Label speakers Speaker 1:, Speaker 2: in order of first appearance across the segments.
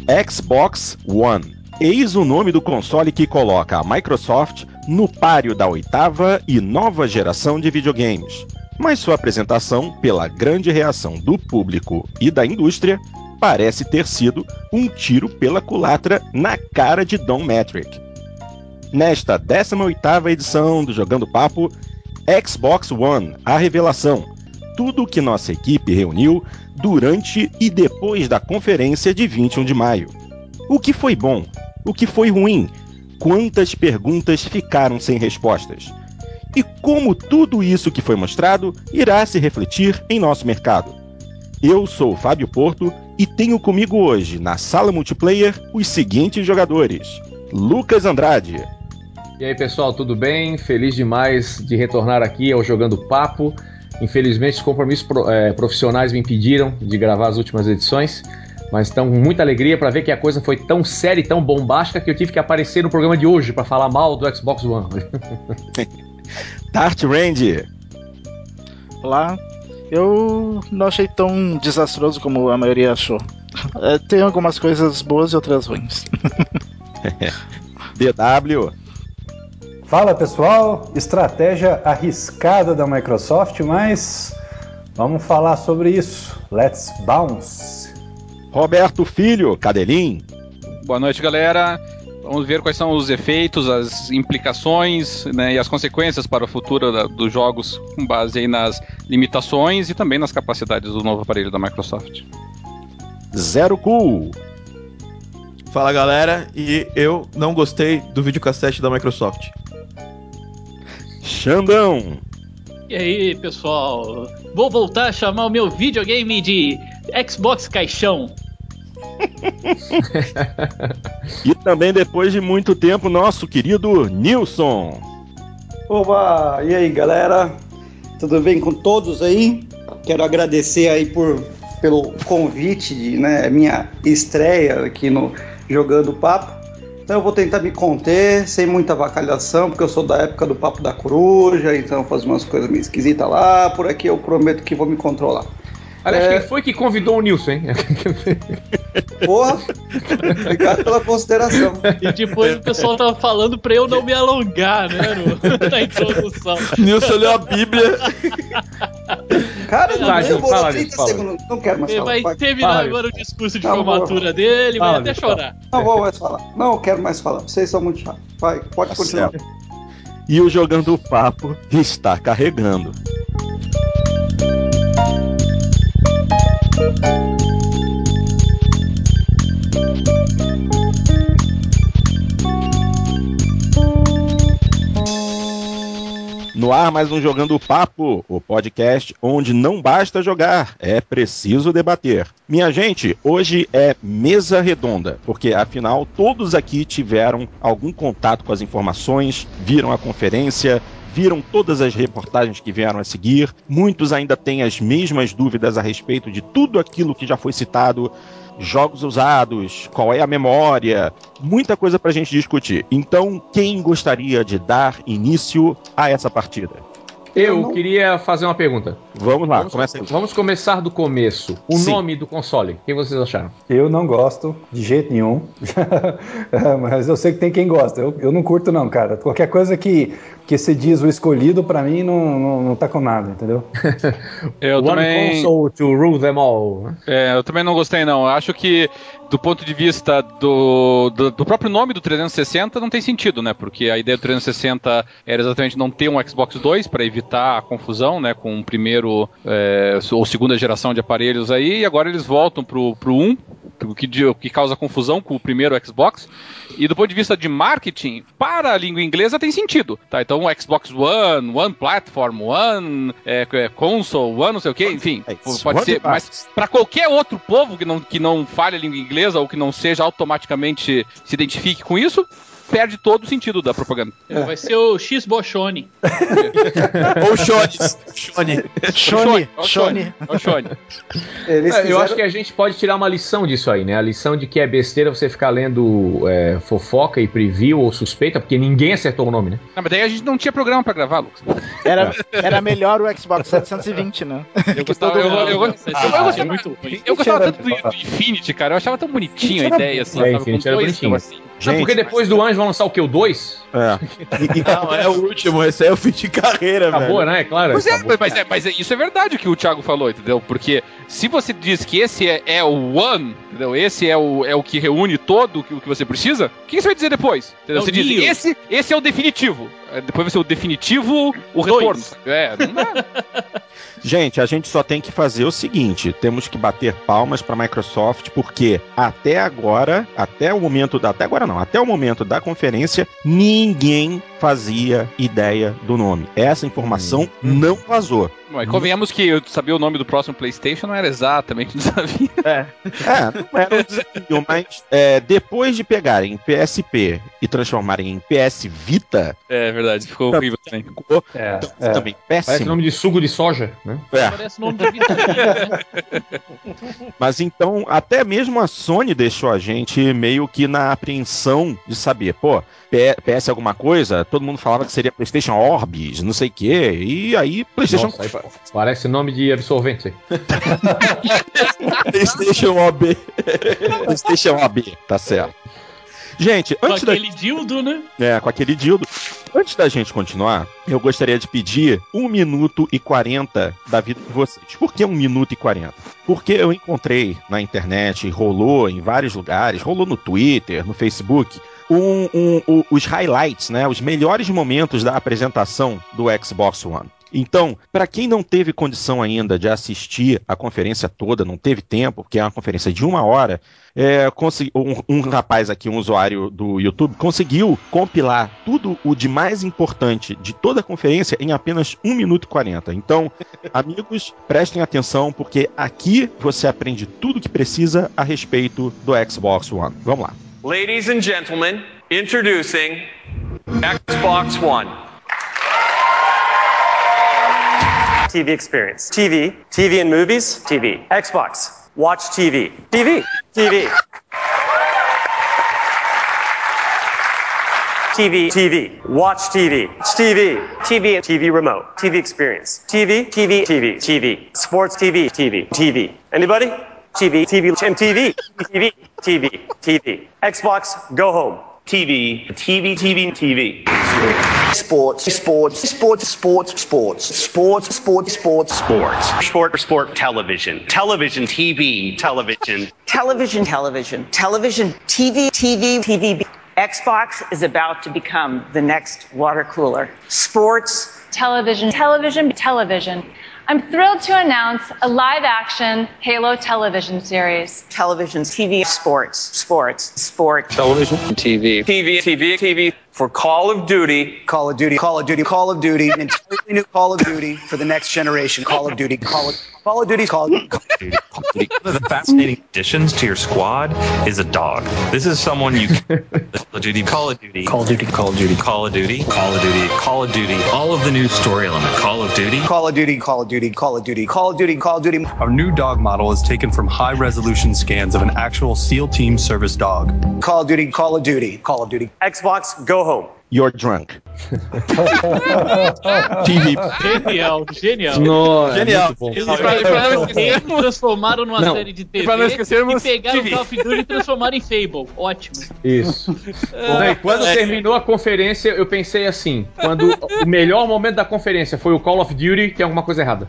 Speaker 1: Xbox One. Eis o nome do console que coloca a Microsoft no páreo da 8ª e nova geração de videogames. Mas sua apresentação, pela grande reação do público e da indústria, parece ter sido um tiro pela culatra na cara de Don Mattrick. Nesta 18ª edição do Jogando Papo, Xbox One, a revelação. Tudo o que nossa equipe reuniu durante e depois da conferência de 21 de maio. O que foi bom? O que foi ruim? Quantas perguntas ficaram sem respostas? E como tudo isso que foi mostrado irá se refletir em nosso mercado? Eu sou o Fábio Porto e tenho comigo hoje, na sala multiplayer, os seguintes jogadores. Lucas Andrade.
Speaker 2: E aí, pessoal, tudo bem? Feliz demais de retornar aqui ao Jogando Papo. Infelizmente, os compromissos profissionais me impediram de gravar as últimas edições, mas estão com muita alegria para ver que a coisa foi tão séria e tão bombástica que eu tive que aparecer no programa de hoje para falar mal do Xbox One.
Speaker 1: Dart Randy.
Speaker 3: Olá, eu não achei tão desastroso como a maioria achou. Tem algumas coisas boas e outras ruins.
Speaker 1: DW.
Speaker 4: Fala pessoal, estratégia arriscada da Microsoft, mas vamos falar sobre isso. Let's bounce.
Speaker 1: Roberto Filho, Cadelim.
Speaker 5: Boa noite, galera. Vamos ver quais são os efeitos, as implicações, né, e as consequências para o futuro dos jogos com base aí nas limitações e também nas capacidades do novo aparelho da Microsoft.
Speaker 1: Zero Cool.
Speaker 6: Fala, galera, e eu não gostei do videocassete da Microsoft.
Speaker 1: Xandão.
Speaker 7: E aí, pessoal? Vou voltar a chamar o meu videogame de Xbox Caixão.
Speaker 1: E também, depois de muito tempo, nosso querido Nilson.
Speaker 8: Oba! E aí, galera? Tudo bem com todos aí? Quero agradecer aí pelo convite, né? Minha estreia aqui no Jogando Papo. Então eu vou tentar me conter, sem muita avacalhação, porque eu sou da época do Papo da Coruja, então eu faço umas coisas meio esquisitas lá. Por aqui eu prometo que vou me controlar.
Speaker 2: Aliás, quem foi que convidou o Nilson, hein?
Speaker 8: Porra! Obrigado pela consideração.
Speaker 7: E depois o pessoal tava falando pra eu não me alongar, né? Na introdução.
Speaker 6: Nilson leu a Bíblia.
Speaker 8: Cara, não demorou 30
Speaker 2: Nilson,
Speaker 8: segundos. Não quero mais falar.
Speaker 7: Vai terminar agora o discurso de formatura dele, vai até chorar.
Speaker 8: Não vou mais falar. Não quero mais falar. Vocês são muito chatos. Vai, pode continuar.
Speaker 1: Certo. E o Jogando Papo está carregando. No ar, mais um Jogando Papo, o podcast onde não basta jogar, é preciso debater. Minha gente, hoje é mesa redonda, porque afinal todos aqui tiveram algum contato com as informações, viram a conferência, viram todas as reportagens que vieram a seguir. Muitos ainda têm as mesmas dúvidas a respeito de tudo aquilo que já foi citado. Jogos usados, qual é a memória, muita coisa pra gente discutir. Então, quem gostaria de dar início a essa partida?
Speaker 2: Eu queria fazer uma pergunta.
Speaker 1: Vamos lá,
Speaker 2: vamos começar do começo. O
Speaker 1: Sim.
Speaker 2: Nome do console, o que vocês acharam?
Speaker 4: Eu não gosto de jeito nenhum, mas eu sei que tem quem gosta. Eu não curto não, cara. Qualquer coisa que se diz o escolhido, pra mim, não tá com nada, entendeu?
Speaker 2: One console to rule them all.
Speaker 5: Eu também não gostei, não. Eu acho que, do ponto de vista do próprio nome do 360, não tem sentido, né? Porque a ideia do 360 era exatamente não ter um Xbox 2 para evitar a confusão, né? Com o primeiro ou segunda geração de aparelhos aí, e agora eles voltam pro 1, o que causa confusão com o primeiro Xbox. E do ponto de vista de marketing, para a língua inglesa tem sentido, tá? Então o Xbox One, One Platform, One Console, One não sei o que, enfim, pode ser, mas para qualquer outro povo que não fale a língua inglesa ou que não seja automaticamente se identifique com isso, perde todo o sentido da propaganda.
Speaker 7: Vai ser o X-Bochone.
Speaker 6: Ou Shone.
Speaker 5: Shone.
Speaker 2: Eu acho que a gente pode tirar uma lição disso aí, né? A lição de que é besteira você ficar lendo fofoca e preview ou suspeita, porque ninguém acertou o nome, né?
Speaker 5: Não, mas daí a gente não tinha programa pra gravar, Lucas.
Speaker 3: Era melhor o Xbox 720, né?
Speaker 5: Eu gostava tanto do Infinity, cara. Eu achava tão bonitinho a ideia, assim.
Speaker 2: Infinity era bonitinho.
Speaker 5: Assim.
Speaker 2: Gente, porque depois do Anjo vão lançar o quê? O 2?
Speaker 6: Não, é o último. Esse aí é o fim de carreira,
Speaker 2: Acabou,
Speaker 6: velho.
Speaker 2: né? Claro.
Speaker 5: Mas isso é verdade o que o Thiago falou, entendeu? Porque se você diz que esse é o One, entendeu? Esse é o que reúne todo o que você precisa, o que você vai dizer depois? Entendeu? Você diz, esse é o definitivo. Depois vai ser o definitivo, o retorno. Não dá.
Speaker 1: Gente, a gente só tem que fazer o seguinte, temos que bater palmas para a Microsoft, porque até o momento da conferência, ninguém fazia ideia do nome. Essa informação não vazou.
Speaker 5: Mas convenhamos que saber o nome do próximo PlayStation não era exatamente um desafio.
Speaker 1: Não era um desafio, mas depois de pegarem PSP e transformarem em PS Vita...
Speaker 5: É verdade, ficou horrível também.
Speaker 1: Ficou também péssimo.
Speaker 2: Parece nome de suco de soja, né?
Speaker 7: Parece nome de vitamina, né?
Speaker 1: Mas então, até mesmo a Sony deixou a gente meio que na apreensão de saber, PS alguma coisa, todo mundo falava que seria PlayStation Orbis, não sei o quê, e aí PlayStation...
Speaker 2: Nossa, aí parece nome de absorvente.
Speaker 1: PlayStation OB. PlayStation OB, tá certo. Gente, antes
Speaker 7: com aquele dildo, né?
Speaker 1: Com aquele dildo. Antes da gente continuar, eu gostaria de pedir 1 minuto e 40 da vida de vocês. Por que 1 minuto e 40? Porque eu encontrei na internet, rolou em vários lugares, rolou no Twitter, no Facebook, os highlights, né? Os melhores momentos da apresentação do Xbox One. Então, para quem não teve condição ainda de assistir a conferência toda, não teve tempo, porque é uma conferência de 1 hora, um rapaz aqui, um usuário do YouTube, conseguiu compilar tudo o de mais importante de toda a conferência em apenas 1 minuto e 40. Então, amigos, prestem atenção, porque aqui você aprende tudo o que precisa a respeito do Xbox One. Vamos lá.
Speaker 9: Ladies and gentlemen, introducing Xbox One. TV experience. TV and movies, TV. Xbox, watch TV. TV. Watch TV. TV remote. TV experience. TV. Sports TV. Anybody? TV. Xbox, go home. TV. Sport television TV.
Speaker 10: Xbox is about to become the next water cooler. Sports television. I'm thrilled to announce a live-action Halo television series. Television, TV, sports.
Speaker 9: Television, TV. For Call of Duty, an entirely new Call of Duty for the next generation. Call of Duty.
Speaker 11: One of the fascinating additions to your squad is a dog. This is someone you Call of Duty. All of the new story element. Call of Duty. Our new dog model is taken from high-resolution scans of an actual SEAL Team service dog.
Speaker 9: Call of Duty. Xbox, go home.
Speaker 1: You're drunk.
Speaker 5: TV.
Speaker 7: Genial.
Speaker 2: Nossa,
Speaker 6: Genial.
Speaker 2: muito bom.
Speaker 7: Eles transformaram numa série de TV
Speaker 5: pra não esquecermos
Speaker 7: e pegaram
Speaker 5: TV.
Speaker 7: o Call of Duty e transformaram em Fable. Ótimo.
Speaker 2: Isso. Daí, quando terminou a conferência, eu pensei assim, quando o melhor momento da conferência foi o Call of Duty, tem alguma coisa errada.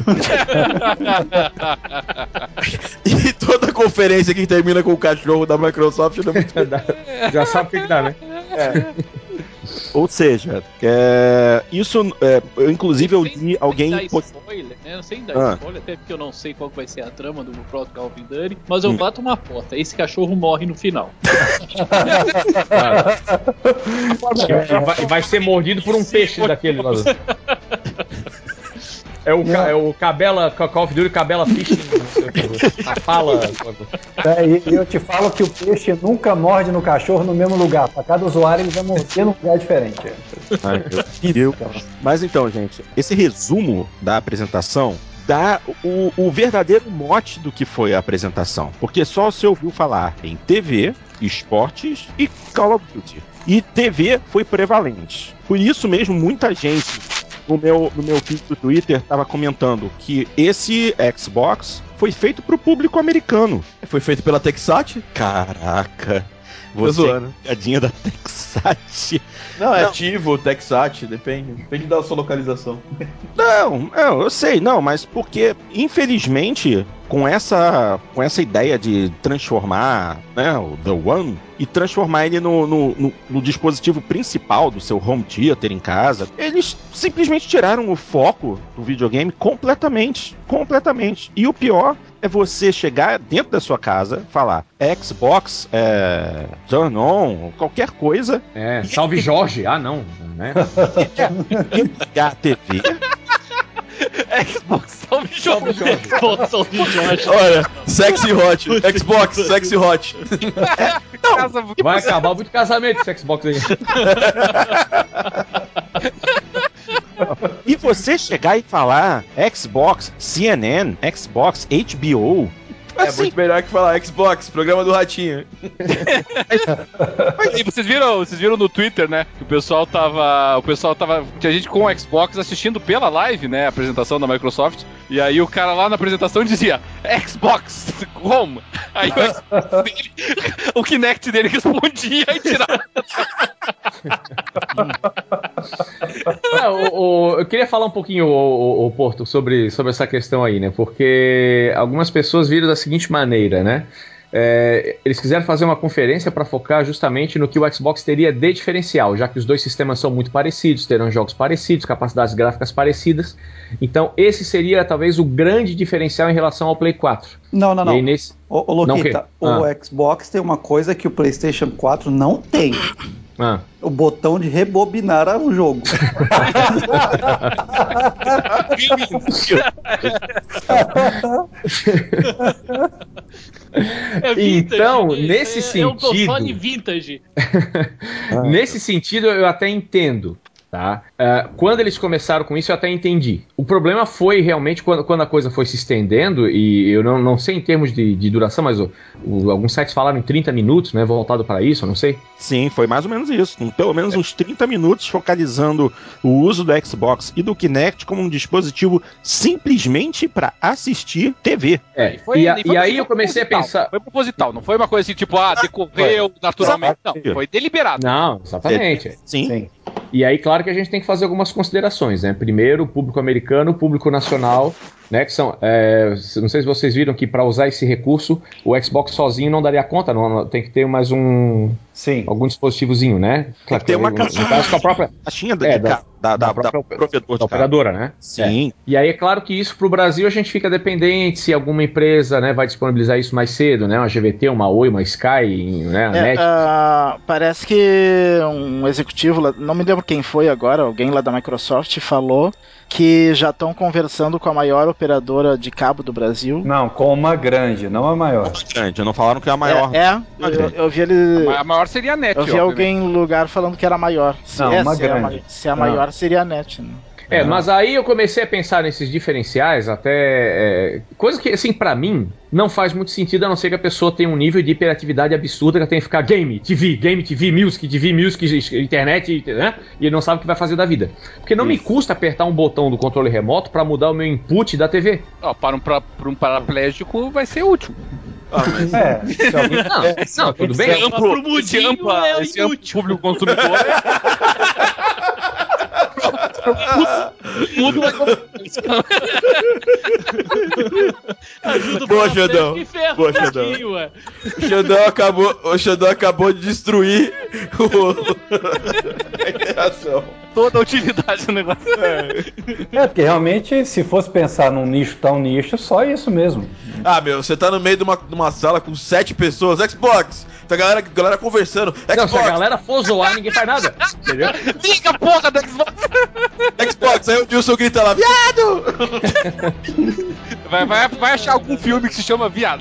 Speaker 6: E toda conferência que termina com o cachorro da Microsoft não
Speaker 2: Já sabe o que dá, né?
Speaker 1: Ou seja, inclusive eu vi alguém...
Speaker 7: Spoiler, né? Eu sei dar spoiler, até porque eu não sei qual vai ser a trama do próximo Call of Duty, mas eu bato uma aposta, esse cachorro morre no final.
Speaker 2: E vai ser mordido por um peixe daquele lá. É o Cabela, Call of Duty, Cabela Fishing, a pala.
Speaker 4: E eu te falo que o peixe nunca morde no cachorro no mesmo lugar. Para cada usuário ele vai morder num lugar diferente.
Speaker 1: Ai, meu Deus. Mas então, gente, esse resumo da apresentação dá o verdadeiro mote do que foi a apresentação. Porque só se ouviu falar em TV, esportes e Call of Duty. E TV foi prevalente. Por isso mesmo, muita gente no meu feed do Twitter estava comentando que esse Xbox foi feito para o público americano.
Speaker 6: Foi feito pela Texat?
Speaker 1: Caraca. Você é pegadinha da Texat.
Speaker 6: Não, é Tivo, Texat, depende da sua localização.
Speaker 1: Não, eu sei, mas porque, infelizmente, com essa ideia de transformar, né, o The One e transformar ele no dispositivo principal do seu home theater em casa, eles simplesmente tiraram o foco do videogame completamente. E o pior é você chegar dentro da sua casa, falar Xbox, turn on, qualquer coisa.
Speaker 2: Salve Jorge. Ah, não. Né?
Speaker 1: Ligar a TV.
Speaker 7: Xbox, salve Jorge. Xbox, salve Jorge.
Speaker 6: Olha, sexy hot. Xbox, sexy hot.
Speaker 2: Vai acabar muito casamento esse Xbox aí.
Speaker 1: E você chegar e falar Xbox, CNN, Xbox, HBO...
Speaker 6: É muito melhor que falar Xbox, programa do Ratinho.
Speaker 5: E vocês viram no Twitter, né? Que o pessoal tava. Tinha gente com o Xbox assistindo pela live, né? A apresentação da Microsoft. E aí o cara lá na apresentação dizia Xbox Home. Aí o Kinect dele respondia e tirava.
Speaker 2: Eu queria falar um pouquinho, o Porto, sobre essa questão aí, né? Porque algumas pessoas viram da seguinte maneira, né? Eles quiseram fazer uma conferência para focar justamente no que o Xbox teria de diferencial, já que os dois sistemas são muito parecidos, terão jogos parecidos, capacidades gráficas parecidas. Então esse seria talvez o grande diferencial em relação ao Play 4.
Speaker 8: Não.
Speaker 2: Aí,
Speaker 8: Ô Luquita, o Xbox tem uma coisa que o PlayStation 4 não tem. O botão de rebobinar um jogo.
Speaker 2: Então, nesse sentido...
Speaker 7: É um console vintage.
Speaker 2: Nesse sentido, eu até entendo. Tá? Quando eles começaram com isso, eu até entendi. O problema foi realmente quando a coisa foi se estendendo, e eu não sei em termos de duração, mas alguns sites falaram em 30 minutos, né, voltado para isso, eu não sei.
Speaker 1: Sim, foi mais ou menos isso. Pelo menos uns 30 minutos focalizando o uso do Xbox e do Kinect como um dispositivo simplesmente para assistir TV.
Speaker 2: E aí eu comecei a pensar...
Speaker 5: Foi proposital, não foi uma coisa assim, tipo, decorreu naturalmente. Não, foi deliberado.
Speaker 2: Não, exatamente.
Speaker 1: Sim.
Speaker 2: E aí, claro que a gente tem que fazer algumas considerações, né? Primeiro, o público americano, o público nacional, né? Que são, não sei se vocês viram que para usar esse recurso, o Xbox sozinho não daria conta, tem que ter mais algum dispositivozinho, né?
Speaker 1: Tem que ter uma caixinha da
Speaker 2: operadora, né?
Speaker 1: Sim.
Speaker 2: E aí é claro que isso pro Brasil a gente fica dependente se alguma empresa, né, vai disponibilizar isso mais cedo, né? Uma GVT, uma Oi, uma Sky, né? A NET.
Speaker 3: Parece que um executivo, não me lembro quem foi agora, alguém lá da Microsoft falou que já estão conversando com a maior operadora de cabo do Brasil.
Speaker 4: Não, com uma grande, não a maior.
Speaker 1: Uma grande, não falaram que é a maior.
Speaker 3: Eu vi ele...
Speaker 5: A maior seria a NET.
Speaker 3: Eu vi alguém em lugar falando que era a maior.
Speaker 4: Uma grande.
Speaker 3: Se a maior seria a NET, né?
Speaker 2: Mas aí eu comecei a pensar nesses diferenciais, até coisa que, assim, pra mim, não faz muito sentido, a não ser que a pessoa tenha um nível de hiperatividade absurda, que ela tem que ficar game, TV, music, internet, né? E ele não sabe o que vai fazer da vida. Porque não me custa apertar um botão do controle remoto pra mudar o meu input da TV.
Speaker 5: Para um paraplégico vai ser útil.
Speaker 2: Não, tudo bem.
Speaker 5: Esse amplo público consumidor
Speaker 7: Ajuda o
Speaker 6: Boa, Xandão.
Speaker 7: que ferra
Speaker 6: Boa,
Speaker 7: um
Speaker 6: Xandão.
Speaker 7: pouquinho, ué.
Speaker 6: O Xandão acabou de destruir a interação.
Speaker 5: Toda a utilidade do negócio.
Speaker 4: Porque realmente, se fosse pensar num nicho tão nicho, só isso mesmo.
Speaker 6: Ah, meu, você tá no meio de uma sala com 7 pessoas, Xbox, tá galera conversando, Xbox.
Speaker 2: Não, se a galera for zoar, ninguém faz nada. Entendeu?
Speaker 5: Liga a porra do Xbox!
Speaker 6: Xbox, aí o Dilson grita lá, viado!
Speaker 5: Vai achar algum filme que se chama Viado.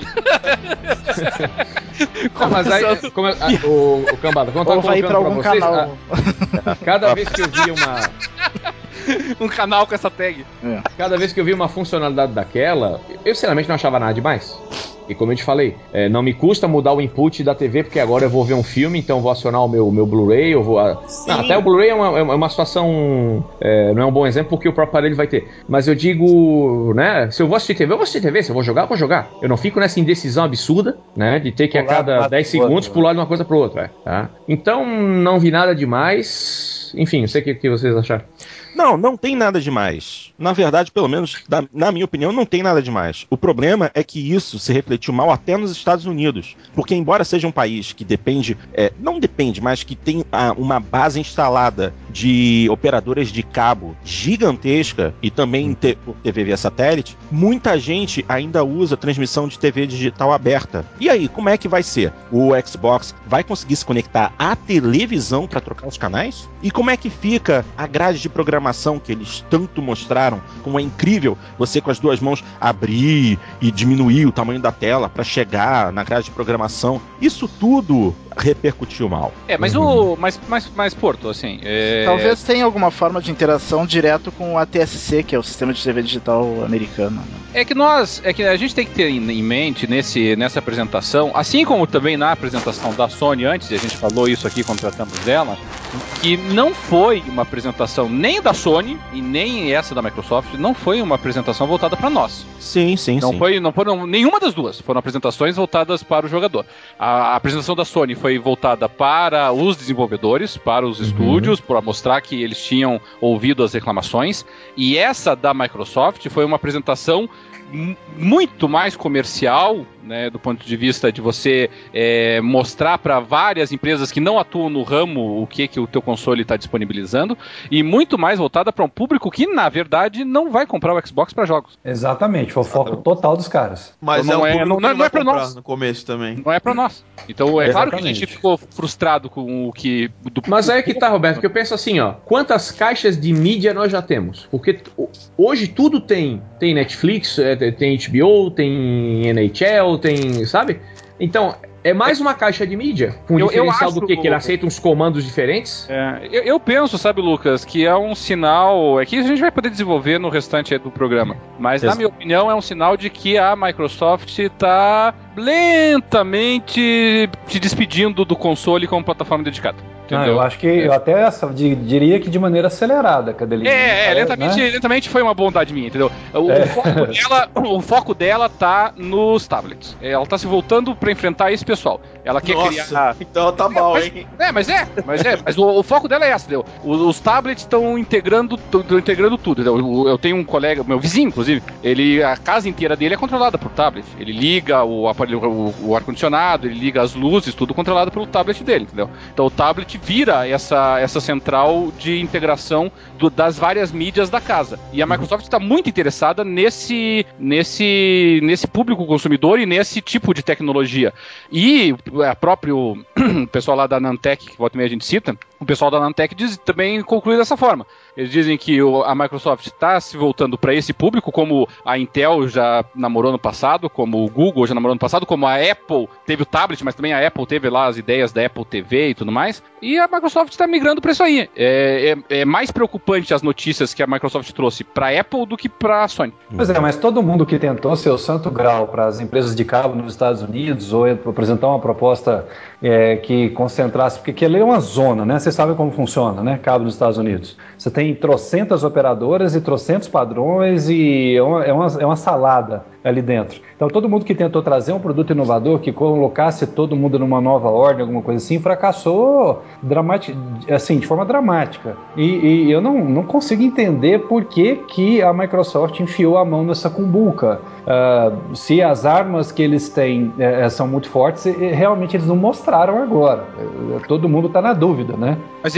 Speaker 2: Não, mas aí, o Cambada, como eu tava
Speaker 3: Ou vai ir pra
Speaker 2: colocando pra
Speaker 3: algum
Speaker 2: vocês,
Speaker 3: canal.
Speaker 2: cada vez que eu vi uma...
Speaker 5: Um canal com essa tag.
Speaker 2: Cada vez que eu vi uma funcionalidade daquela, eu sinceramente não achava nada demais. E como eu te falei, não me custa mudar o input da TV, porque agora eu vou ver um filme, então eu vou acionar o meu Blu-ray, eu vou... até o Blu-ray é uma situação... não é um bom exemplo, porque o próprio aparelho vai ter. Mas eu digo, né, se eu vou assistir TV, eu vou assistir TV. Se eu vou jogar, eu vou jogar. Eu não fico nessa indecisão absurda, né, de ter que
Speaker 4: Pular
Speaker 2: a cada 10 segundos pular de uma coisa para outra. Tá? Então, não vi nada demais. Enfim, não sei o que vocês acharam.
Speaker 1: Não tem nada demais. Na verdade, pelo menos, na minha opinião, não tem nada demais. O problema é que isso se refletiu mal até nos Estados Unidos. Porque, embora seja um país que depende, não depende, mas que tem uma base instalada de operadoras de cabo gigantesca e também por TV via satélite, muita gente ainda usa transmissão de TV digital aberta. E aí, como é que vai ser? O Xbox vai conseguir se conectar à televisão para trocar os canais? E como é que fica a grade de programação que eles tanto mostraram, como é incrível você com as duas mãos abrir e diminuir o tamanho da tela para chegar na grade de programação? Isso tudo repercutiu mal.
Speaker 5: Mas Porto, assim...
Speaker 3: Talvez tenha alguma forma de interação direto com o ATSC, que é o Sistema de TV Digital americano. Né?
Speaker 5: É que a gente tem que ter em mente nessa apresentação, assim como também na apresentação da Sony antes, e a gente falou isso aqui quando tratamos dela, que não foi uma apresentação nem da Sony e nem essa da Microsoft, não foi uma apresentação voltada para nós.
Speaker 1: Sim.
Speaker 5: Não foram nenhuma das duas, foram apresentações voltadas para o jogador. A apresentação da Sony foi voltada para os desenvolvedores, para os estúdios, para mostrar que eles tinham ouvido as reclamações, e essa da Microsoft foi uma apresentação muito mais comercial, né, do ponto de vista de você mostrar para várias empresas que não atuam no ramo o que o teu console está disponibilizando, e muito mais voltada para um público que, na verdade, não vai comprar o Xbox para jogos.
Speaker 4: Exatamente, foi o foco total dos caras.
Speaker 6: Mas
Speaker 5: então, não é para nós.
Speaker 6: No começo também.
Speaker 5: Não é para nós. Então claro que a gente ficou frustrado com o que...
Speaker 2: Mas aí que tá, Roberto, que eu penso assim, ó, quantas caixas de mídia nós já temos? Porque hoje tudo tem Netflix, tem HBO, tem NHL, tem, sabe? Então, é mais uma caixa de mídia, com o diferencial do que ele aceita uns comandos diferentes.
Speaker 5: Eu penso, sabe, Lucas, que é um sinal, que a gente vai poder desenvolver no restante do programa, mas na minha opinião é um sinal de que a Microsoft está lentamente se despedindo do console como plataforma dedicada.
Speaker 4: Eu acho que eu até diria que de maneira acelerada,
Speaker 5: lentamente foi uma bondade minha, entendeu? O foco dela tá nos tablets. Ela tá se voltando pra enfrentar esse pessoal. Ela quer criar...
Speaker 6: Então tá mal, hein?
Speaker 5: Mas o foco dela é essa, entendeu? Os tablets estão integrando tudo, entendeu? Eu tenho um colega, meu vizinho, inclusive, a casa inteira dele é controlada por tablet. Ele liga o aparelho, o ar-condicionado, ele liga as luzes, tudo controlado pelo tablet dele, entendeu? Então o tablet vira essa central de integração das várias mídias da casa. E a Microsoft está muito interessada nesse público consumidor e nesse tipo de tecnologia. E o próprio pessoal lá da Nantec, que volta e meia a gente cita, o pessoal da Nantec também conclui dessa forma. Eles dizem que a Microsoft está se voltando para esse público, como a Intel já namorou no passado, como o Google já namorou no passado, como a Apple teve o tablet, mas também a Apple teve lá as ideias da Apple TV e tudo mais. E a Microsoft está migrando para isso aí. É mais preocupante as notícias que a Microsoft trouxe para a Apple do que para a Sony.
Speaker 4: Pois mas todo mundo que tentou ser o santo grau para as empresas de cabo nos Estados Unidos ou apresentar uma proposta que concentrasse, porque aquilo é uma zona, né? Vocês sabem como funciona, né? Cabo nos Estados Unidos. Você tem trocentas operadoras e trocentos padrões e é uma salada. ali dentro. Então todo mundo que tentou trazer um produto inovador, que colocasse todo mundo numa nova ordem, alguma coisa assim, fracassou assim, de forma dramática. E eu não consigo entender por que a Microsoft enfiou a mão nessa cumbuca. Se as armas que eles têm são muito fortes, realmente eles não mostraram agora. Todo mundo está na dúvida, né?
Speaker 5: Mas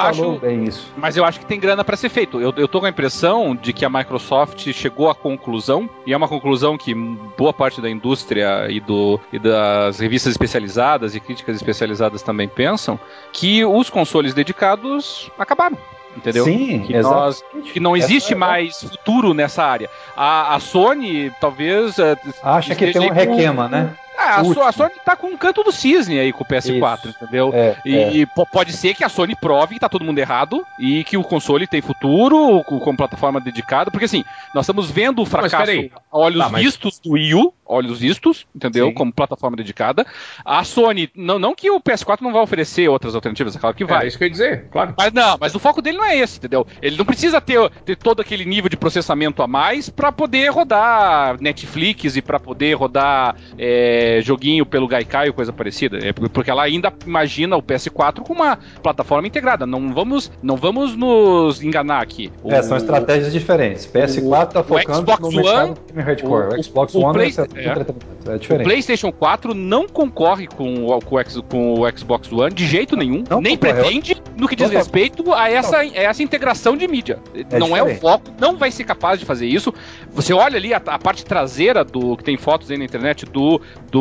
Speaker 5: eu acho que tem grana para ser feito. Eu tô com a impressão de que a Microsoft chegou à conclusão, e é uma conclusão que boa parte da indústria e das revistas especializadas e críticas especializadas também pensam, que os consoles dedicados acabaram. Entendeu?
Speaker 4: Sim,
Speaker 5: que não existe mais futuro nessa área. A Sony talvez
Speaker 4: acha que tem um requema, né?
Speaker 5: A Sony tá com um canto do cisne aí com o PS4, isso. Entendeu? Pode ser que a Sony prove que tá todo mundo errado e que o console tem futuro com plataforma dedicada, porque assim, nós estamos vendo o fracasso a olhos vistos do Wii U, olhos vistos, entendeu? Sim. Como plataforma dedicada. A Sony, não que o PS4 não vai oferecer outras alternativas, é claro que vai.
Speaker 2: É isso que eu ia dizer, claro.
Speaker 5: Mas o foco dele não é esse, entendeu? Ele não precisa ter todo aquele nível de processamento a mais pra poder rodar Netflix e pra poder rodar joguinho pelo Gaikai ou coisa parecida. Porque ela ainda imagina o PS4 com uma plataforma integrada. Não vamos nos enganar aqui.
Speaker 4: São estratégias diferentes. PS4 tá focando no mercado hardcore. O Xbox One é diferente.
Speaker 5: O PlayStation 4 não concorre com o Xbox One de jeito nenhum, nem pretende no que diz respeito a essa integração de mídia. Não é o foco, não vai ser capaz de fazer isso. Você olha ali a parte traseira que tem fotos aí na internet do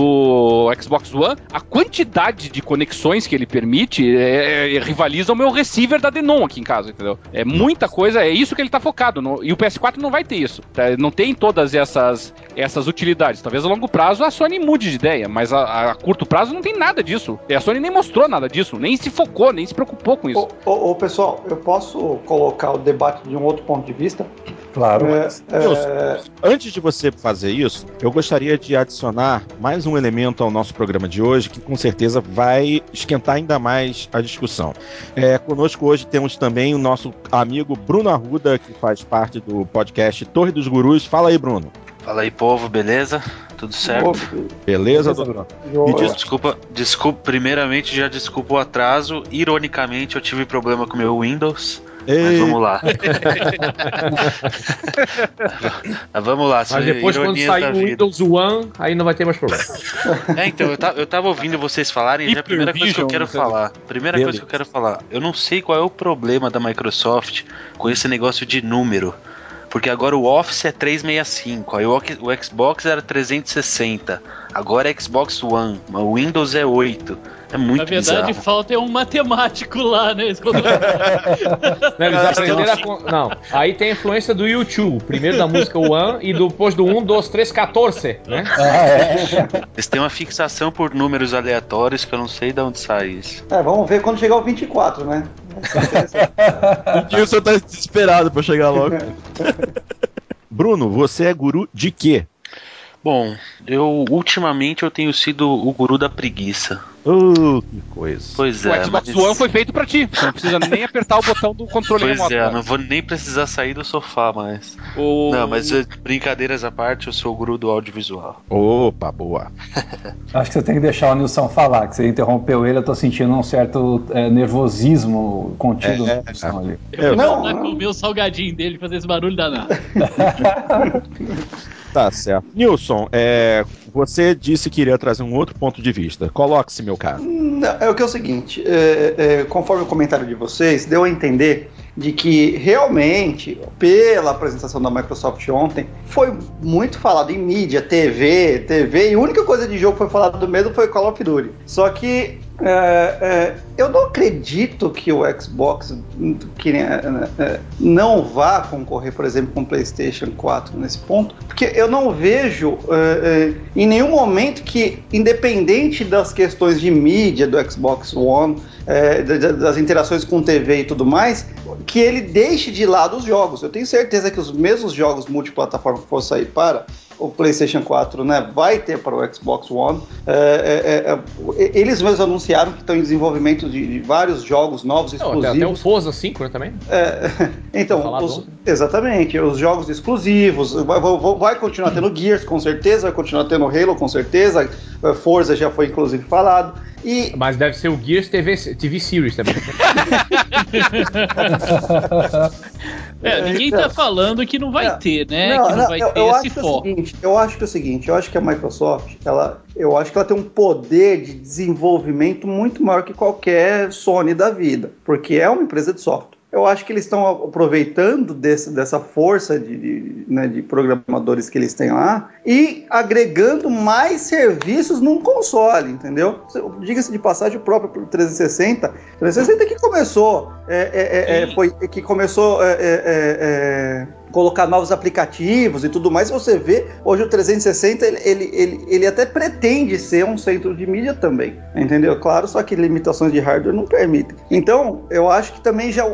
Speaker 5: Xbox One, a quantidade de conexões que ele permite rivaliza o meu receiver da Denon aqui em casa, entendeu? É muita coisa, é isso que ele tá focado. E o PS4 não vai ter isso. Não tem todas essas utilidades. Talvez a longo prazo a Sony mude de ideia, mas a curto prazo não tem nada disso. E a Sony nem mostrou nada disso, nem se focou, nem se preocupou com isso.
Speaker 8: Pessoal, eu posso colocar o debate de um outro ponto de vista?
Speaker 4: Claro.
Speaker 1: Antes de você fazer isso, eu gostaria de adicionar mais um elemento ao nosso programa de hoje, que com certeza vai esquentar ainda mais a discussão. Conosco hoje temos também o nosso amigo Bruno Arruda, que faz parte do podcast Torre dos Gurus. Fala aí, Bruno.
Speaker 12: Fala aí, povo, beleza? Tudo certo?
Speaker 1: Beleza, Bruno?
Speaker 12: Desculpa, primeiramente já desculpa o atraso. Ironicamente, eu tive problema com o meu Windows. Mas vamos lá. Vamos lá.
Speaker 2: Mas depois, quando sair o Windows One, aí não vai ter mais problema.
Speaker 12: Então, eu tava ouvindo vocês falarem, já a primeira coisa que eu quero falar. Eu não sei qual é o problema da Microsoft com esse negócio de número. Porque agora o Office é 365, aí o Xbox era 360, agora é Xbox One, o Windows é 8. É muito bizarro.
Speaker 7: Na verdade, falta um matemático lá, né?
Speaker 2: Eles aprenderam Não, aí tem a influência do YouTube. Primeiro da música One e depois do 1, 2, 3, 14, né?
Speaker 12: Eles têm uma fixação por números aleatórios que eu não sei de onde sai isso.
Speaker 8: Vamos ver quando chegar o 24, né?
Speaker 6: O Wilson tá desesperado pra chegar logo.
Speaker 1: Bruno, você é guru de quê?
Speaker 12: Bom, ultimamente eu tenho sido o guru da preguiça.
Speaker 1: Que coisa.
Speaker 12: Pois
Speaker 5: o Xbox One foi feito pra ti. Você não precisa nem apertar o botão do controle remoto.
Speaker 12: Pois não vou nem precisar sair do sofá mais. Não, mas brincadeiras à parte, eu sou o guru do audiovisual.
Speaker 1: Opa, boa.
Speaker 4: Acho que você tem que deixar o Nilson falar, que você interrompeu ele, eu tô sentindo um certo nervosismo contido no Nilson ali.
Speaker 7: Eu vou comer o salgadinho dele, fazer esse barulho danado.
Speaker 1: Tá certo. Nilson, você disse que iria trazer um outro ponto de vista. Coloque-se, meu caro.
Speaker 8: É o seguinte, conforme o comentário de vocês, deu a entender de que realmente, pela apresentação da Microsoft ontem, foi muito falado em mídia, TV, e a única coisa de jogo que foi falado mesmo foi Call of Duty. Só que eu não acredito que o Xbox não vá concorrer, por exemplo, com o PlayStation 4 nesse ponto, porque eu não vejo em nenhum momento que, independente das questões de mídia do Xbox One, das interações com TV e tudo mais, que ele deixe de lado os jogos. Eu tenho certeza que os mesmos jogos multiplataforma que for sair para o PlayStation 4, né, vai ter para o Xbox One. Eles mesmos anunciaram que estão em desenvolvimento de vários jogos novos exclusivos.
Speaker 2: Até o Forza 5, né, também?
Speaker 8: Então, exatamente, os jogos exclusivos. Vai continuar tendo Gears, com certeza, vai continuar tendo Halo, com certeza. Forza já foi inclusive falado.
Speaker 2: Mas deve ser o Gears TV Series também.
Speaker 7: Ninguém tá falando que não vai ter, né? Que não vai ter esse foco.
Speaker 8: Eu acho que é o seguinte, eu acho que a Microsoft, eu acho que ela tem um poder de desenvolvimento muito maior que qualquer Sony da vida, porque é uma empresa de software. Eu acho que eles estão aproveitando dessa força de programadores que eles têm lá e agregando mais serviços num console, entendeu? Diga-se de passagem, o próprio 360 que começou colocar novos aplicativos e tudo mais. Você vê, hoje o 360 ele até pretende ser um centro de mídia também, entendeu? Claro, só que limitações de hardware não permitem. Então, eu acho que também já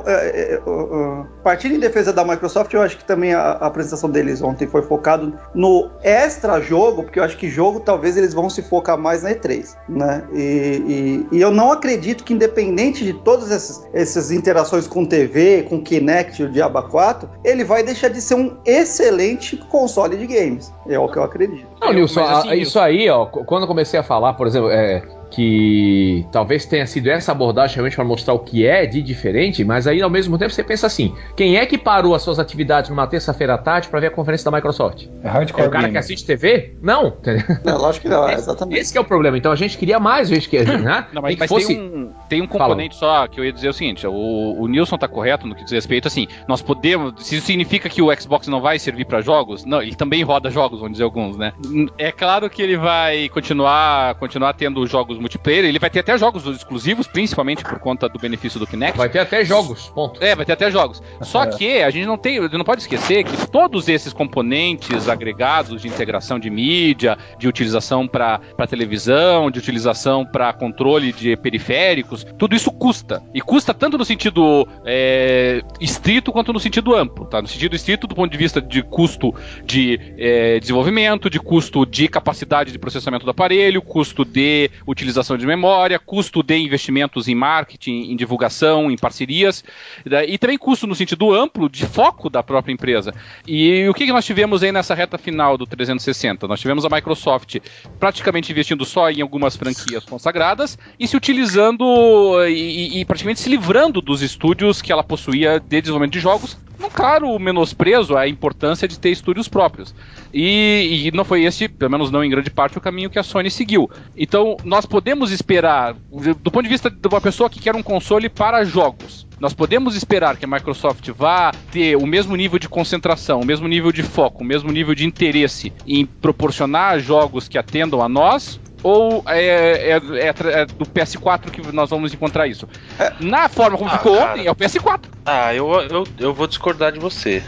Speaker 8: partindo em defesa da Microsoft, eu acho que também a apresentação deles ontem foi focado no extra jogo, porque eu acho que jogo talvez eles vão se focar mais na E3, né? E eu não acredito que, independente de todas essas interações com TV, com Kinect e o Diabo 4, ele vai deixar de ser um excelente console de games. É o que eu acredito.
Speaker 2: Não, Nilson, isso aí, quando eu comecei a falar, por exemplo, que talvez tenha sido essa abordagem realmente para mostrar o que é de diferente, mas aí ao mesmo tempo você pensa assim, quem é que parou as suas atividades numa terça-feira à tarde para ver a conferência da Microsoft?
Speaker 4: É
Speaker 2: o cara que assiste TV? Não.
Speaker 8: Não, lógico que não, exatamente.
Speaker 2: Esse que é o problema. Então a gente queria mais, né?
Speaker 5: Não, mas tem um componente só que eu ia dizer o seguinte, o Nilson tá correto no que diz respeito, assim, nós podemos, se isso significa que o Xbox não vai servir para jogos, não, ele também roda jogos, vamos dizer alguns, né? É claro que ele vai continuar tendo jogos multiplayer, ele vai ter até jogos exclusivos, principalmente por conta do benefício do Kinect.
Speaker 2: Vai ter até jogos, ponto.
Speaker 5: Vai ter até jogos. Só que a gente não pode esquecer que todos esses componentes agregados de integração de mídia, de utilização para televisão, de utilização para controle de periféricos, tudo isso custa. E custa tanto no sentido estrito quanto no sentido amplo, tá? No sentido estrito, do ponto de vista de custo de desenvolvimento, de custo de capacidade de processamento do aparelho, custo de utilização de memória, custo de investimentos em marketing, em divulgação, em parcerias, e também custo no sentido amplo de foco da própria empresa. E o que nós tivemos aí nessa reta final do 360? Nós tivemos a Microsoft praticamente investindo só em algumas franquias consagradas e se utilizando e praticamente se livrando dos estúdios que ela possuía de desenvolvimento de jogos, não, claro, menosprezo a importância de ter estúdios próprios. E não foi esse, pelo menos não em grande parte, o caminho que a Sony seguiu. Então, nós podemos esperar, do ponto de vista de uma pessoa que quer um console para jogos, nós podemos esperar que a Microsoft vá ter o mesmo nível de concentração, o mesmo nível de foco, o mesmo nível de interesse em proporcionar jogos que atendam a nós? Ou é do PS4 que nós vamos encontrar isso? Na forma como ficou ontem, é o PS4.
Speaker 12: Eu vou discordar de você.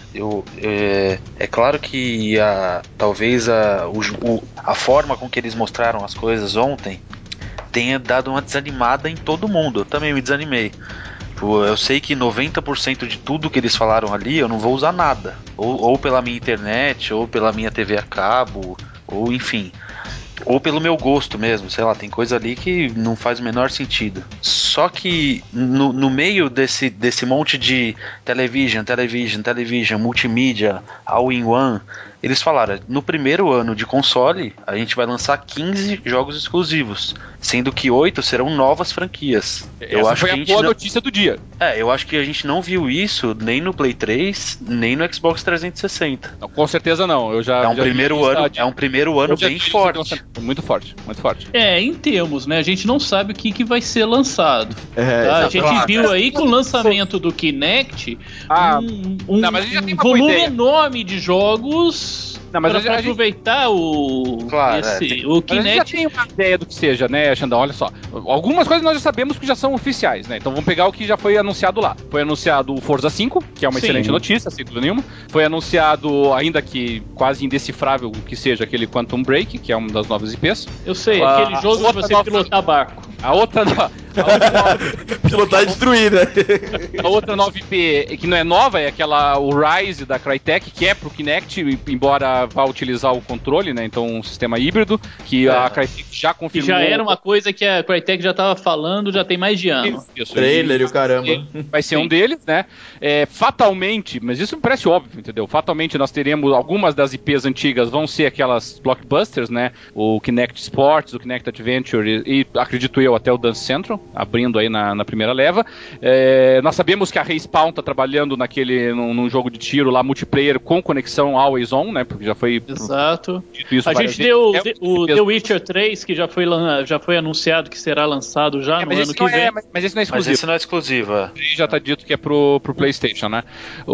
Speaker 12: É claro que talvez a forma com que eles mostraram as coisas ontem tenha dado uma desanimada em todo mundo. Eu também me desanimei. Eu sei que 90% de tudo que eles falaram ali eu não vou usar nada. Ou pela minha internet, ou pela minha TV a cabo, ou enfim... Ou pelo meu gosto mesmo, sei lá, tem coisa ali que não faz o menor sentido. Só que no meio desse monte de television, multimídia, all-in-one, eles falaram, no primeiro ano de console, a gente vai lançar 15 jogos exclusivos, sendo que 8 serão novas franquias.
Speaker 5: Essa foi a boa notícia do dia.
Speaker 12: Eu acho que a gente não viu isso nem no Play 3, nem no Xbox 360.
Speaker 5: Não, com certeza não.
Speaker 12: É um primeiro ano bem forte.
Speaker 5: Muito forte, muito forte.
Speaker 7: Em termos, né? A gente não sabe o que vai ser lançado. Tá? A gente viu aí com o lançamento do Kinect um volume enorme de jogos.
Speaker 5: Não, mas
Speaker 7: pra aproveitar o Kinect.
Speaker 5: A gente já tem uma ideia do que seja, né, Xandão? Olha só. Algumas coisas nós já sabemos que já são oficiais, né? Então vamos pegar o que já foi anunciado lá. Foi anunciado o Forza 5, que é uma excelente notícia, sem dúvida nenhuma. Foi anunciado, ainda que quase indecifrável que seja, aquele Quantum Break, que é uma das novas IPs.
Speaker 7: Eu sei, aquele jogo de você pilotar barco.
Speaker 5: A outra
Speaker 6: Pilotar e destruir, né?
Speaker 5: A outra nova IP, que não é nova, é aquela, o Rise da Crytek, que é pro Kinect, embora vá utilizar o controle, né? Então um sistema híbrido, que a Crytek já confirmou.
Speaker 7: Já era uma coisa que a Crytek já tava falando já tem mais de ano.
Speaker 6: Isso, trailer e o caramba.
Speaker 5: Vai ser um deles, né? Fatalmente, mas isso me parece óbvio, entendeu? Fatalmente nós teremos algumas das IPs antigas vão ser aquelas blockbusters, né? O Kinect Sports, o Kinect Adventure e acredito eu até o Dance Central, abrindo aí na primeira leva. Nós sabemos que a Respawn tá trabalhando num jogo de tiro lá, multiplayer com conexão Always On, né? Porque já foi
Speaker 7: Exato. Dito isso. A gente deu o The Witcher 3, que já foi anunciado que será lançado já no ano que vem.
Speaker 5: Mas esse não é exclusivo.
Speaker 12: Mas esse não é exclusivo,
Speaker 5: Já tá dito que é pro PlayStation, né?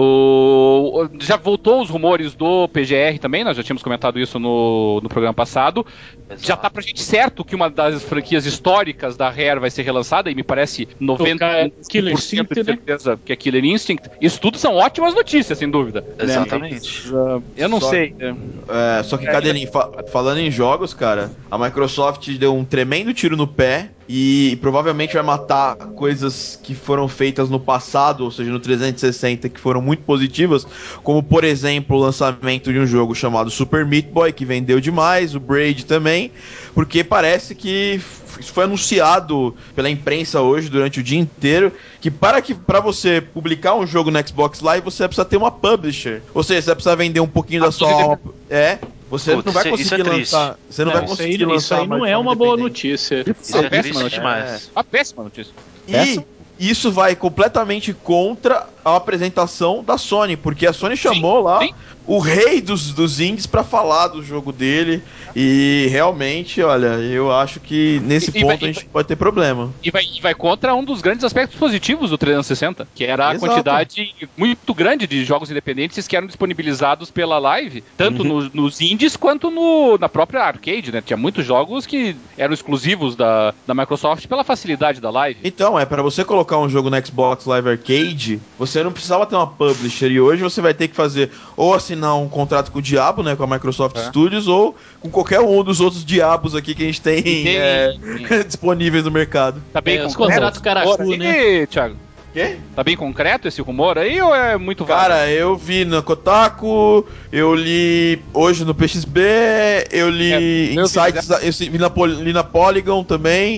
Speaker 5: Já voltou os rumores do PGR também, nós já tínhamos comentado isso no programa passado. Exato. Já tá pra gente certo que uma das franquias históricas da Rare vai ser relançada, e me parece 90% de certeza que é Killer Instinct. Isso tudo são ótimas notícias, sem dúvida.
Speaker 12: Exatamente.
Speaker 5: Né? Eu não sei.
Speaker 6: Só que, Cadelinho, falando em jogos, cara, a Microsoft deu um tremendo tiro no pé e provavelmente vai matar coisas que foram feitas no passado, ou seja, no 360, que foram muito positivas, como, por exemplo, o lançamento de um jogo chamado Super Meat Boy, que vendeu demais, o Braid também, porque parece que isso foi anunciado pela imprensa hoje, durante o dia inteiro, que para você publicar um jogo no Xbox Live, você precisa ter uma publisher, ou seja, você precisa vender um pouquinho da sua alma. Você não vai conseguir lançar. Você não vai conseguir lançar.
Speaker 7: Isso aí não é uma boa notícia.
Speaker 12: Isso é péssima demais.
Speaker 5: Uma péssima notícia.
Speaker 6: E isso vai completamente contra a apresentação da Sony, porque a Sony chamou o rei dos indies pra falar do jogo dele, e realmente, olha, eu acho que nesse ponto a gente pode ter problema.
Speaker 5: E vai contra um dos grandes aspectos positivos do 360, que era a quantidade muito grande de jogos independentes que eram disponibilizados pela Live, tanto nos indies quanto na própria arcade, né? Tinha muitos jogos que eram exclusivos da Microsoft pela facilidade da Live.
Speaker 6: Então, para você colocar um jogo no Xbox Live Arcade, você não precisava ter uma publisher, e hoje você vai ter que fazer ou assinar um contrato com o diabo, né, com a Microsoft Studios, ou com qualquer um dos outros diabos aqui que a gente tem disponíveis no mercado.
Speaker 5: Tá bem
Speaker 7: os contratos caracu, né,
Speaker 5: Thiago? Quê? Tá bem concreto esse rumor aí ou é muito vago?
Speaker 6: Cara, eu vi na Kotaku, eu li hoje no PXB, eu li em sites, eu li na Polygon também,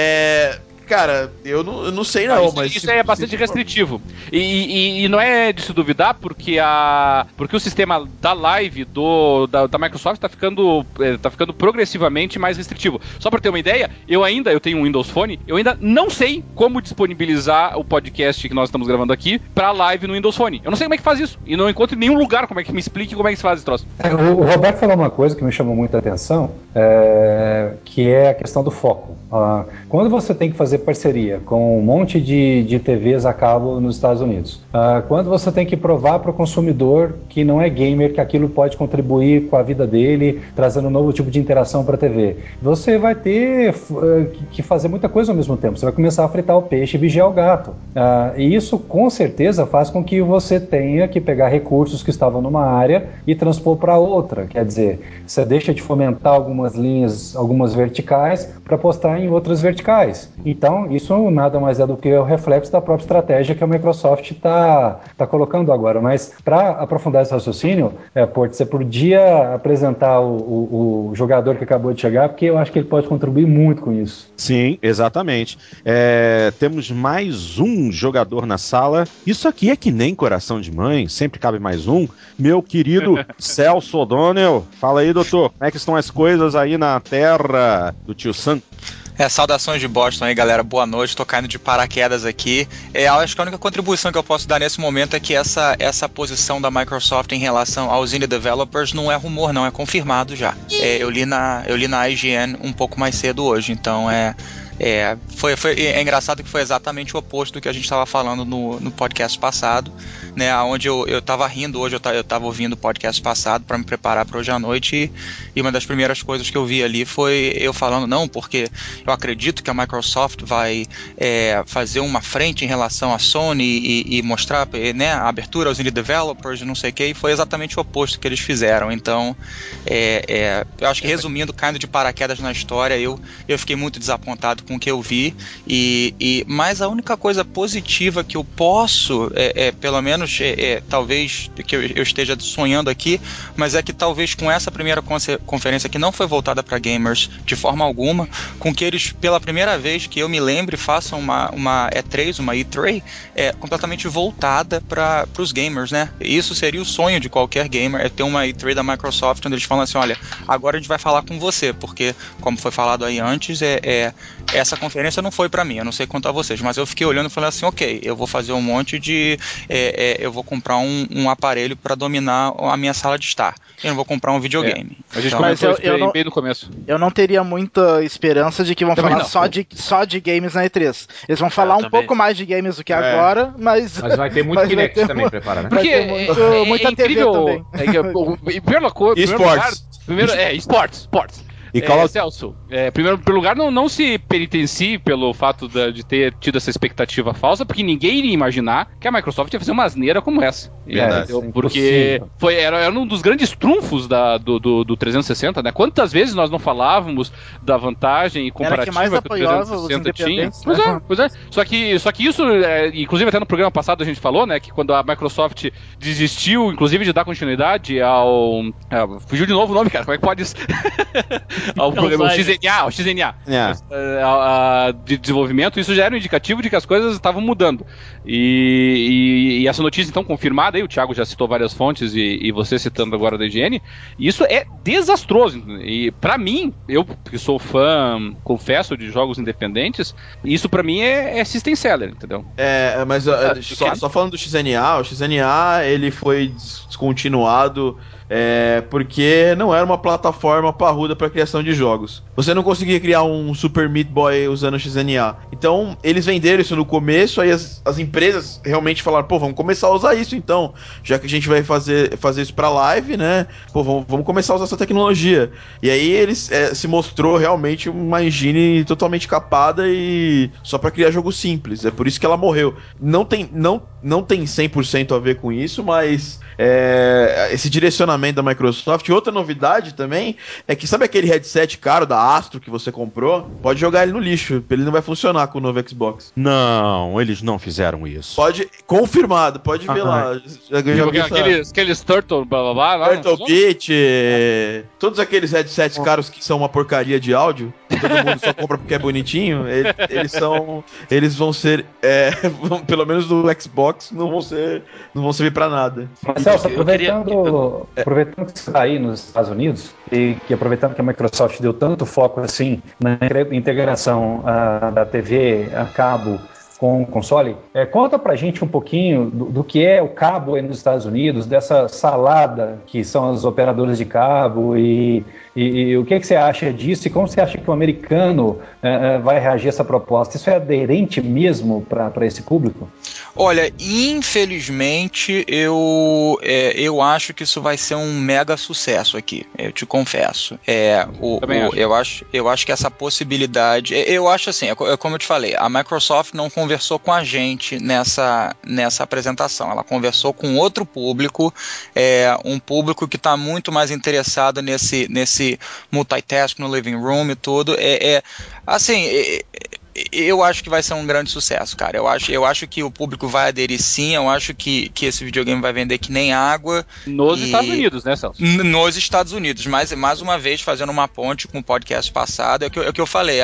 Speaker 6: Cara, eu não sei não, mas...
Speaker 5: Isso é bastante restritivo. E não é de se duvidar, porque o sistema da Live da Microsoft tá ficando progressivamente mais restritivo. Só pra ter uma ideia, eu tenho um Windows Phone, eu ainda não sei como disponibilizar o podcast que nós estamos gravando aqui pra Live no Windows Phone. Eu não sei como é que faz isso. E não encontro em nenhum lugar como é que me explique como é que se faz esse troço.
Speaker 4: O Roberto falou uma coisa que me chamou muita atenção, que é a questão do foco. Quando você tem que fazer parceria com um monte de TVs a cabo nos Estados Unidos, quando você tem que provar para o consumidor que não é gamer, que aquilo pode contribuir com a vida dele, trazendo um novo tipo de interação para a TV, você vai ter que fazer muita coisa ao mesmo tempo. Você vai começar a fritar o peixe e vigiar o gato. E isso com certeza faz com que você tenha que pegar recursos que estavam numa área e transpor para outra. Quer dizer, você deixa de fomentar algumas linhas, algumas verticais, para postar em outras verticais. Então, isso nada mais é do que o reflexo da própria estratégia que a Microsoft está colocando agora. Mas, para aprofundar esse raciocínio, Porto, você podia apresentar o jogador que acabou de chegar, porque eu acho que ele pode contribuir muito com isso.
Speaker 1: Sim, exatamente. Temos mais um jogador na sala. Isso aqui é que nem coração de mãe, sempre cabe mais um. Meu querido Celso O'Donnell. Fala aí, doutor, como é que estão as coisas aí na terra do tio Sam?
Speaker 13: Saudações de Boston aí, galera. Boa noite. Tô caindo de paraquedas aqui. Acho que a única contribuição que eu posso dar nesse momento é que essa posição da Microsoft em relação aos indie developers não é rumor, não. É confirmado já. Eu li na IGN um pouco mais cedo hoje. Então, é engraçado que foi exatamente o oposto do que a gente estava falando no podcast passado, né, onde eu estava rindo hoje, eu estava ouvindo o podcast passado para me preparar para hoje à noite, e uma das primeiras coisas que eu vi ali foi eu falando, não, porque eu acredito que a Microsoft vai fazer uma frente em relação à Sony e mostrar, né, a abertura aos indie developers e não sei o que, e foi exatamente o oposto que eles fizeram. Então, eu acho que resumindo, caindo de paraquedas na história, eu fiquei muito desapontado com o que eu vi, mas a única coisa positiva que eu posso, pelo menos, talvez que eu esteja sonhando aqui, mas é que talvez com essa primeira conferência que não foi voltada para gamers de forma alguma, com que eles, pela primeira vez que eu me lembre, façam uma E3, uma E3, completamente voltada para os gamers, né? Isso seria o sonho de qualquer gamer, ter uma E3 da Microsoft onde eles falam assim, olha, agora a gente vai falar com você, porque, como foi falado aí antes, essa conferência não foi para mim, eu não sei quanto a vocês, mas eu fiquei olhando e falei assim, ok, eu vou fazer um monte de... eu vou comprar um aparelho para dominar a minha sala de estar. Eu não vou comprar um videogame.
Speaker 5: A gente comentou isso bem no começo.
Speaker 3: Eu não teria muita esperança de que vão falar só de games na E3. Eles vão falar um pouco mais de games do que agora, mas
Speaker 2: vai ter muito Kinect também preparado, né?
Speaker 3: Porque muita TV também.
Speaker 5: Esportes. E Celso, primeiro lugar, não se penitencie pelo fato de ter tido essa expectativa falsa, porque ninguém iria imaginar que a Microsoft ia fazer uma asneira como essa. Porque era um dos grandes trunfos do 360, né? Quantas vezes nós não falávamos da vantagem comparativa que o 360 tinha? Pois é. Só que isso, inclusive até no programa passado a gente falou, né, que quando a Microsoft desistiu, inclusive, de dar continuidade ao... fugiu de novo o nome, cara, como é que pode isso? Ao programa, o XNA de desenvolvimento, isso já era um indicativo de que as coisas estavam mudando. E essa notícia, então, confirmada, aí o Thiago já citou várias fontes e você citando agora da IGN, isso é desastroso. E pra mim, eu que sou fã, confesso, de jogos independentes, isso pra mim é system seller, entendeu?
Speaker 6: Mas só falando do XNA, o XNA ele foi descontinuado porque não era uma plataforma parruda para criação de jogos. Você não conseguia criar um Super Meat Boy usando o XNA. Então, eles venderam isso no começo, aí as empresas realmente falaram, vamos começar a usar isso então, já que a gente vai fazer isso pra live, né? Vamos começar a usar essa tecnologia. E aí eles se mostrou realmente uma engine totalmente capada e só pra criar jogo simples. É por isso que ela morreu. Não tem 100% a ver com isso, mas esse direcionamento da Microsoft. E outra novidade também é que, sabe aquele headset caro da Astro que você comprou? Pode jogar ele no lixo, ele não vai funcionar com o novo Xbox.
Speaker 1: Não, eles não fizeram isso.
Speaker 6: Confirmado, pode ver lá.
Speaker 5: Aqueles Turtle, blá blá blá.
Speaker 6: Turtle Beat, todos aqueles headsets caros que são uma porcaria de áudio, todo mundo só compra porque é bonitinho, eles vão ser, pelo menos no Xbox, não vão servir pra nada.
Speaker 4: Mas, Celso, aproveitando que você está aí nos Estados Unidos e que aproveitando que a Microsoft deu tanto foco assim na integração da TV a cabo com o console, conta pra gente um pouquinho do que é o cabo aí nos Estados Unidos, dessa salada que são as operadoras de cabo e o que você acha disso e como você acha que o americano vai reagir a essa proposta? Isso é aderente mesmo para esse público?
Speaker 13: Olha, infelizmente eu acho que isso vai ser um mega sucesso aqui, eu te confesso. Eu acho que essa possibilidade, eu acho assim, como eu te falei, a Microsoft não conversou com a gente nessa apresentação, ela conversou com outro público, um público que está muito mais interessado nesse multitask no living room e tudo, assim, eu acho que vai ser um grande sucesso, cara. Eu acho que o público vai aderir sim. Eu acho que esse videogame vai vender que nem água.
Speaker 5: Nos Estados Unidos, né, Celso?
Speaker 13: Nos Estados Unidos. Mas, mais uma vez, fazendo uma ponte com o podcast passado, é o que eu falei.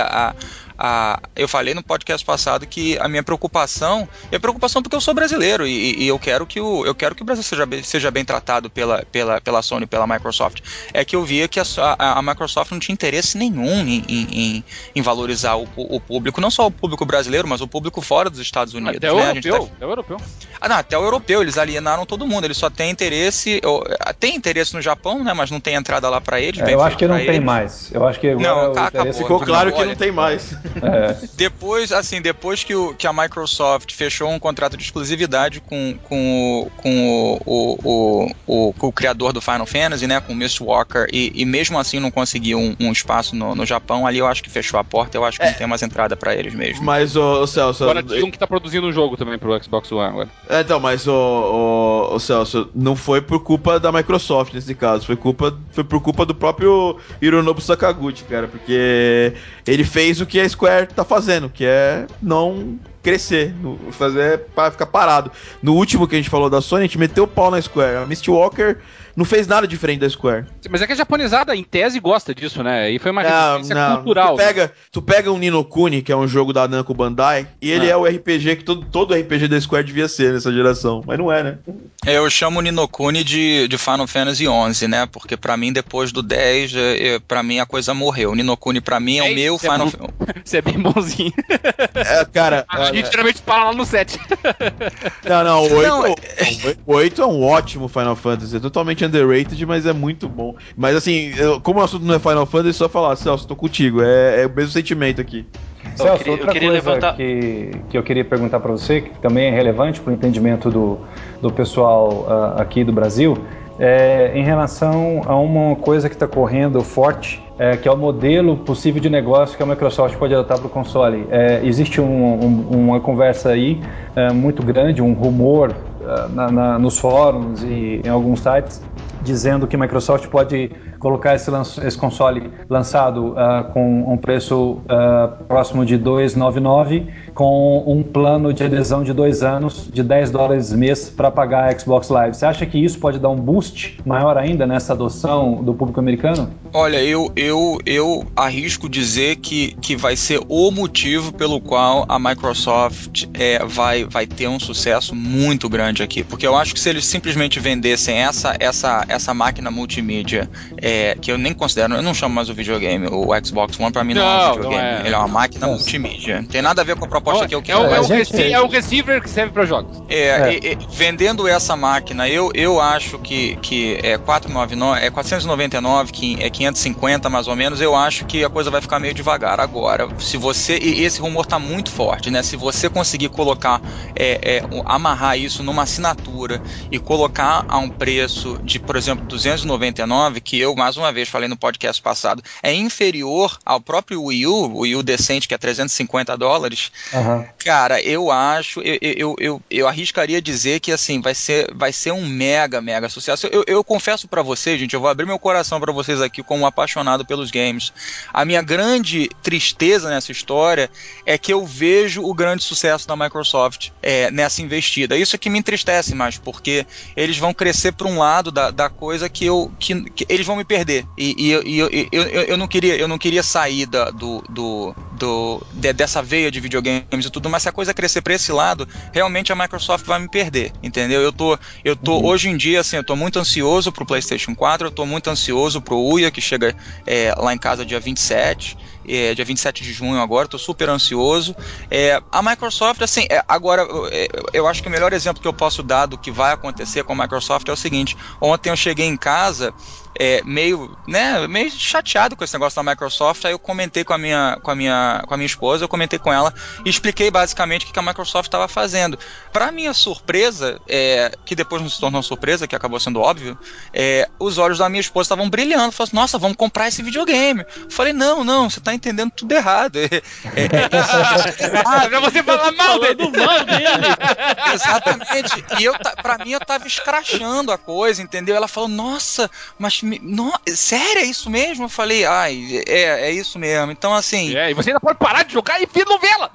Speaker 13: Eu falei no podcast passado que a minha preocupação é preocupação porque eu sou brasileiro e eu quero que o Brasil seja bem tratado pela Sony, pela Microsoft. É que eu via que a Microsoft não tinha interesse nenhum em valorizar o público, não só o público brasileiro, mas o público fora dos Estados Unidos.
Speaker 5: Até o europeu.
Speaker 13: Até o europeu, eles alienaram todo mundo, eles só têm interesse, no Japão, né, mas não tem entrada lá pra eles.
Speaker 4: Eu acho que não tem mais. Eu acho que
Speaker 6: acabou. Ficou claro que não tem mais.
Speaker 13: Depois que a Microsoft fechou um contrato de exclusividade com o criador do Final Fantasy, né, com o Mistwalker, e mesmo assim não conseguiu um espaço no Japão, ali eu acho que fechou a porta, eu acho que não tem mais entrada pra eles mesmo.
Speaker 6: Mas, Celso...
Speaker 5: Agora tinha um que tá produzindo um jogo também pro Xbox One agora.
Speaker 6: Então, mas, Celso, não foi por culpa da Microsoft nesse caso, foi por culpa do próprio Hironobu Sakaguchi, cara, porque ele fez o que a Square tá fazendo, que é não crescer, fazer para ficar parado. No último que a gente falou da Sony, a gente meteu o pau na Square. A Mistwalker não fez nada diferente da Square.
Speaker 5: Mas é que a japonesada, em tese, gosta disso, né? E foi uma resistência cultural.
Speaker 6: Tu pega um Ni no Kuni, que é um jogo da Namco Bandai, e ele é o RPG que todo RPG da Square devia ser nessa geração. Mas não é, né?
Speaker 13: Eu chamo o Ni no Kuni de Final Fantasy XI, né? Porque pra mim, depois do 10, pra mim a coisa morreu. O Ni no Kuni pra mim é o meu Final Fantasy.
Speaker 5: Você é bem bonzinho.
Speaker 6: Cara...
Speaker 5: A gente geralmente fala lá no 7.
Speaker 6: O 8 é um ótimo Final Fantasy. É totalmente underrated, mas é muito bom. Mas assim, como o assunto não é Final Fantasy, só falar, Celso, tô contigo. É o mesmo sentimento aqui.
Speaker 4: Celso, outra coisa que eu queria perguntar para você, que também é relevante para o entendimento do pessoal aqui do Brasil, em relação a uma coisa que está correndo forte, que é o modelo possível de negócio que a Microsoft pode adotar para o console. Existe uma conversa aí muito grande, um rumor nos fóruns e em alguns sites, dizendo que a Microsoft pode colocar esse console lançado com um preço próximo de $299, com um plano de adesão de 2 anos de $10 mês para pagar a Xbox Live. Você acha que isso pode dar um boost maior ainda nessa adoção do público americano?
Speaker 13: Olha, eu arrisco dizer que vai ser o motivo pelo qual a Microsoft vai ter um sucesso muito grande aqui, porque eu acho que se eles simplesmente vendessem essa máquina multimídia, que eu nem considero, eu não chamo mais o videogame, o Xbox One pra mim não é um videogame, ele é uma máquina multimídia, não tem nada a ver com a proposta que eu quero.
Speaker 5: É um receiver que serve para jogos.
Speaker 13: Vendendo essa máquina, eu acho que é $499, que é 550 mais ou menos, eu acho que a coisa vai ficar meio devagar. Agora, se você, e esse rumor tá muito forte, né, se você conseguir colocar, amarrar isso numa assinatura e colocar a um preço de, por exemplo, $299, que eu mais uma vez falei no podcast passado, é inferior ao próprio Wii U decente, que é $350, cara, eu acho, eu arriscaria dizer que assim, vai ser um mega sucesso. Eu confesso pra vocês, gente, eu vou abrir meu coração pra vocês aqui como um apaixonado pelos games. A minha grande tristeza nessa história é que eu vejo o grande sucesso da Microsoft nessa investida. Isso é que me entristece mais, porque eles vão crescer para um lado da coisa que eles vão me perder. E eu não queria sair dessa veia de videogames e tudo, mas se a coisa crescer para esse lado, realmente a Microsoft vai me perder, entendeu? Eu tô hoje em dia, assim, eu tô muito ansioso pro PlayStation 4, eu tô muito ansioso pro Uia, que chega lá em casa dia 27, dia 27 de junho agora, tô super ansioso. A Microsoft, assim, agora, eu acho que o melhor exemplo que eu posso dar do que vai acontecer com a Microsoft é o seguinte: ontem eu cheguei em casa meio chateado com esse negócio da Microsoft, aí eu comentei com a minha esposa, eu comentei com ela e expliquei basicamente o que a Microsoft estava fazendo. Para minha surpresa, que depois não se tornou surpresa, que acabou sendo óbvio, os olhos da minha esposa estavam brilhando, falou assim: nossa, vamos comprar esse videogame. Eu falei, não, você está entendendo tudo errado.
Speaker 5: Pra você falar mal dele.
Speaker 13: Exatamente. E pra mim eu tava escrachando a coisa, entendeu? Ela falou, nossa, mas sério, é isso mesmo? Eu falei, é isso mesmo. Então, assim...
Speaker 5: e você ainda pode parar de jogar e ver novela!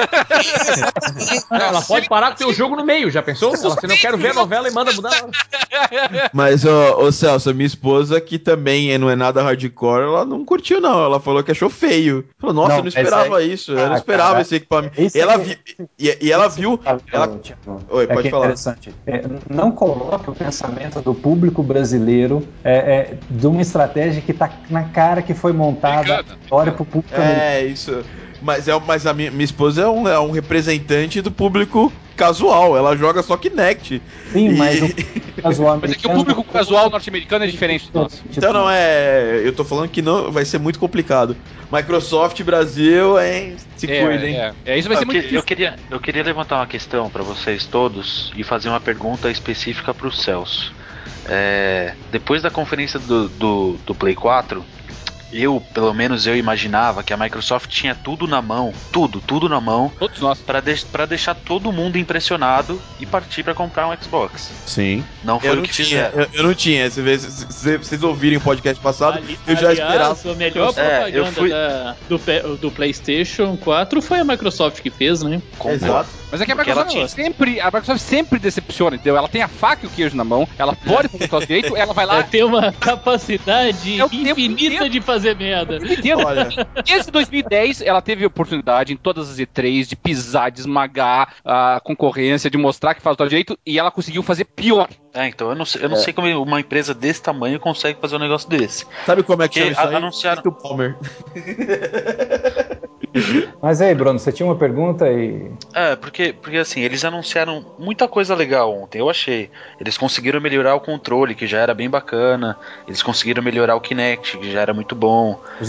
Speaker 2: Ela pode parar com o teu jogo no meio, já pensou? Ela, se não quero ver a novela e manda mudar.
Speaker 6: Mas, ô Celso, a minha esposa, que também não é nada hardcore, ela não curtiu, não. Ela falou que achou feio. Falou, nossa, eu não esperava isso. Eu não esperava esse equipamento. Ela viu... Oi, pode falar.
Speaker 4: Interessante. Não coloque o pensamento do público brasileiro de uma estratégia que tá na cara que foi montada para o público americano.
Speaker 6: Isso. Mas a minha esposa é um representante do público casual. Ela joga só Kinect.
Speaker 4: Sim, mas o casual
Speaker 5: mas é que o público casual norte-americano é diferente do nosso.
Speaker 6: Então não eu tô falando que não vai ser muito complicado. Microsoft Brasil, hein? Se cuidem.
Speaker 5: Isso vai ser muito difícil.
Speaker 12: Eu queria levantar uma questão para vocês todos e fazer uma pergunta específica pro Celso. Depois da conferência do Play 4, pelo menos eu imaginava que a Microsoft tinha tudo na mão, tudo na mão,
Speaker 5: todos nós,
Speaker 12: pra deixar todo mundo impressionado e partir pra comprar um Xbox.
Speaker 6: Sim.
Speaker 12: Não foi o que fizeram.
Speaker 6: Eu não tinha. Se vocês ouvirem o podcast passado, eu já esperava.
Speaker 7: A melhor propaganda do PlayStation 4 foi a Microsoft que fez, né?
Speaker 6: Exato.
Speaker 5: Mas é que a Microsoft sempre decepciona, entendeu? Ela tem a faca e o queijo na mão, ela pode fazer o direito, ela vai lá...
Speaker 7: Ela tem uma capacidade infinita de fazer merda.
Speaker 5: Olha. Desde 2010, ela teve a oportunidade em todas as E3 de pisar, de esmagar a concorrência, de mostrar que faz o direito, e ela conseguiu fazer pior.
Speaker 12: Então eu não sei como uma empresa desse tamanho consegue fazer um negócio desse.
Speaker 6: Sabe como é que chama isso aí?
Speaker 12: Anunciaram...
Speaker 6: Palmer.
Speaker 4: Mas aí, Bruno, você tinha uma pergunta e...
Speaker 12: porque assim, eles anunciaram muita coisa legal ontem, eu achei. Eles conseguiram melhorar o controle, que já era bem bacana. Eles conseguiram melhorar o Kinect, que já era muito bom.
Speaker 4: Os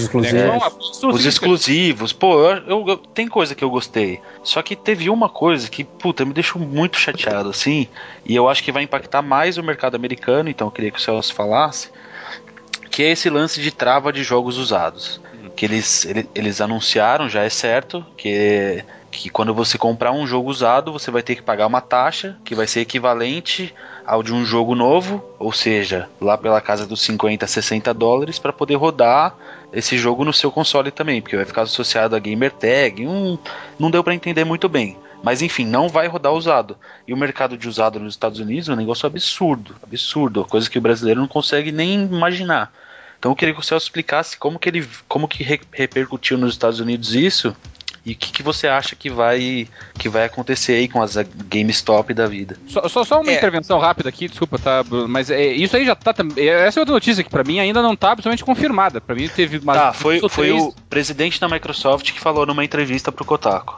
Speaker 12: exclusivos. Pô, tem coisa que eu gostei. Só que teve uma coisa que, me deixou muito chateado, assim. E eu acho que vai impactar mais o mercado americano, então eu queria que o Celso falasse. Que é esse lance de trava de jogos usados. Que eles anunciaram, já é certo, que quando você comprar um jogo usado, você vai ter que pagar uma taxa que vai ser equivalente ao de um jogo novo, ou seja, lá pela casa dos $50, $60 para poder rodar esse jogo no seu console também, porque vai ficar associado a gamer tag. Não deu para entender muito bem. Mas enfim, não vai rodar usado. E o mercado de usado nos Estados Unidos é um negócio absurdo, coisa que o brasileiro não consegue nem imaginar. Então eu queria que o Celso explicasse como que repercutiu nos Estados Unidos isso e o que você acha que vai acontecer aí com as GameStop da vida.
Speaker 5: Só uma intervenção rápida aqui, desculpa, tá, Bruno, mas isso aí já tá também. Essa é outra notícia que pra mim ainda não tá absolutamente confirmada. Pra mim teve uma.
Speaker 12: Foi o presidente da Microsoft que falou numa entrevista pro Kotaku.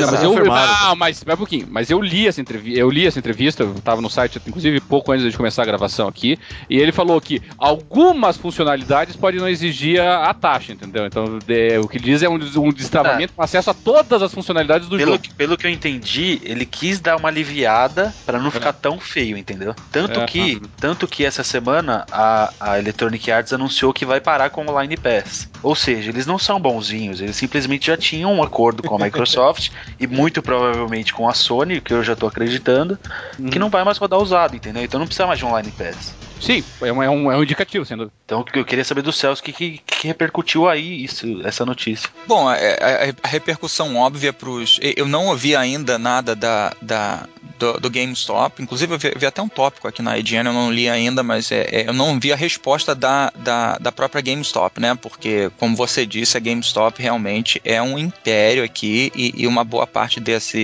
Speaker 5: Mas um pouquinho. Mas eu li essa entrevista, eu tava no site, inclusive, pouco antes de começar a gravação aqui, e ele falou que algumas funcionalidades podem não exigir a taxa, entendeu? Então, o que ele diz é um destravamento com acesso a todas as funcionalidades do jogo.
Speaker 12: Pelo que eu entendi, ele quis dar uma aliviada pra não ficar tão feio, entendeu? Tanto que essa semana a Electronic Arts anunciou que vai parar com o Online Pass. Ou seja, eles não são bonzinhos, eles simplesmente já tinham um acordo com a Microsoft e muito provavelmente com a Sony, que eu já tô acreditando, que não vai mais rodar usado, entendeu? Então não precisa mais de Online Pass.
Speaker 5: Sim, é um indicativo, sem dúvida.
Speaker 12: Então eu queria saber do Celso que repercutiu aí essa notícia.
Speaker 13: Bom, a repercussão óbvia pros... Eu não ouvi ainda nada do GameStop, inclusive eu vi até um tópico aqui na IGN, eu não li ainda, mas eu não vi a resposta da própria GameStop, né? Porque, como você disse, a GameStop realmente é um império aqui e uma boa parte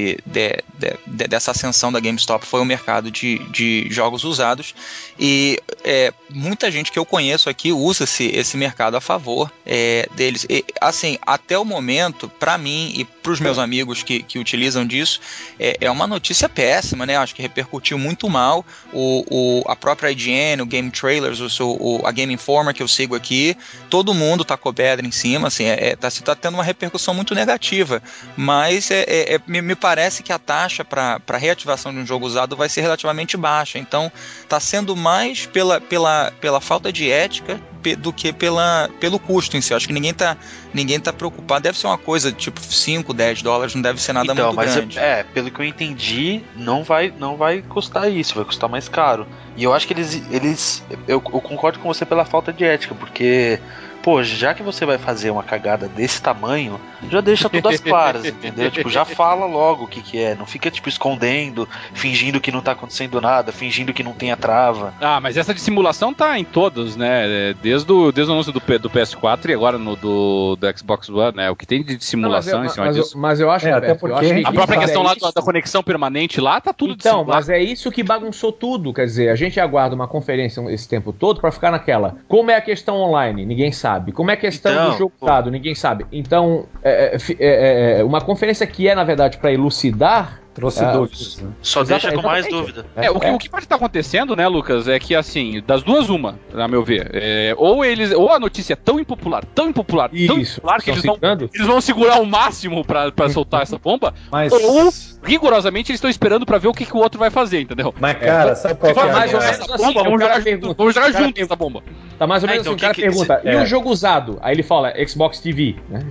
Speaker 13: dessa ascensão da GameStop foi o mercado de jogos usados e muita gente que eu conheço aqui usa esse mercado a favor deles. E, assim, até o momento, para mim e para os meus amigos que utilizam disso, é uma notícia péssima, né? Acho que repercutiu muito mal. A própria IGN, o Game Trailers, a Game Informer que eu sigo aqui, todo mundo tá com pedra em cima, assim, tá tendo uma repercussão muito negativa, mas me parece que a taxa para reativação de um jogo usado vai ser relativamente baixa, então tá sendo mais pela falta de ética do que pelo custo em si. Acho que ninguém tá preocupado. Deve ser uma coisa tipo $5, $10, não deve ser nada muito grande.
Speaker 12: Pelo que eu entendi, não vai custar isso, vai custar mais caro. E eu acho que eu concordo com você pela falta de ética, porque já que você vai fazer uma cagada desse tamanho, já deixa tudo às claras, entendeu? Tipo, já fala logo o que é, não fica, tipo, escondendo, fingindo que não tá acontecendo nada, fingindo que não tem a trava.
Speaker 5: Mas essa dissimulação tá em todos, né? Desde o anúncio do PS4 e agora do Xbox One, né? O que tem de dissimulação em cima disso.
Speaker 2: Mas eu acho,
Speaker 5: até porque a própria questão lá da conexão permanente lá, tá tudo
Speaker 2: dissimulado. Então, mas é isso que bagunçou tudo, quer dizer, a gente aguarda uma conferência esse tempo todo pra ficar naquela. Como é a questão online? Ninguém sabe. Como é a questão do jogo usado? Ninguém sabe. Então, uma conferência que na verdade, para elucidar...
Speaker 4: Trouxe dúvidas.
Speaker 12: Só deixa com mais dúvida.
Speaker 5: O que pode estar acontecendo, né, Lucas, é que, assim, das duas uma, a meu ver, ou a notícia é tão impopular que eles vão segurar o máximo pra soltar essa bomba, ou rigorosamente eles estão esperando pra ver o que o outro vai fazer, entendeu?
Speaker 4: Mas, cara, sabe qual é
Speaker 5: mais ou menos essa bomba, vamos jogar junto essa bomba.
Speaker 2: Tá mais ou menos
Speaker 12: então,
Speaker 2: assim, o cara pergunta, e o jogo usado? Aí ele fala, Xbox TV, né?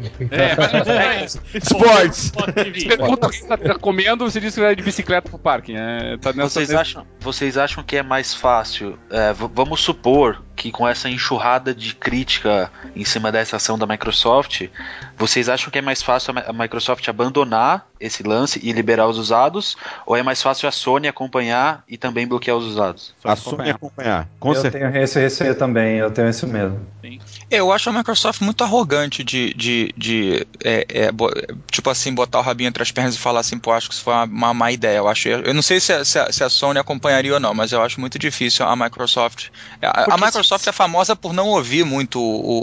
Speaker 6: Sports.
Speaker 5: Pergunta que você tá comendo, você disse que era de bicicleta pro parque. Tá
Speaker 12: vocês acham que é mais fácil, vamos supor que com essa enxurrada de crítica em cima dessa ação da Microsoft, vocês acham que é mais fácil a Microsoft abandonar esse lance e liberar os usados, ou é mais fácil a Sony acompanhar e também bloquear os usados?
Speaker 1: A Sony acompanhar, com
Speaker 4: eu
Speaker 1: certeza.
Speaker 4: Tenho esse receio também, eu tenho esse medo.
Speaker 13: Sim. Eu acho a Microsoft muito arrogante tipo assim, botar o rabinho entre as pernas e falar assim, pô, acho que isso foi uma má ideia. Eu não sei se a Sony acompanharia ou não, mas eu acho muito difícil a Microsoft. A Microsoft é famosa por não ouvir muito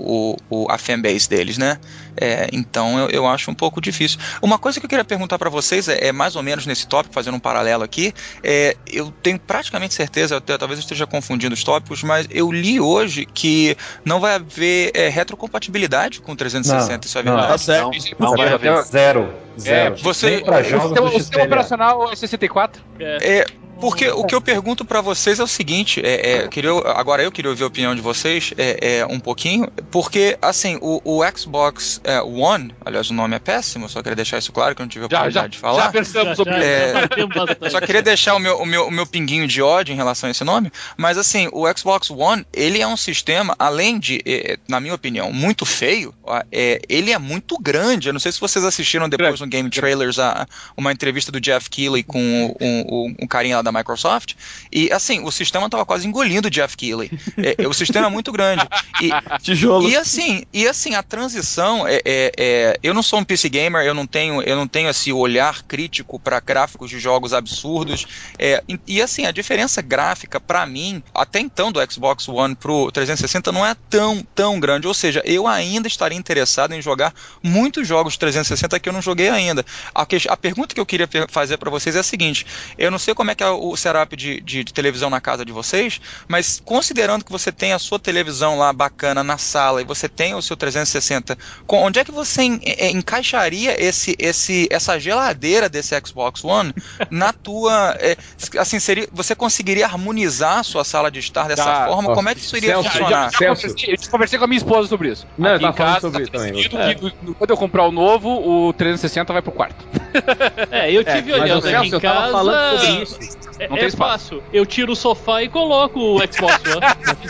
Speaker 13: a fanbase deles, né? Então eu acho um pouco difícil. Uma coisa que eu queria perguntar para vocês é mais ou menos nesse tópico, fazendo um paralelo aqui, eu tenho praticamente certeza, talvez eu esteja confundindo os tópicos, mas eu li hoje que não vai haver retrocompatibilidade com 360, isso é verdade?
Speaker 6: Tá certo.
Speaker 12: Não vai haver.
Speaker 4: Zero.
Speaker 13: Você,
Speaker 4: pra jogos
Speaker 5: o sistema operacional é 64?
Speaker 13: Porque o que eu pergunto pra vocês é o seguinte, agora eu queria ouvir a opinião de vocês um pouquinho, porque assim, o Xbox One, aliás o nome é péssimo, só queria deixar isso claro que eu não tive a oportunidade de falar.
Speaker 5: Já pensamos sobre isso.
Speaker 13: Só queria deixar o meu pinguinho de ódio em relação a esse nome, mas assim, o Xbox One, ele é um sistema, além de, na minha opinião, muito feio, ele é muito grande. Eu não sei se vocês assistiram depois no Game Trailers uma entrevista do Jeff Keighley com um carinha lá da Microsoft, e assim, o sistema estava quase engolindo o Jeff Keighley. O sistema é muito grande.
Speaker 6: Tijolo.
Speaker 13: E assim, a transição, eu não sou um PC gamer, eu não tenho esse olhar crítico para gráficos de jogos absurdos, e assim, a diferença gráfica, para mim, até então do Xbox One pro 360 não é tão grande, ou seja, eu ainda estaria interessado em jogar muitos jogos 360 que eu não joguei ainda. A pergunta que eu queria fazer para vocês é a seguinte, eu não sei como é que é o setup de televisão na casa de vocês, mas considerando que você tem a sua televisão lá bacana na sala e você tem o seu 360, onde é que você encaixaria essa geladeira desse Xbox One na tua... assim, você conseguiria harmonizar a sua sala de estar dessa forma? Como é que isso iria funcionar?
Speaker 5: Eu conversei com a minha esposa sobre isso.
Speaker 2: Não,
Speaker 5: aqui
Speaker 2: eu
Speaker 5: em casa,
Speaker 2: sobre isso também.
Speaker 5: Quando eu comprar o novo, o 360 vai pro quarto.
Speaker 7: Eu tive olhando aqui em casa...
Speaker 2: falando sobre isso.
Speaker 7: É fácil. Eu tiro o sofá e coloco o Xbox One.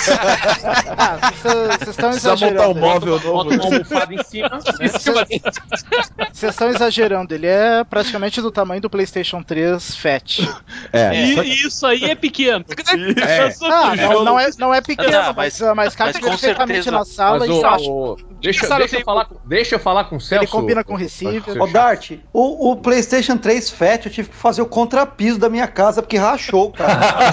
Speaker 3: Vocês estão exagerando.
Speaker 6: Montar um móvel novo.
Speaker 2: Bota uma almofada em cima.
Speaker 3: Vocês estão exagerando. Ele é praticamente do tamanho do PlayStation 3 Fat.
Speaker 7: Isso aí é pequeno.
Speaker 3: Não é pequeno, mas cabe perfeitamente na sala e embaixo.
Speaker 2: Deixa eu falar com o Celso.
Speaker 3: Ele combina com o receiver.
Speaker 8: Ô Dart, o PlayStation 3 Fat eu tive que fazer o contrapiso da minha casa porque rachou, cara.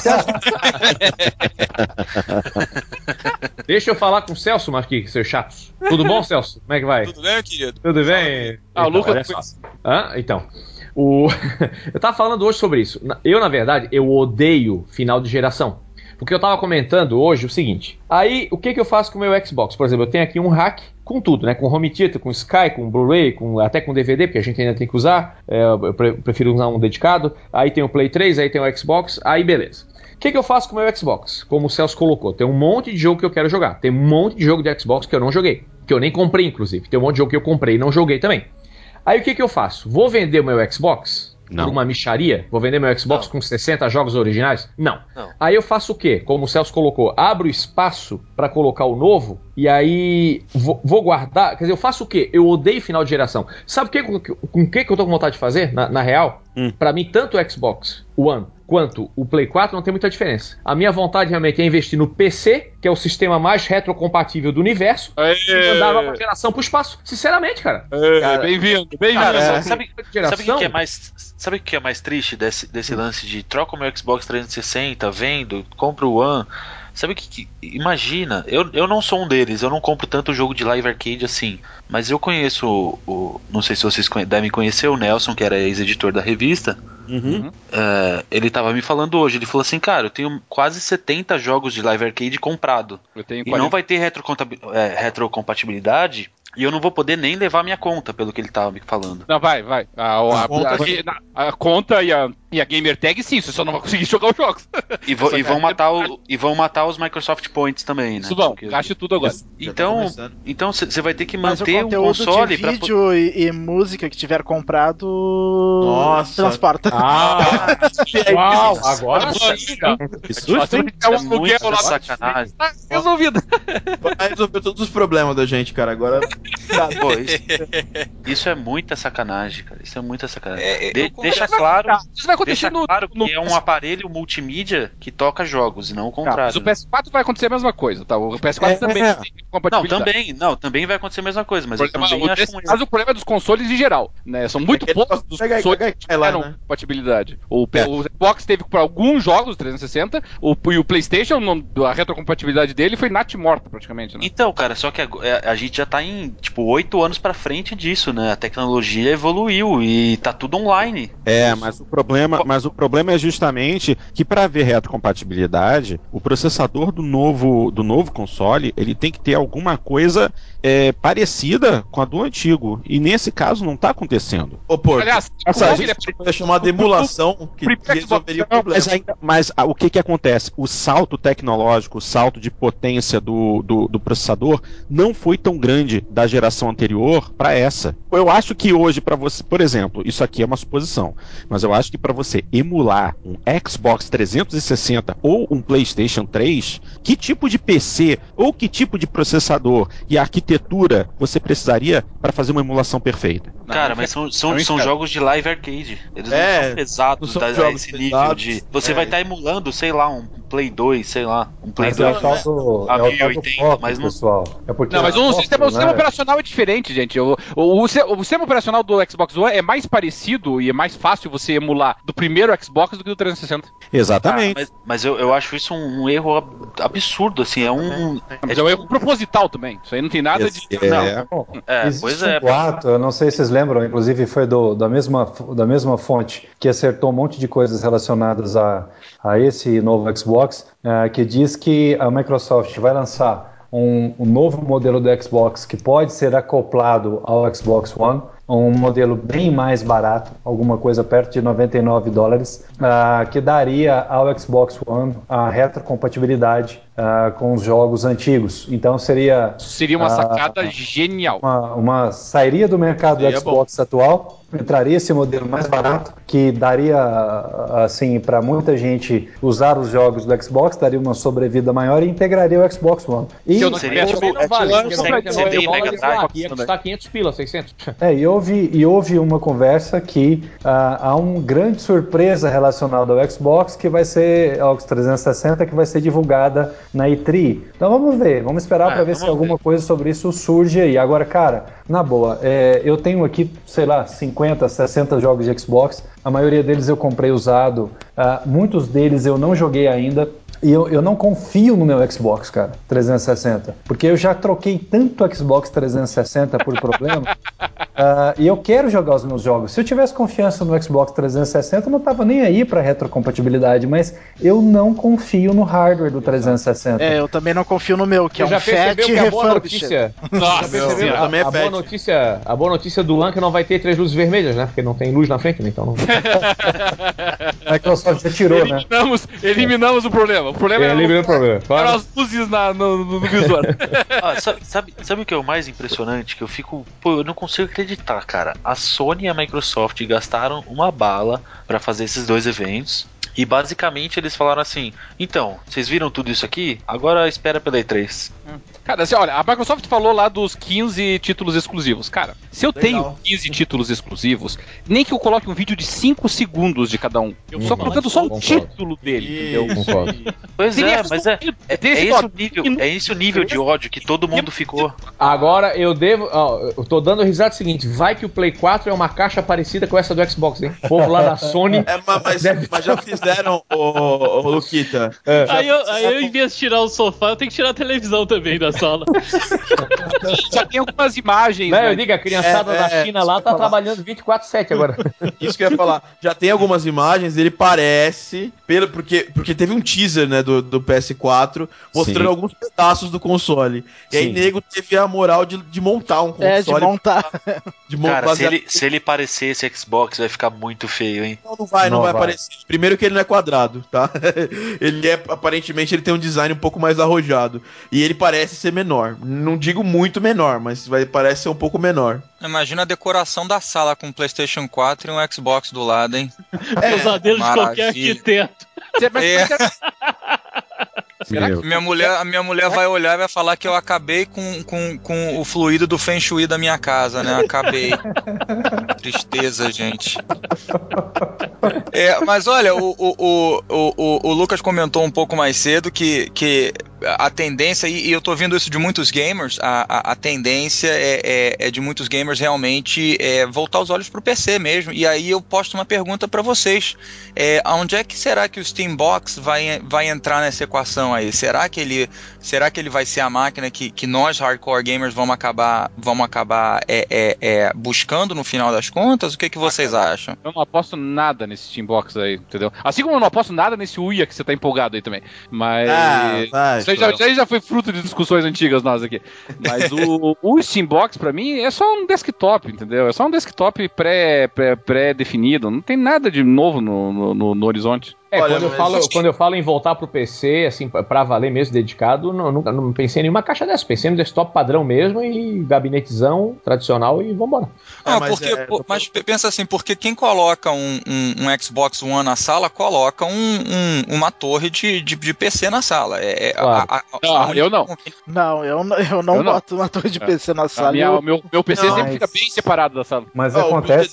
Speaker 2: Deixa eu falar com o Celso, Marquinhos, seus chatos. Tudo bom, Celso? Como é que vai?
Speaker 14: Tudo bem, meu querido?
Speaker 2: Tudo bem?
Speaker 5: O Lucas...
Speaker 2: Então, eu tava falando hoje sobre isso. Na verdade, eu odeio final de geração. Porque eu tava comentando hoje o seguinte. Aí, o que eu faço com o meu Xbox? Por exemplo, eu tenho aqui um rack com tudo, né? Com home theater, com Sky, com Blu-ray, até com DVD, porque a gente ainda tem que usar. Eu prefiro usar um dedicado. Aí tem o Play 3, aí tem o Xbox, aí beleza. O que eu faço com o meu Xbox? Como o Celso colocou, tem um monte de jogo que eu quero jogar. Tem um monte de jogo de Xbox que eu não joguei. Que eu nem comprei, inclusive. Tem um monte de jogo que eu comprei e não joguei também. Aí o que eu faço? Vou vender o meu Xbox... Por uma micharia? Vou vender meu Xbox com 60 jogos originais? Não. Aí eu faço o quê? Como o Celso colocou, abro espaço para colocar o novo e aí vou guardar. Quer dizer, eu faço o quê? Eu odeio final de geração. Sabe com o que eu tô com vontade de fazer, na real? Para mim, tanto o Xbox One quanto o Play 4 não tem muita diferença. A minha vontade realmente é investir no PC, que é o sistema mais retrocompatível do universo, e mandar a nova geração pro espaço. Sinceramente, cara.
Speaker 5: Bem-vindo.
Speaker 12: Sabe o que é mais triste desse lance de troca o meu Xbox 360, vendo, compro o One? Sabe que imagina, eu não sou um deles, eu não compro tanto jogo de live arcade assim, mas eu conheço não sei se vocês devem conhecer o Nelson, que era ex-editor da revista. Ele tava me falando hoje, ele falou assim, cara, eu tenho quase 70 jogos de live arcade comprado, e não vai ter retrocompatibilidade E eu não vou poder nem levar minha conta, pelo que ele tava me falando.
Speaker 5: Não, vai. A conta e a Gamer Tag, sim, você só não vai conseguir jogar os jogos.
Speaker 12: E vão matar os Microsoft Points também, né?
Speaker 5: Isso vão, gaste tudo agora.
Speaker 12: Então você vai ter que manter um console
Speaker 3: de vídeo e música que tiver comprado.
Speaker 6: Nossa.
Speaker 3: Transporta.
Speaker 2: Uau, agora sim, cara.
Speaker 12: Isso é muita sacanagem.
Speaker 5: Resolvido.
Speaker 6: Vai resolver todos os problemas da gente, cara. Agora.
Speaker 12: Pô, isso é muita sacanagem, cara. Isso é muita sacanagem. Deixa claro.
Speaker 5: Isso vai acontecer
Speaker 12: que é um aparelho multimídia que toca jogos e não o contrário.
Speaker 5: Mas o PS4 vai acontecer a mesma coisa, tá? O PS4 também tem compatibilidade.
Speaker 12: Também vai acontecer a mesma coisa, mas
Speaker 5: mas o problema é dos consoles em geral, né? São muito poucos dos consoles que tiveram compatibilidade. O Xbox teve para alguns jogos 360, e o PlayStation, a retrocompatibilidade dele foi natimorta praticamente, né?
Speaker 12: Então, cara, só que a gente já tá em, 8 anos pra frente disso, né? A tecnologia evoluiu e tá tudo online.
Speaker 1: Mas o problema é justamente que para haver retrocompatibilidade, o processador do novo console, ele tem que ter alguma coisa parecida com a do antigo. E nesse caso não tá acontecendo.
Speaker 6: Aliás, a gente pode chamar de emulação que resolveria o problema.
Speaker 1: Mas o que acontece? O salto tecnológico, o salto de potência do processador não foi tão grande da geração anterior para essa. Eu acho que hoje para você, por exemplo, isso aqui é uma suposição, mas eu acho que para você emular um Xbox 360 ou um PlayStation 3, que tipo de PC ou que tipo de processador e arquitetura você precisaria para fazer uma emulação perfeita?
Speaker 12: Cara, mas são jogos de live arcade. Eles não são pesados a esse nível de... Você vai estar emulando, sei lá, um Play 2, sei lá, um Play 2 a 1080, mas não...
Speaker 4: Pessoal.
Speaker 5: Mas o sistema operacional é diferente, gente. O sistema operacional do Xbox One é mais parecido e é mais fácil você emular do primeiro Xbox do que do 360.
Speaker 1: Exatamente.
Speaker 12: Mas eu acho isso um erro absurdo, assim, é um
Speaker 5: erro proposital também. Isso aí não tem nada de...
Speaker 12: Pois é.
Speaker 4: Boato, eu não sei se vocês lembram, inclusive foi da mesma fonte que acertou um monte de coisas relacionadas a esse novo Xbox, que diz que a Microsoft vai lançar um novo modelo do Xbox que pode ser acoplado ao Xbox One, um modelo bem mais barato, alguma coisa perto de $99, que daria ao Xbox One a retrocompatibilidade com os jogos antigos. Então seria
Speaker 5: uma sacada genial.
Speaker 4: Sairia do mercado do Xbox atual, entraria esse modelo mais barato, que daria, assim, para muita gente usar os jogos do Xbox, daria uma sobrevida maior e integraria o Xbox One. E
Speaker 2: se eu não tivesse, não vale. Ia custar 500 pila, 600.
Speaker 4: E houve uma conversa que há uma grande surpresa relacionada ao Xbox, que vai ser ao Xbox 360, que vai ser divulgada na E3. Então vamos esperar para ver se alguma coisa sobre isso surge aí. Agora, cara, na boa, eu tenho aqui, sei lá, 50, 60 jogos de Xbox, a maioria deles eu comprei usado, muitos deles eu não joguei ainda. E eu não confio no meu Xbox, cara, 360. Porque eu já troquei tanto Xbox 360 por problema. E eu quero jogar os meus jogos. Se eu tivesse confiança no Xbox 360, eu não tava nem aí pra retrocompatibilidade. Mas eu não confio no hardware do 360.
Speaker 3: Eu também não confio no meu, que é um Fat Refurbished.
Speaker 2: A boa notícia do LAN que não vai ter 3 luzes vermelhas, né? Porque não tem luz na frente, né? Então não...
Speaker 4: A Microsoft já tirou, né?
Speaker 5: Eliminamos o problema. O problema eram as luzes no visor.
Speaker 12: Sabe o que é o mais impressionante? Que eu fico... eu não consigo acreditar, cara. A Sony e a Microsoft gastaram uma bala pra fazer esses dois eventos. E basicamente eles falaram assim: então, vocês viram tudo isso aqui? Agora espera pela E3.
Speaker 5: Cara, assim, olha, a Microsoft falou lá dos 15 títulos exclusivos. Cara, se eu tenho 15 títulos exclusivos, nem que eu coloque um vídeo de 5 segundos de cada um, eu só colocando só o título dele, entendeu?
Speaker 12: Pois mas é esse o nível de ódio que todo mundo ficou.
Speaker 2: Agora eu tô dando risada seguinte: vai que o Play 4 é uma caixa parecida com essa do Xbox, hein? O povo lá da Sony.
Speaker 6: Mas já fizeram, o Luquita.
Speaker 7: Aí eu, em vez de tirar o sofá, eu tenho que tirar a televisão também da sala.
Speaker 5: Já tem algumas imagens.
Speaker 2: Não, eu digo, a criançada da China lá tá trabalhando 24/7 agora.
Speaker 6: Isso que eu ia falar. Já tem algumas imagens, ele parece, Porque teve um teaser, né, do PS4 mostrando alguns pedaços do console. E aí nego teve a moral de montar um console.
Speaker 3: De montar.
Speaker 12: Cara, se ele parecer esse Xbox, vai ficar muito feio, hein?
Speaker 6: Não vai aparecer. Primeiro que ele não é quadrado, tá? Aparentemente ele tem um design um pouco mais arrojado. E ele parece ser menor. Não digo muito menor, mas parece ser um pouco menor.
Speaker 13: Imagina a decoração da sala com um PlayStation 4 e um Xbox do lado, hein?
Speaker 7: Pesadelo de qualquer arquiteto.
Speaker 13: A minha mulher vai olhar e vai falar que eu acabei com o fluido do Feng Shui da minha casa, né? Acabei. Tristeza, gente. Mas olha, o Lucas comentou um pouco mais cedo que a tendência, e eu tô vendo isso de muitos gamers, a tendência é de muitos gamers realmente voltar os olhos pro PC mesmo. E aí eu posto uma pergunta para vocês. Onde é que será que o Steambox vai entrar nessa equação aí? Será que ele vai ser a máquina que nós hardcore gamers vamos acabar buscando no final das contas? O que vocês acham?
Speaker 5: Eu não aposto nada nesse Steambox aí, entendeu? Assim como eu não aposto nada nesse Uia que você tá empolgado aí também. Mas isso aí já foi fruto de discussões antigas nossas aqui. Mas o Steambox pra mim é só um desktop, entendeu? É só um desktop pré-definido. Não tem nada de novo no horizonte.
Speaker 2: Olha, quando eu falo em voltar pro PC, assim, pra valer mesmo, dedicado, não pensei em nenhuma caixa dessa. Pensei no desktop padrão mesmo e gabinetezão tradicional e vambora.
Speaker 13: Mas pensa assim, porque quem coloca um Xbox One na sala, coloca uma torre de PC na sala.
Speaker 5: Eu não.
Speaker 3: Não, eu não boto uma torre de PC na sala.
Speaker 5: Meu PC sempre fica bem separado da sala.
Speaker 4: Mas acontece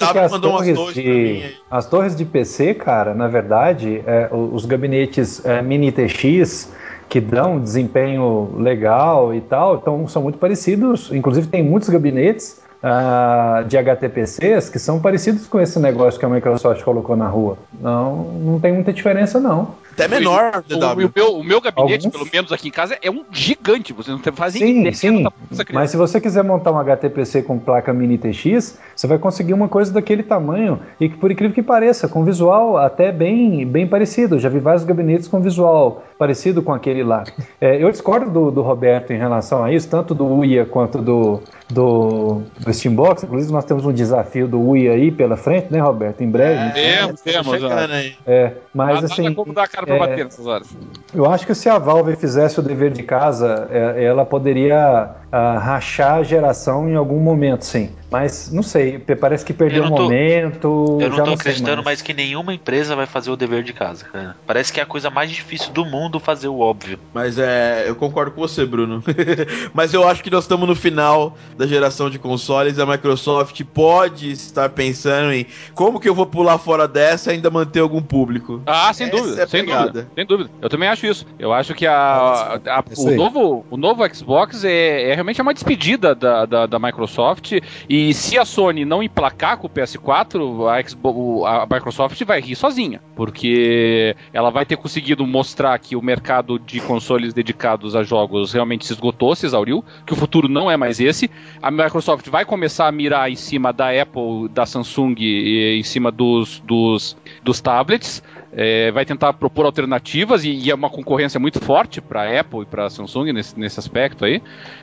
Speaker 4: que as torres de PC, cara, na verdade... os gabinetes mini TX que dão desempenho legal e tal, então são muito parecidos, inclusive tem muitos gabinetes de HTPCs que são parecidos com esse negócio que a Microsoft colocou na rua. Não tem muita diferença não.
Speaker 6: Até menor,
Speaker 5: o meu gabinete, pelo menos aqui em casa, é um gigante. Você não faz ideia.
Speaker 4: Sim. Mas se você quiser montar um HTPC com placa mini TX, você vai conseguir uma coisa daquele tamanho e que, por incrível que pareça, com visual até bem parecido. Eu já vi vários gabinetes com visual parecido com aquele lá. Eu discordo do Roberto em relação a isso, tanto do Uia quanto do Steambox. Inclusive nós temos um desafio do Uia aí pela frente, né, Roberto? Em breve.
Speaker 5: Temos.
Speaker 4: Mas assim...
Speaker 5: Como dar cara pra bater nessas horas.
Speaker 4: Eu acho que se a Valve fizesse o dever de casa, ela poderia rachar a geração em algum momento, sim. Mas, não sei, parece que perdeu o momento.
Speaker 12: Eu não tô acreditando mais que nenhuma empresa vai fazer o dever de casa, cara. Parece que é a coisa mais difícil do mundo fazer o óbvio.
Speaker 6: Mas eu concordo com você, Bruno. Mas eu acho que nós estamos no final da geração de consoles e a Microsoft pode estar pensando em como que eu vou pular fora dessa e ainda manter algum público.
Speaker 5: Sem dúvida. Eu também acho isso. Eu acho que o novo Xbox é realmente uma despedida da Microsoft. E se a Sony não emplacar com o PS4, a Microsoft vai rir sozinha, porque ela vai ter conseguido mostrar que o mercado de consoles dedicados a jogos realmente se esgotou, se exauriu, que o futuro não é mais esse. A Microsoft vai começar a mirar em cima da Apple, da Samsung e em cima dos tablets. Vai tentar propor alternativas e é uma concorrência muito forte para a Apple e para a Samsung nesse aspecto aí.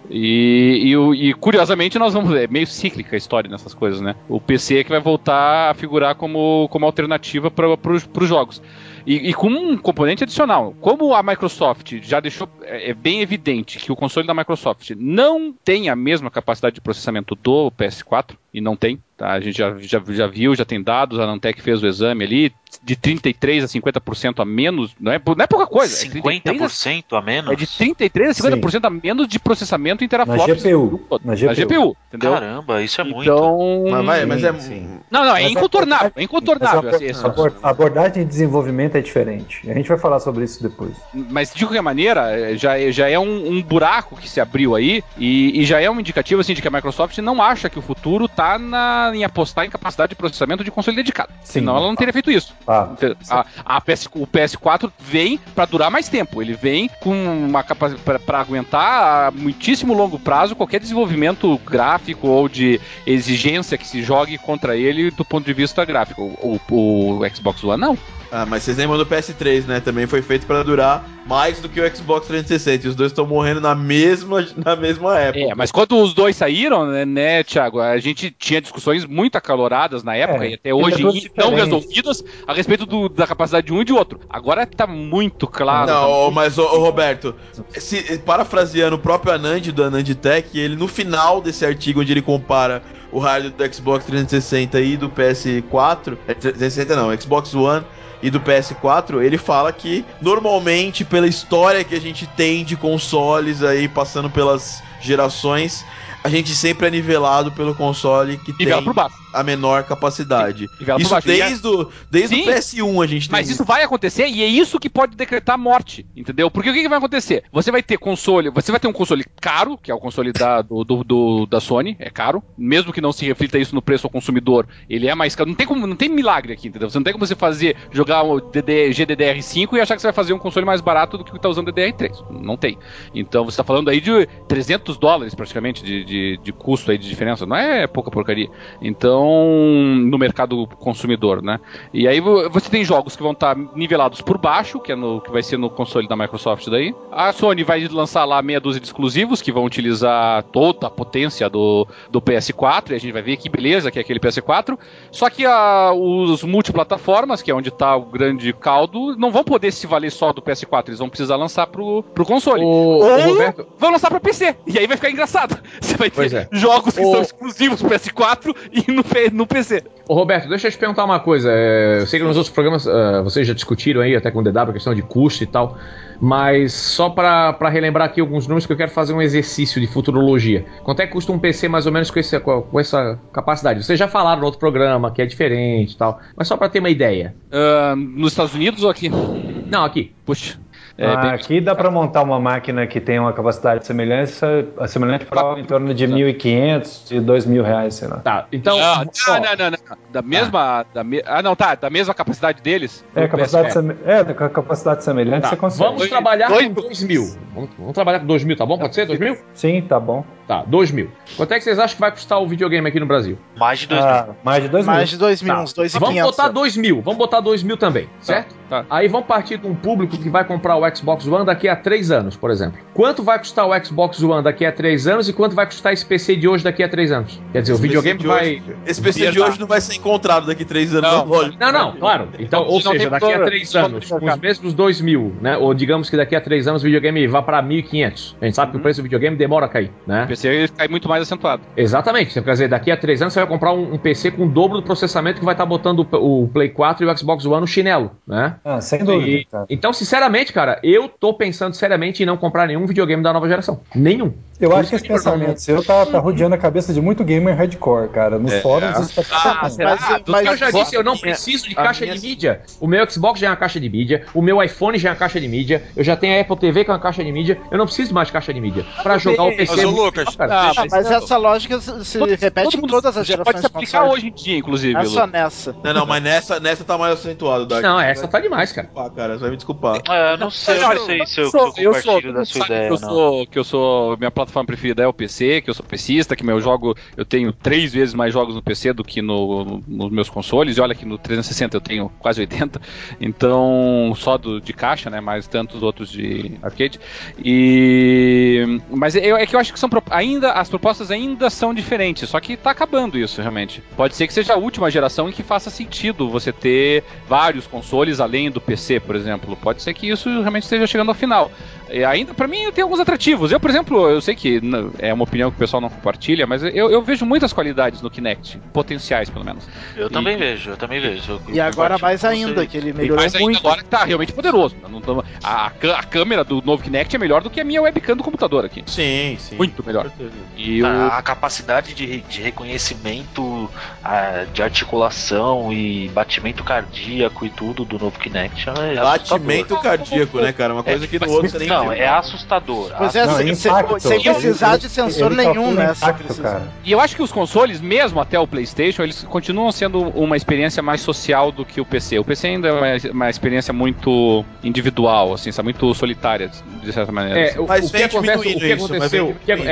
Speaker 5: E curiosamente nós vamos ver, meio cíclica a história nessas coisas, né? O PC é que vai voltar a figurar como alternativa para os jogos. E com um componente adicional, como a Microsoft já deixou bem evidente que o console da Microsoft não tem a mesma capacidade de processamento do PS4, e não tem, tá? A gente já viu, já tem dados, a Anantec fez o exame ali, de 33% a 50% a menos, não é pouca coisa.
Speaker 12: 50% a menos?
Speaker 5: É de 33% a 50% a menos de processamento em teraflops.
Speaker 4: Na GPU,
Speaker 5: entendeu?
Speaker 12: Caramba, isso é muito.
Speaker 6: Mas é...
Speaker 5: Não, é incontornável,
Speaker 4: A abordagem de desenvolvimento é diferente. A gente vai falar sobre isso depois.
Speaker 5: Mas de qualquer maneira, já é um buraco que se abriu aí e já é um indicativo assim, de que a Microsoft não acha que o futuro tá em apostar em capacidade de processamento de console dedicado. Senão ela não teria feito isso. O PS4 vem para durar mais tempo. Ele vem com uma capacidade para aguentar a muitíssimo longo prazo qualquer desenvolvimento gráfico ou de exigência que se jogue contra ele do ponto de vista gráfico. O Xbox One não.
Speaker 6: Mas vocês lembram do PS3, né? Também foi feito pra durar mais do que o Xbox 360. E os dois estão morrendo na mesma época.
Speaker 5: Mas quando os dois saíram, né, Thiago, a gente tinha discussões muito acaloradas na época e até hoje não resolvidas a respeito da capacidade de um e de outro. Agora tá muito claro.
Speaker 6: Não, mas, Roberto, parafraseando o próprio Anand, do Anand Tech, ele no final desse artigo onde ele compara o hardware do Xbox 360 e do PS4, 360 não, Xbox One e do PS4, ele fala que normalmente pela história que a gente tem de consoles aí passando pelas gerações, a gente sempre é nivelado pelo console que tem a menor capacidade. Isso desde o PS1 a gente tem.
Speaker 5: Mas isso vai acontecer e é isso que pode decretar morte, entendeu? Porque o que vai acontecer? Você vai ter um console caro, que é o console da Sony, é caro, mesmo que não se reflita isso no preço ao consumidor, ele é mais caro. Não tem milagre aqui, entendeu? Você não tem como você jogar o GDDR5 e achar que você vai fazer um console mais barato do que tá usando o DDR3. Não tem. Então você tá falando aí de $300 praticamente de custo aí de diferença. Não é pouca porcaria. Então, no mercado consumidor, né? E aí você tem jogos que vão estar nivelados por baixo, que vai ser no console da Microsoft daí. A Sony vai lançar lá meia dúzia de exclusivos que vão utilizar toda a potência do PS4, e a gente vai ver que beleza que é aquele PS4. Só que os multiplataformas, que é onde está o grande caldo, não vão poder se valer só do PS4, eles vão precisar lançar pro console. Roberto, vão lançar pro PC, e aí vai ficar engraçado. Você vai ter jogos que são exclusivos pro PS4 e no PC.
Speaker 2: Ô Roberto, deixa eu te perguntar uma coisa. Eu sei que nos outros programas vocês já discutiram aí, até com o DW, a questão de custo e tal, mas só pra relembrar aqui alguns números que eu quero fazer um exercício de futurologia. Quanto é que custa um PC mais ou menos com essa capacidade? Vocês já falaram no outro programa que é diferente e tal, mas só pra ter uma ideia.
Speaker 5: Nos Estados Unidos ou aqui?
Speaker 2: Não, aqui.
Speaker 5: Puxa.
Speaker 4: Aqui dá para montar uma máquina que tem uma capacidade semelhante para em torno de R$1.500 e R$2.000, sei lá.
Speaker 5: Tá, então... Não. Da mesma capacidade deles?
Speaker 4: Da capacidade semelhante você consegue.
Speaker 2: Vamos trabalhar com 2.000. Vamos trabalhar com 2.000, tá bom? Pode ser 2.000?
Speaker 4: Sim, tá bom.
Speaker 2: Tá, 2.000. Quanto é que vocês acham que vai custar o videogame aqui no Brasil?
Speaker 12: Mais de 2.000.
Speaker 3: Mais de 2.000, uns 2.500.
Speaker 2: Vamos botar 2.000. Vamos botar 2.000 também, certo?
Speaker 5: Tá.
Speaker 2: Aí vamos partir de um público que vai comprar o Xbox One daqui a 3 anos, por exemplo. Quanto vai custar o Xbox One daqui a 3 anos e quanto vai custar esse PC de hoje daqui a 3 anos? Quer dizer, o videogame vai...
Speaker 6: Esse PC de hoje não vai ser encontrado daqui a 3 anos.
Speaker 2: Não, claro. Então, ou seja, daqui a 3 anos, com os mesmos 2.000, né? Ou digamos que daqui a 3 anos o videogame vá para 1.500. A gente sabe que o preço do videogame demora a cair, né?
Speaker 5: O PC cai muito mais acentuado.
Speaker 2: Exatamente. Quer dizer, daqui a 3 anos você vai comprar um PC com o dobro do processamento que vai estar botando o Play 4 e o Xbox One no chinelo, né?
Speaker 4: Sem dúvida.
Speaker 2: Então, sinceramente, cara, eu tô pensando seriamente em não comprar nenhum videogame da nova geração. Nenhum.
Speaker 4: Eu acho que esse pensamento seu tá rodeando a cabeça de muito gamer hardcore, cara. Nos fóruns isso tá...
Speaker 2: Mas eu já disse, eu não preciso de caixa de mídia. O meu Xbox já é uma caixa de mídia, o meu iPhone já é uma caixa de mídia, eu já tenho a Apple TV que é uma caixa de mídia, eu não preciso mais de caixa de mídia pra jogar o PC.
Speaker 3: Mas essa lógica se repete em todas as gerações.
Speaker 5: Pode se aplicar hoje em dia, inclusive.
Speaker 3: Não é só nessa.
Speaker 6: Não, mas nessa tá mais acentuado, Dark.
Speaker 2: Não, essa tá demais, cara.
Speaker 6: Cara, você vai me desculpar.
Speaker 12: Não sei se eu compartilho da sua ideia,
Speaker 5: minha plataforma preferida é o PC, que eu sou PCista, que eu tenho 3 vezes mais jogos no PC do que nos meus consoles, e olha que no 360 eu tenho quase 80, então só de caixa, né, mais tantos outros de arcade, mas é que eu acho que as propostas ainda são diferentes, só que tá acabando isso, realmente. Pode ser que seja a última geração em que faça sentido você ter vários consoles além do PC, por exemplo. Pode ser que isso realmente esteja chegando ao final. E ainda, pra mim, tem alguns atrativos. Eu, por exemplo, eu sei que é uma opinião que o pessoal não compartilha, mas eu vejo muitas qualidades no Kinect, potenciais, pelo menos.
Speaker 12: Eu também vejo.
Speaker 3: E agora mais ainda, que ele melhorou muito.
Speaker 5: Agora que tá realmente poderoso. A câmera do novo Kinect é melhor do que a minha webcam do computador aqui.
Speaker 6: Sim.
Speaker 5: Muito melhor.
Speaker 12: E a capacidade de reconhecimento, de articulação e batimento cardíaco e tudo do novo Kinect é
Speaker 6: batimento cardíaco, né, cara? Uma coisa que no outro você nem
Speaker 12: não, é assustador.
Speaker 3: Pois sem precisar de sensor nenhum, né?
Speaker 5: E eu acho que os consoles, mesmo até o PlayStation, eles continuam sendo uma experiência mais social do que o PC. O PC ainda é uma experiência muito individual, assim, muito solitária, de certa maneira.
Speaker 2: O que aconteceu...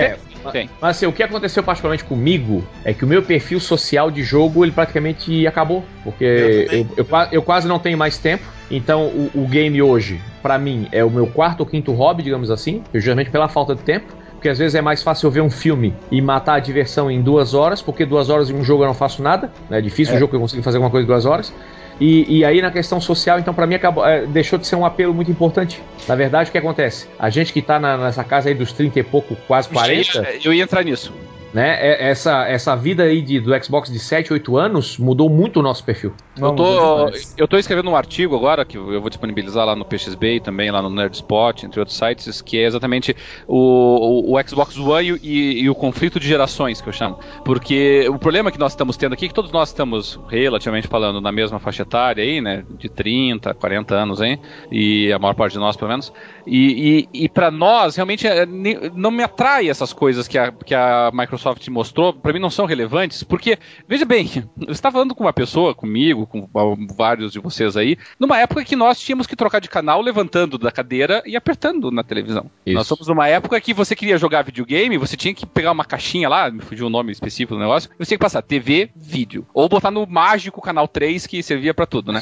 Speaker 5: Tem.
Speaker 2: Mas assim, o que aconteceu particularmente comigo é que o meu perfil social de jogo, ele praticamente acabou. Porque eu quase não tenho mais tempo. Então o game hoje, pra mim, é o meu quarto ou quinto hobby, digamos assim. Geralmente pela falta de tempo. Porque às vezes é mais fácil eu ver um filme e matar a diversão em 2 horas, porque 2 horas em um jogo eu não faço nada. É difícil um jogo que eu consiga fazer alguma coisa em 2 horas. E aí na questão social, então pra mim deixou de ser um apelo muito importante. Na verdade, o que acontece? A gente que tá nessa casa aí dos 30 e pouco, quase 40...
Speaker 5: Eu ia entrar nisso.
Speaker 2: Né? Essa vida aí do Xbox de 7, 8 anos mudou muito o nosso perfil.
Speaker 5: Eu tô escrevendo um artigo agora, que eu vou disponibilizar lá no PXB e também lá no Nerdspot, entre outros sites, que é exatamente o Xbox One e o conflito de gerações, que eu chamo. Porque o problema que nós estamos tendo aqui é que todos nós estamos, relativamente falando, na mesma faixa etária aí, né? De 30, 40 anos, hein? E a maior parte de nós, pelo menos. E pra nós, realmente, não me atrai essas coisas que a Microsoft mostrou, pra mim não são relevantes, porque, veja bem, eu estava falando com uma pessoa, comigo, com vários de vocês aí, numa época que nós tínhamos que trocar de canal levantando da cadeira e apertando na televisão. Isso. Nós somos numa época que você queria jogar videogame, você tinha que pegar uma caixinha lá, me fugiu o nome específico do negócio, você tinha que passar TV, vídeo, ou botar no mágico canal 3, que servia pra tudo, né?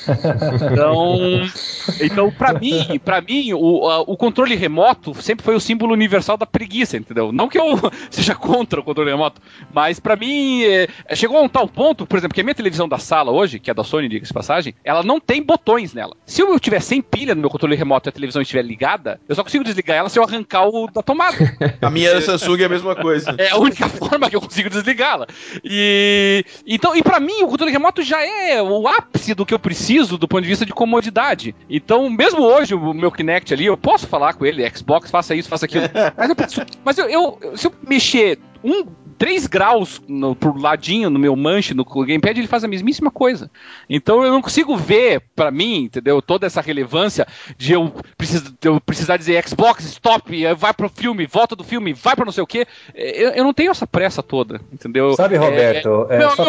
Speaker 5: Então pra mim o controle remoto sempre foi o símbolo universal da preguiça, entendeu? Não que eu seja contra o controle remoto, mas pra mim chegou a um tal ponto, por exemplo, que a minha televisão da sala hoje, que é da Sony, diga-se de passagem, ela não tem botões nela. Se eu tiver sem pilha no meu controle remoto e a televisão estiver ligada, eu só consigo desligar ela se eu arrancar o da tomada.
Speaker 6: A minha da Samsung é a mesma coisa.
Speaker 5: É a única forma que eu consigo desligá-la. E pra mim o controle remoto já é o ápice do que eu preciso do ponto de vista de comodidade. Então, mesmo hoje o meu Kinect ali, eu posso falar com ele, Xbox, faça isso, faça aquilo. Mas se eu mexer 3 graus pro ladinho no meu manche, no gamepad, ele faz a mesmíssima coisa. Então eu não consigo ver, pra mim, entendeu, toda essa relevância de eu precisar dizer Xbox, stop, vai pro filme, volta do filme, vai pra não sei o quê. Eu não tenho essa pressa toda, entendeu?
Speaker 4: Sabe, Roberto,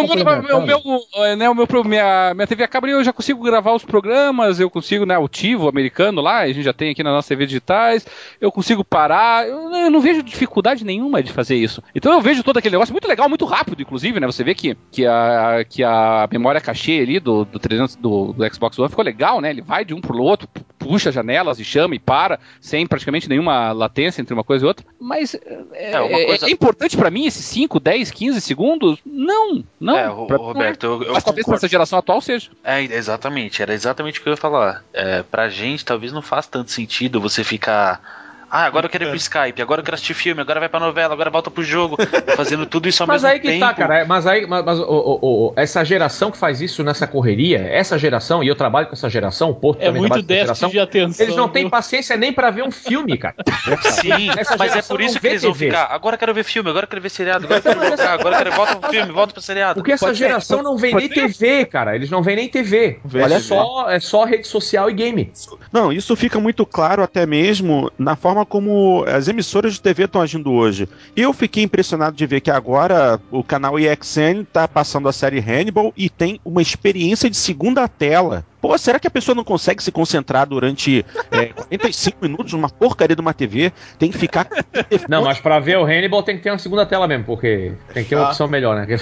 Speaker 5: minha TV a cabo, eu já consigo gravar os programas, eu consigo, né, o Tivo americano lá, a gente já tem aqui nas nossas TVs digitais, eu consigo parar, eu não vejo dificuldade nenhuma de fazer isso. Então eu vejo todo aquele negócio muito legal, muito rápido, inclusive, né? Você vê que a memória cachê ali do Xbox One ficou legal, né? Ele vai de um pro outro, puxa janelas e chama e para, sem praticamente nenhuma latência entre uma coisa e outra. Mas é importante pra mim esses 5, 10, 15 segundos? Não.
Speaker 12: Roberto,
Speaker 5: mas talvez pra essa geração atual seja.
Speaker 12: Exatamente, era exatamente o que eu ia falar. Pra gente, talvez não faça tanto sentido você ficar... agora eu quero ir pro Skype, agora eu quero assistir filme, agora vai pra novela, agora volta pro jogo, fazendo tudo isso ao mesmo tempo. Mas aí que tá, cara,
Speaker 2: mas essa geração que faz isso nessa correria, essa geração, e eu trabalho com essa geração, o Porto também
Speaker 7: muito déficit de atenção.
Speaker 2: Eles não têm paciência nem pra ver um filme, cara.
Speaker 12: Sim, mas é por isso que eles vão ficar, agora eu quero ver filme, agora eu quero ver seriado, agora eu quero jogar, agora eu quero volta pro filme, volta pro seriado.
Speaker 2: Porque essa geração não vê nem TV, cara, eles não veem nem TV. É só rede social e game.
Speaker 1: Não, isso fica muito claro até mesmo na forma como as emissoras de TV estão agindo hoje. Eu fiquei impressionado de ver que agora o canal EXN está passando a série Hannibal e tem uma experiência de segunda tela. Pô, será que a pessoa não consegue se concentrar durante 45 minutos numa porcaria de uma TV? Tem que ficar...
Speaker 2: Não, mas pra ver o Hannibal tem que ter uma segunda tela mesmo, porque tem que ter uma opção melhor, né?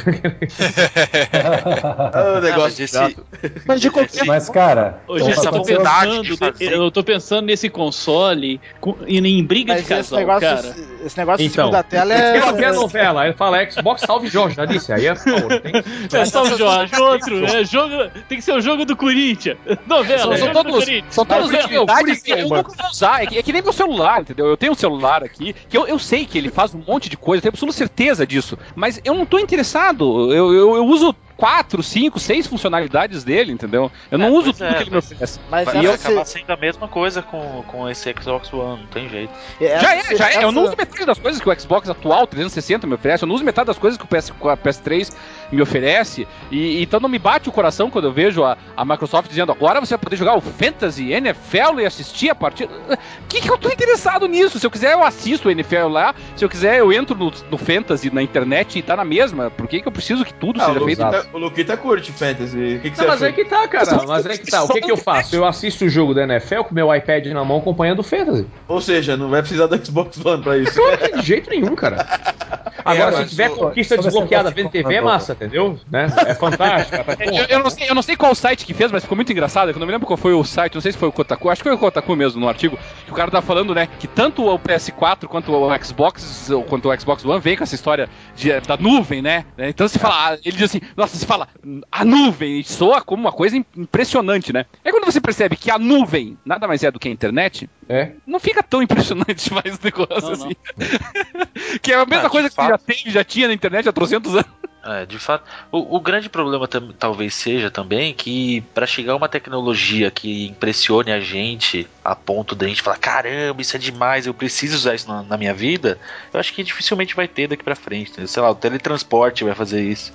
Speaker 4: Mas de qualquer... Mas, cara...
Speaker 7: Eu tô pensando nesse console em briga de casal, cara.
Speaker 3: Esse negócio de segunda tela é...
Speaker 2: Eu vi a novela, ele fala Xbox Salve Jorge, já disse? Aí
Speaker 7: Salve Jorge, outro, né? Tem que ser o jogo do Corinthians. Novela,
Speaker 5: são todas atividades que eu nunca vou usar. É que nem meu celular, entendeu? Eu tenho um celular aqui que eu sei que ele faz um monte de coisa, eu tenho absoluta certeza disso. Mas eu não tô interessado. Eu uso 4, 5, 6 funcionalidades dele, entendeu? Eu não uso tudo que ele me oferece.
Speaker 12: Mas vai acabar sendo a mesma coisa com esse Xbox One, não tem jeito.
Speaker 5: Já é. Eu não uso metade das coisas que o Xbox atual 360 me oferece, eu não uso metade das coisas que o PS3 me oferece, e então não me bate o coração quando eu vejo a Microsoft dizendo, agora você vai poder jogar o Fantasy, NFL e assistir a partida. Que eu tô interessado nisso? Se eu quiser eu assisto o NFL lá, se eu quiser eu entro no Fantasy na internet e tá na mesma. Por que eu preciso que tudo seja feito?
Speaker 6: O Luquita curte Fantasy. O que você
Speaker 2: mas aí que tá, cara. Mas aí que tá. O que eu faço? Eu assisto o jogo da NFL com meu iPad na mão acompanhando o Fantasy.
Speaker 6: Ou seja, não vai precisar do Xbox One pra isso.
Speaker 2: Claro que de jeito nenhum, cara. Agora, se tiver conquista desbloqueada vendo TV, é massa, entendeu? Né? É fantástico.
Speaker 5: Eu não sei qual site que fez, mas ficou muito engraçado. Eu não me lembro qual foi o site, não sei se foi o Kotaku. Acho que foi o Kotaku mesmo, no artigo. Que o cara tá falando, né, que tanto o PS4 quanto o Xbox One vem com essa história da nuvem, né? Então se fala, ele diz assim, nossa, se fala a nuvem, e soa como uma coisa impressionante, né? É quando você percebe que a nuvem nada mais é do que a internet, não fica tão impressionante mais o negócio assim. Que é a mesma coisa que já tinha na internet há 300 anos.
Speaker 12: De fato, o grande problema talvez seja também que para chegar uma tecnologia que impressione a gente a ponto da gente falar, caramba, isso é demais, eu preciso usar isso na minha vida, eu acho que dificilmente vai ter daqui pra frente, né? Sei lá, o teletransporte vai fazer isso.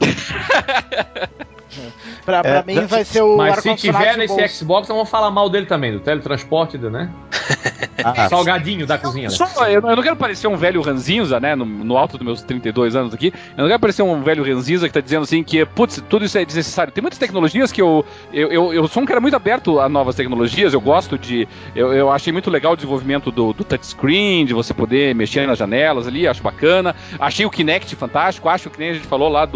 Speaker 3: Pra mim vai ser o
Speaker 2: Mas se tiver nesse Xbox, vamos falar mal dele também, do teletransporte, né? Salgadinho da cozinha, né?
Speaker 5: Eu não quero parecer um velho ranzinza, né? No alto dos meus 32 anos aqui. Eu não quero parecer um velho ranzinza que tá dizendo assim que, putz, tudo isso é desnecessário. Tem muitas tecnologias que eu sou um cara muito aberto a novas tecnologias. Eu gosto de... Eu achei muito legal o desenvolvimento do touchscreen, de você poder mexer nas janelas ali, acho bacana. Achei o Kinect fantástico. Acho que nem a gente falou lá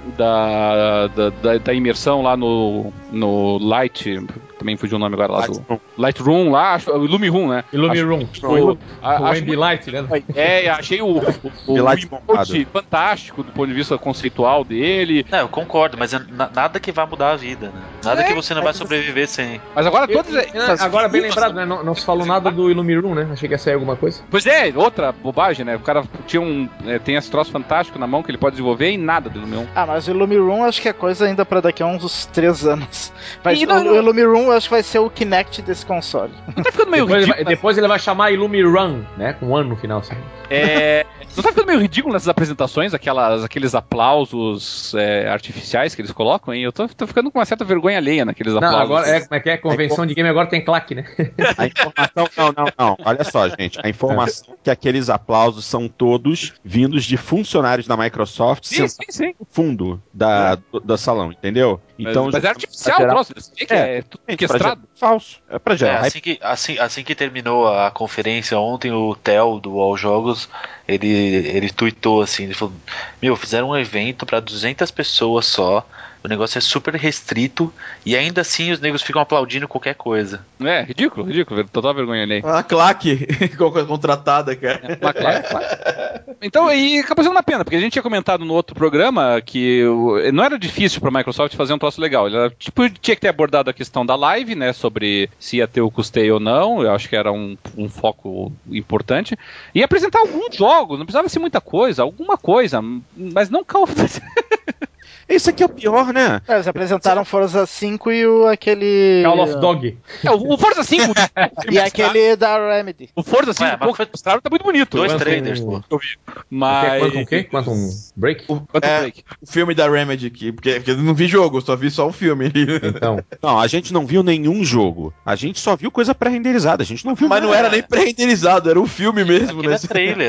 Speaker 5: da imersão lá no Light... Também fugiu o nome agora lá do Lightroom lá, Lumiroom, né?
Speaker 2: Lumiroom. O Ambilight, né?
Speaker 5: Achei o emote fantástico do ponto de vista conceitual dele.
Speaker 12: Eu concordo, mas nada que vá mudar a vida, né? Nada que você não vai sobreviver sem.
Speaker 5: Mas agora
Speaker 2: agora bem lembrado, né? Não se falou nada do Lumiroom, né? Achei que ia sair alguma coisa.
Speaker 5: Pois é, outra bobagem, né? O cara tem esse troço fantástico na mão que ele pode desenvolver e nada do Lumiroom.
Speaker 3: Mas o Lumiroom acho que é coisa ainda pra daqui a uns 3 anos. O Lumiroom acho que vai ser o Kinect desse console.
Speaker 5: Não tá ficando meio ridículo.
Speaker 2: Depois ele vai chamar Illumirun, né? Com um ano no final, assim.
Speaker 5: Não tá ficando meio ridículo nessas apresentações, aqueles aplausos artificiais que eles colocam, hein? Eu tô ficando com uma certa vergonha alheia naqueles aplausos.
Speaker 2: Agora como é que é? Convenção de game agora tem claque, né?
Speaker 1: A informação, não. Olha só, gente. A informação é que aqueles aplausos são todos vindos de funcionários da Microsoft
Speaker 5: sim.
Speaker 1: no fundo do salão, entendeu? Então,
Speaker 5: mas é artificial o troço, é tudo orquestrado.
Speaker 1: Falso. É pra gerar.
Speaker 12: Assim que terminou a conferência ontem, o Theo do All Jogos, ele tweetou assim, ele falou, fizeram um evento pra 200 pessoas só, o negócio é super restrito e ainda assim os negros ficam aplaudindo qualquer coisa.
Speaker 5: Ridículo, total vergonha ali.
Speaker 6: Uma claque contratada, cara.
Speaker 5: Uma claque. Então, e acabou sendo uma pena, porque a gente tinha comentado no outro programa que não era difícil pra Microsoft fazer um troço legal. Ela tinha que ter abordado a questão da live, né, sobre se ia ter o custeio ou não. Eu acho que era um foco importante. E apresentar alguns jogos, não precisava ser muita coisa, alguma coisa, mas não Call of Duty.
Speaker 1: Esse aqui é o pior, né?
Speaker 3: Eles apresentaram Forza 5 e aquele...
Speaker 2: Call of Dog.
Speaker 5: O Forza 5...
Speaker 3: e aquele da Remedy.
Speaker 5: O Forza 5 mostraram, tá muito bonito.
Speaker 12: 2 trailers, pô.
Speaker 5: Eu vi. Mas...
Speaker 2: Quantum Break?
Speaker 6: O filme da Remedy aqui, porque eu não vi jogo, eu só vi só o filme.
Speaker 2: Então.
Speaker 1: Não, a gente não viu nenhum jogo. A gente só viu coisa pré-renderizada. A gente não viu
Speaker 6: Mas não era nem pré-renderizado, era o filme mesmo,
Speaker 12: né? É trailer,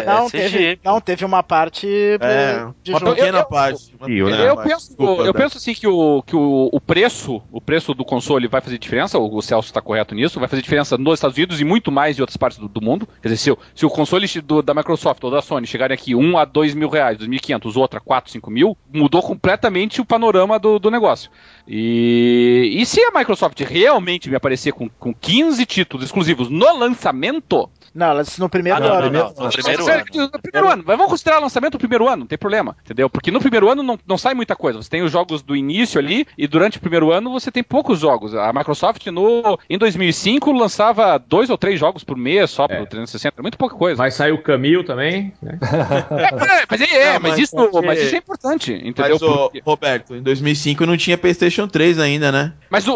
Speaker 3: teve uma parte
Speaker 6: de uma jogo. Pequena parte.
Speaker 5: Eu penso assim que o preço do console vai fazer diferença, o Celso está correto nisso, vai fazer diferença nos Estados Unidos e muito mais em outras partes do mundo. Quer dizer, se o console da Microsoft ou da Sony chegarem aqui $1 a $2 mil, 2.500, outro a 4, 5 mil, mudou completamente o panorama do negócio. E se a Microsoft realmente me aparecer com 15 títulos exclusivos no lançamento...
Speaker 3: Não, no primeiro ano.
Speaker 12: No
Speaker 5: primeiro ano. Mas vamos considerar o lançamento do primeiro ano, não tem problema, entendeu? Porque no primeiro ano não sai muita coisa. Você tem os jogos do início ali, e durante o primeiro ano você tem poucos jogos. A Microsoft em 2005 lançava 2 ou 3 jogos por mês só pro 360, muito pouca coisa.
Speaker 2: Mas saiu o Camille também, né?
Speaker 5: Mas isso é importante, entendeu?
Speaker 6: Mas, Roberto, em 2005 não tinha PlayStation 3 ainda, né?
Speaker 5: Mas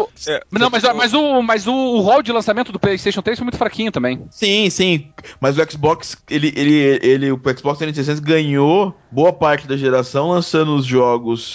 Speaker 5: o rol de lançamento do PlayStation 3 foi muito fraquinho também.
Speaker 6: Sim. Mas o Xbox, o Xbox 360 ganhou boa parte da geração lançando os jogos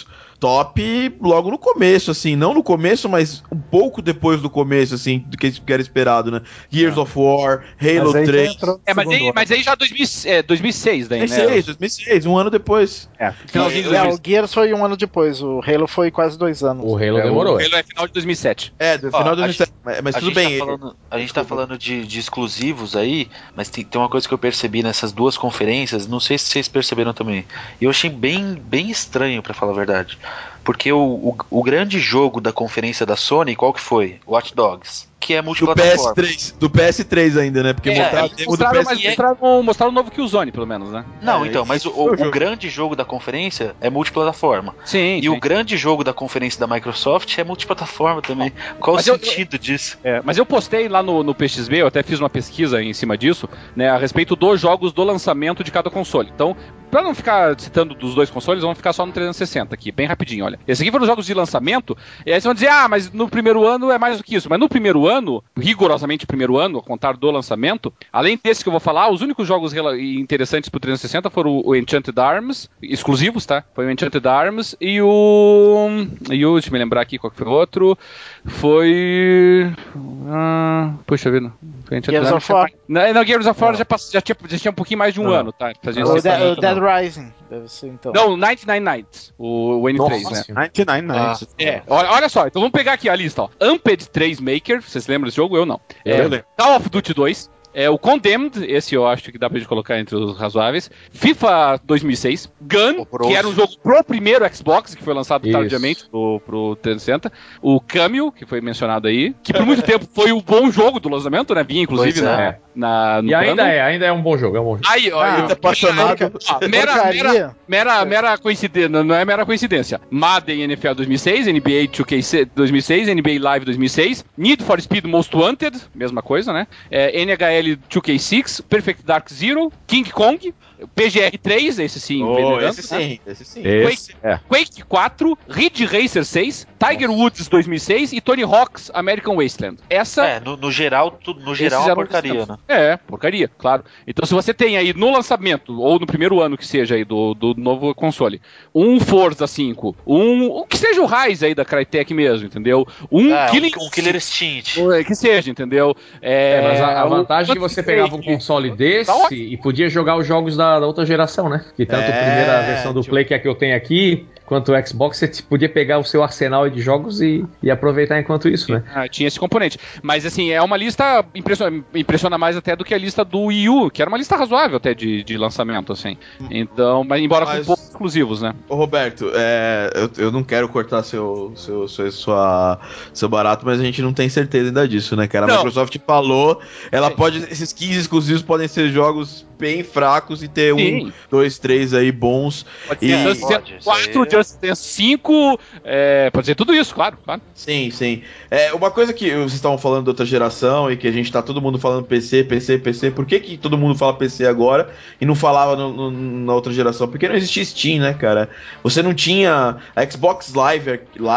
Speaker 6: top logo no começo, assim, não no começo, mas um pouco depois do começo, assim, do que era esperado, né? Gears of War, Halo 3.
Speaker 5: Mas aí já 2006 daí,
Speaker 6: 2006, um ano depois.
Speaker 3: Finalzinho de 2006. O Gears foi um ano depois, o Halo foi quase 2 anos.
Speaker 2: O Halo demorou.
Speaker 5: O Halo é final de 2007.
Speaker 6: Do final de 2007, mas tudo bem.
Speaker 12: A gente tá falando de exclusivos aí, mas tem uma coisa que eu percebi nessas duas conferências, não sei se vocês perceberam também. Eu achei bem estranho, pra falar a verdade. Porque o grande jogo da conferência da Sony, qual que foi? Watch Dogs. Que é multiplataforma.
Speaker 6: Do PS3 ainda, né? Porque
Speaker 5: mostraram o novo Killzone, pelo menos, né?
Speaker 12: Não, mas o grande jogo da conferência é multiplataforma.
Speaker 5: Sim.
Speaker 12: O grande jogo da conferência da Microsoft é multiplataforma também. Qual o sentido disso?
Speaker 5: Mas eu postei lá no PXB, eu até fiz uma pesquisa em cima disso, né, a respeito dos jogos do lançamento de cada console. Então, pra não ficar citando dos dois consoles, vamos ficar só no 360 aqui, bem rapidinho, olha. Esse aqui foram os jogos de lançamento, e aí vocês vão dizer, mas no primeiro ano é mais do que isso. Mas no primeiro ano, rigorosamente primeiro ano, a contar do lançamento, além desse que eu vou falar, os únicos jogos interessantes pro 360 foram o Enchanted Arms, exclusivos, tá? Foi o Enchanted Arms e o... deixa eu me lembrar aqui qual que foi o outro. Foi... puxa vida.
Speaker 3: Gears of War.
Speaker 5: Não, Gears of War já tinha um pouquinho mais de um ano, tá?
Speaker 3: O Dead Rising, deve ser então.
Speaker 5: Não, 99 Nights, o N3, né?
Speaker 6: 99 Nights.
Speaker 5: Olha só, então vamos pegar aqui a lista, ó. Amped 3 Maker, vocês lembram desse jogo? Eu não. Call of Duty 2. O Condemned, esse eu acho que dá pra gente colocar entre os razoáveis. FIFA 2006. Gun, que era um jogo pro primeiro Xbox, que foi lançado tardiamente pro 360. O Cameo, que foi mencionado aí, que por muito tempo foi o bom jogo do lançamento, né? Vinha, inclusive, no
Speaker 2: e ainda é um bom jogo,
Speaker 5: Aí, ó, apaixonado. Mera coincidência, não é mera coincidência. Madden NFL 2006, NBA 2K 2006, NBA Live 2006, Need for Speed Most Wanted, mesma coisa, né? NHL 2K6, Perfect Dark Zero, King Kong, PGR 3, esse sim.
Speaker 6: Esse sim.
Speaker 5: Quake 4, Ridge Racer 6, Tiger Woods 2006 e Tony Hawk's American Wasteland. Essa...
Speaker 12: no geral é uma porcaria, né?
Speaker 5: Porcaria, claro. Então se você tem aí no lançamento, ou no primeiro ano que seja aí do novo console, um Forza 5, o que seja o Rise aí da Crytek mesmo, entendeu?
Speaker 12: Um Killer Instinct.
Speaker 5: Que seja, entendeu?
Speaker 2: Mas a vantagem é que você pegava um console desse e podia jogar os jogos da outra geração, né? Que tanto a primeira versão do Play, que é a que eu tenho aqui, quanto o Xbox, você podia pegar o seu arsenal de jogos e aproveitar enquanto isso, né?
Speaker 5: Tinha esse componente. Mas, assim, é uma lista impressiona mais até do que a lista do Wii U, que era uma lista razoável até de lançamento, assim. Então, mas embora com poucos exclusivos, né?
Speaker 6: Ô, Roberto, eu não quero cortar seu barato, mas a gente não tem certeza ainda disso, né, cara? A Microsoft falou, esses 15 exclusivos podem ser jogos bem fracos e ter 1, 2, 3 aí bons.
Speaker 5: Pode ser 4, Just Dance 5, pode ser tudo isso, claro.
Speaker 6: Sim. Uma coisa que vocês estavam falando da outra geração e que a gente tá todo mundo falando PC, por que todo mundo fala PC agora e não falava na outra geração? Porque não existia Steam, né, cara? Você não tinha a Xbox Live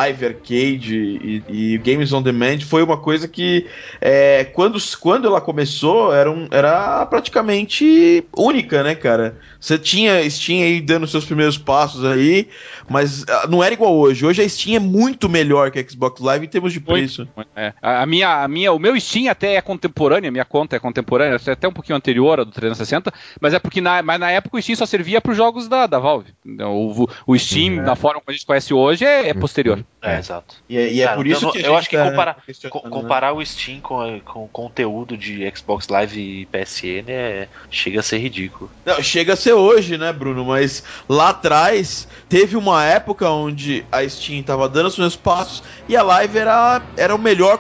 Speaker 6: Arcade e Games on Demand, foi uma coisa que quando ela começou era praticamente única, né, cara? Você tinha Steam aí dando seus primeiros passos aí, mas não era igual hoje. Hoje a Steam é muito melhor que a Xbox Live em termos de preço.
Speaker 5: O meu Steam até é contemporânea, minha conta é contemporânea, até um pouquinho anterior à do 360, mas é porque na época o Steam só servia para os jogos da Valve. Então, o Steam, da forma como a gente conhece hoje, é posterior.
Speaker 12: Exato.
Speaker 6: E é por isso que
Speaker 12: eu acho que comparar o Steam com o conteúdo de Xbox Live e PSN chega a ser ridículo.
Speaker 6: Não, chega a ser hoje, né, Bruno? Mas lá atrás teve uma época onde a Steam tava dando os meus passos e a Live era o melhor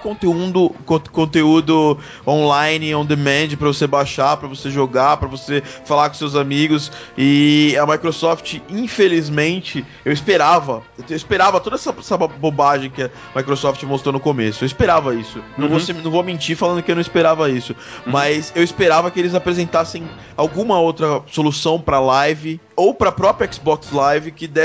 Speaker 6: conteúdo online, on demand, pra você baixar, pra você jogar, pra você falar com seus amigos. E a Microsoft, infelizmente, eu esperava toda essa bobagem que a Microsoft mostrou no começo. Eu esperava isso. Não vou mentir falando que eu não esperava isso. Mas eu esperava que eles apresentassem alguma outra solução pra Live ou pra própria Xbox Live que desse um passo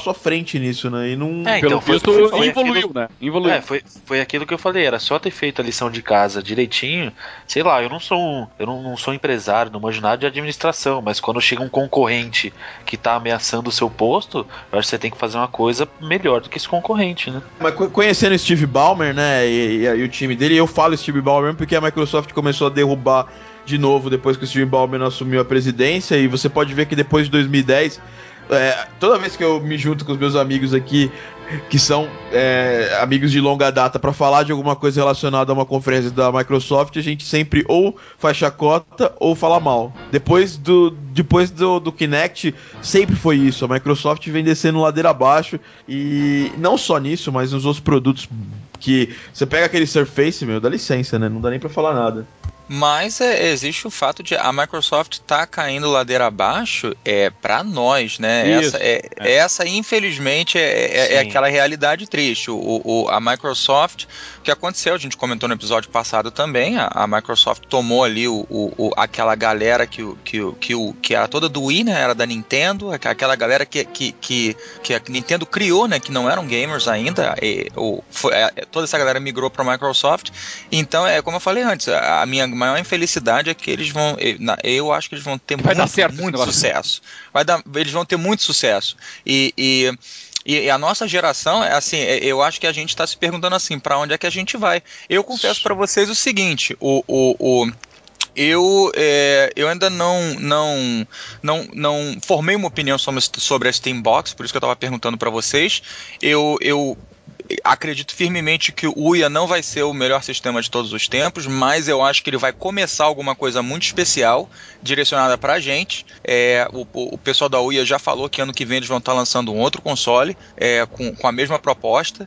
Speaker 6: passo à frente nisso, né? E não...
Speaker 5: Pelo visto, evoluiu, né? Evoluiu.
Speaker 12: Foi aquilo que eu falei, era só ter feito a lição de casa direitinho. Sei lá, eu não sou empresário, não manjo nada de administração, mas quando chega um concorrente que tá ameaçando o seu posto, eu acho que você tem que fazer uma coisa melhor do que esse concorrente, né?
Speaker 6: Mas conhecendo o Steve Ballmer, né, e o time dele, eu falo Steve Ballmer porque a Microsoft começou a derrubar de novo depois que o Steve Ballmer assumiu a presidência, e você pode ver que depois de 2010, toda vez que eu me junto com os meus amigos aqui, que são amigos de longa data, para falar de alguma coisa relacionada a uma conferência da Microsoft, a gente sempre ou faz chacota ou fala mal. Depois do Kinect, sempre foi isso. A Microsoft vem descendo ladeira abaixo, e não só nisso, mas nos outros produtos, que você pega aquele Surface, dá licença, né? Não dá nem pra falar nada.
Speaker 13: Mas existe o fato de a Microsoft tá caindo ladeira abaixo para nós, né? Essa infelizmente é aquela realidade triste. A Microsoft, o que aconteceu, a gente comentou no episódio passado também, a Microsoft tomou ali aquela galera que era toda do Wii, né? Era da Nintendo, aquela galera que a Nintendo criou, né? Que não eram gamers ainda, toda essa galera migrou para a Microsoft. Então, como eu falei antes, a minha maior infelicidade é que eles vão, eu acho que eles vão ter muito sucesso. Eles vão ter muito sucesso. E a nossa geração, assim, eu acho que a gente está se perguntando assim, para onde é que a gente vai? Eu confesso para vocês o seguinte, eu ainda não formei uma opinião sobre a Steambox, por isso que eu estava perguntando para vocês. Eu acredito firmemente que o Ouya não vai ser o melhor sistema de todos os tempos, mas eu acho que ele vai começar alguma coisa muito especial, direcionada pra gente. O pessoal da Ouya já falou que ano que vem eles vão estar lançando um outro console com a mesma proposta,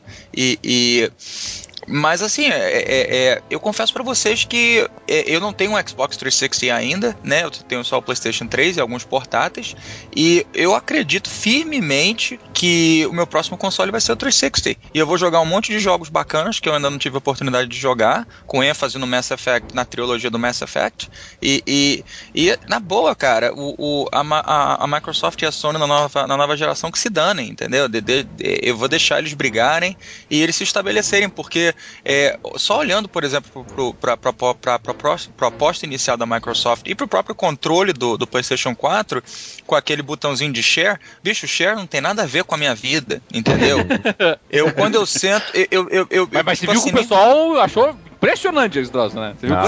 Speaker 13: mas assim, eu confesso pra vocês que eu não tenho um Xbox 360 ainda, né? Eu tenho só o PlayStation 3 e alguns portáteis, e eu acredito firmemente que o meu próximo console vai ser o 360. E eu vou jogar um monte de jogos bacanas que eu ainda não tive a oportunidade de jogar, com ênfase no Mass Effect, na trilogia do Mass Effect. E na boa, cara, a Microsoft e a Sony na nova geração que se danem, entendeu? Eu vou deixar eles brigarem e eles se estabelecerem, porque só olhando, por exemplo, para a proposta inicial da Microsoft e para o próprio controle do PlayStation 4, com aquele botãozinho de share, bicho, share não tem nada a ver com a minha vida, entendeu? Quando eu sento...
Speaker 5: Mas você viu que o pessoal achou impressionante esse troço, né? Você viu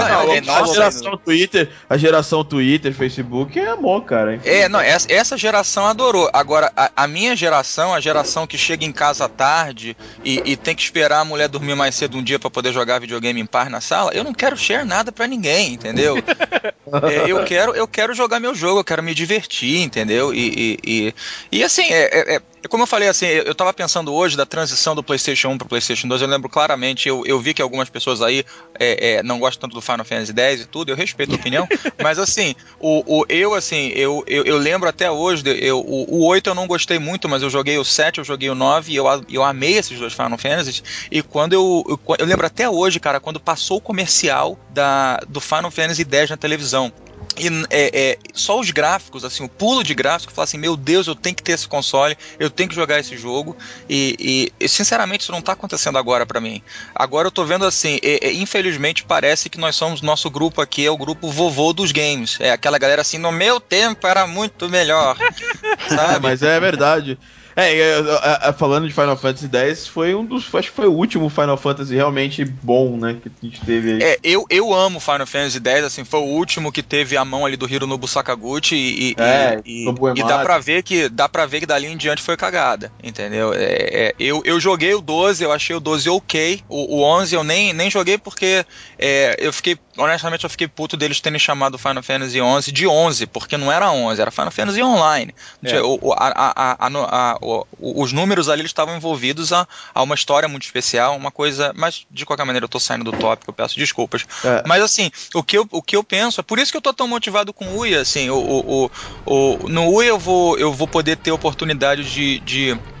Speaker 6: a geração Twitter, Facebook é amor, cara.
Speaker 13: Essa geração adorou. Agora, a minha geração, a geração que chega em casa à tarde e tem que esperar a mulher dormir mais cedo um dia pra poder jogar videogame em paz na sala, eu não quero share nada pra ninguém, entendeu? Eu quero jogar meu jogo, eu quero me divertir, entendeu? E assim, como eu falei, assim, eu tava pensando hoje da transição do PlayStation 1 pro PlayStation 2, eu lembro claramente, eu vi que algumas pessoas aí não gostam tanto do Final Fantasy X e tudo, eu respeito a opinião, mas assim, eu lembro até hoje, o 8 eu não gostei muito, mas eu joguei o 7, eu joguei o 9 e eu amei esses dois Final Fantasies, e quando eu lembro até hoje, cara, quando passou o comercial do Final Fantasy X na televisão, e só os gráficos, assim, o pulo de gráfico, falar assim, meu Deus, eu tenho que ter esse console, eu tenho que jogar esse jogo, e sinceramente isso não tá acontecendo agora pra mim. Agora eu tô vendo assim, infelizmente parece que nosso grupo aqui é o grupo vovô dos games, aquela galera assim, no meu tempo era muito melhor, sabe?
Speaker 6: Mas é verdade. Falando de Final Fantasy X, acho que foi o último Final Fantasy realmente bom, né, que a gente teve aí.
Speaker 13: Eu amo Final Fantasy X, assim, foi o último que teve a mão ali do Hironobu Sakaguchi e dá pra ver que dali em diante foi cagada, entendeu? Eu joguei o 12, eu achei o 12 ok, o 11 eu nem joguei porque honestamente eu fiquei puto deles terem chamado o Final Fantasy 11 de 11, porque não era 11, era Final Fantasy Online. Os números ali estavam envolvidos a uma história muito especial, uma coisa, mas de qualquer maneira eu tô saindo do tópico, eu peço desculpas. Mas assim, o que eu penso, é por isso que eu tô tão motivado com o Ouya, assim, no Ouya eu vou poder ter oportunidade de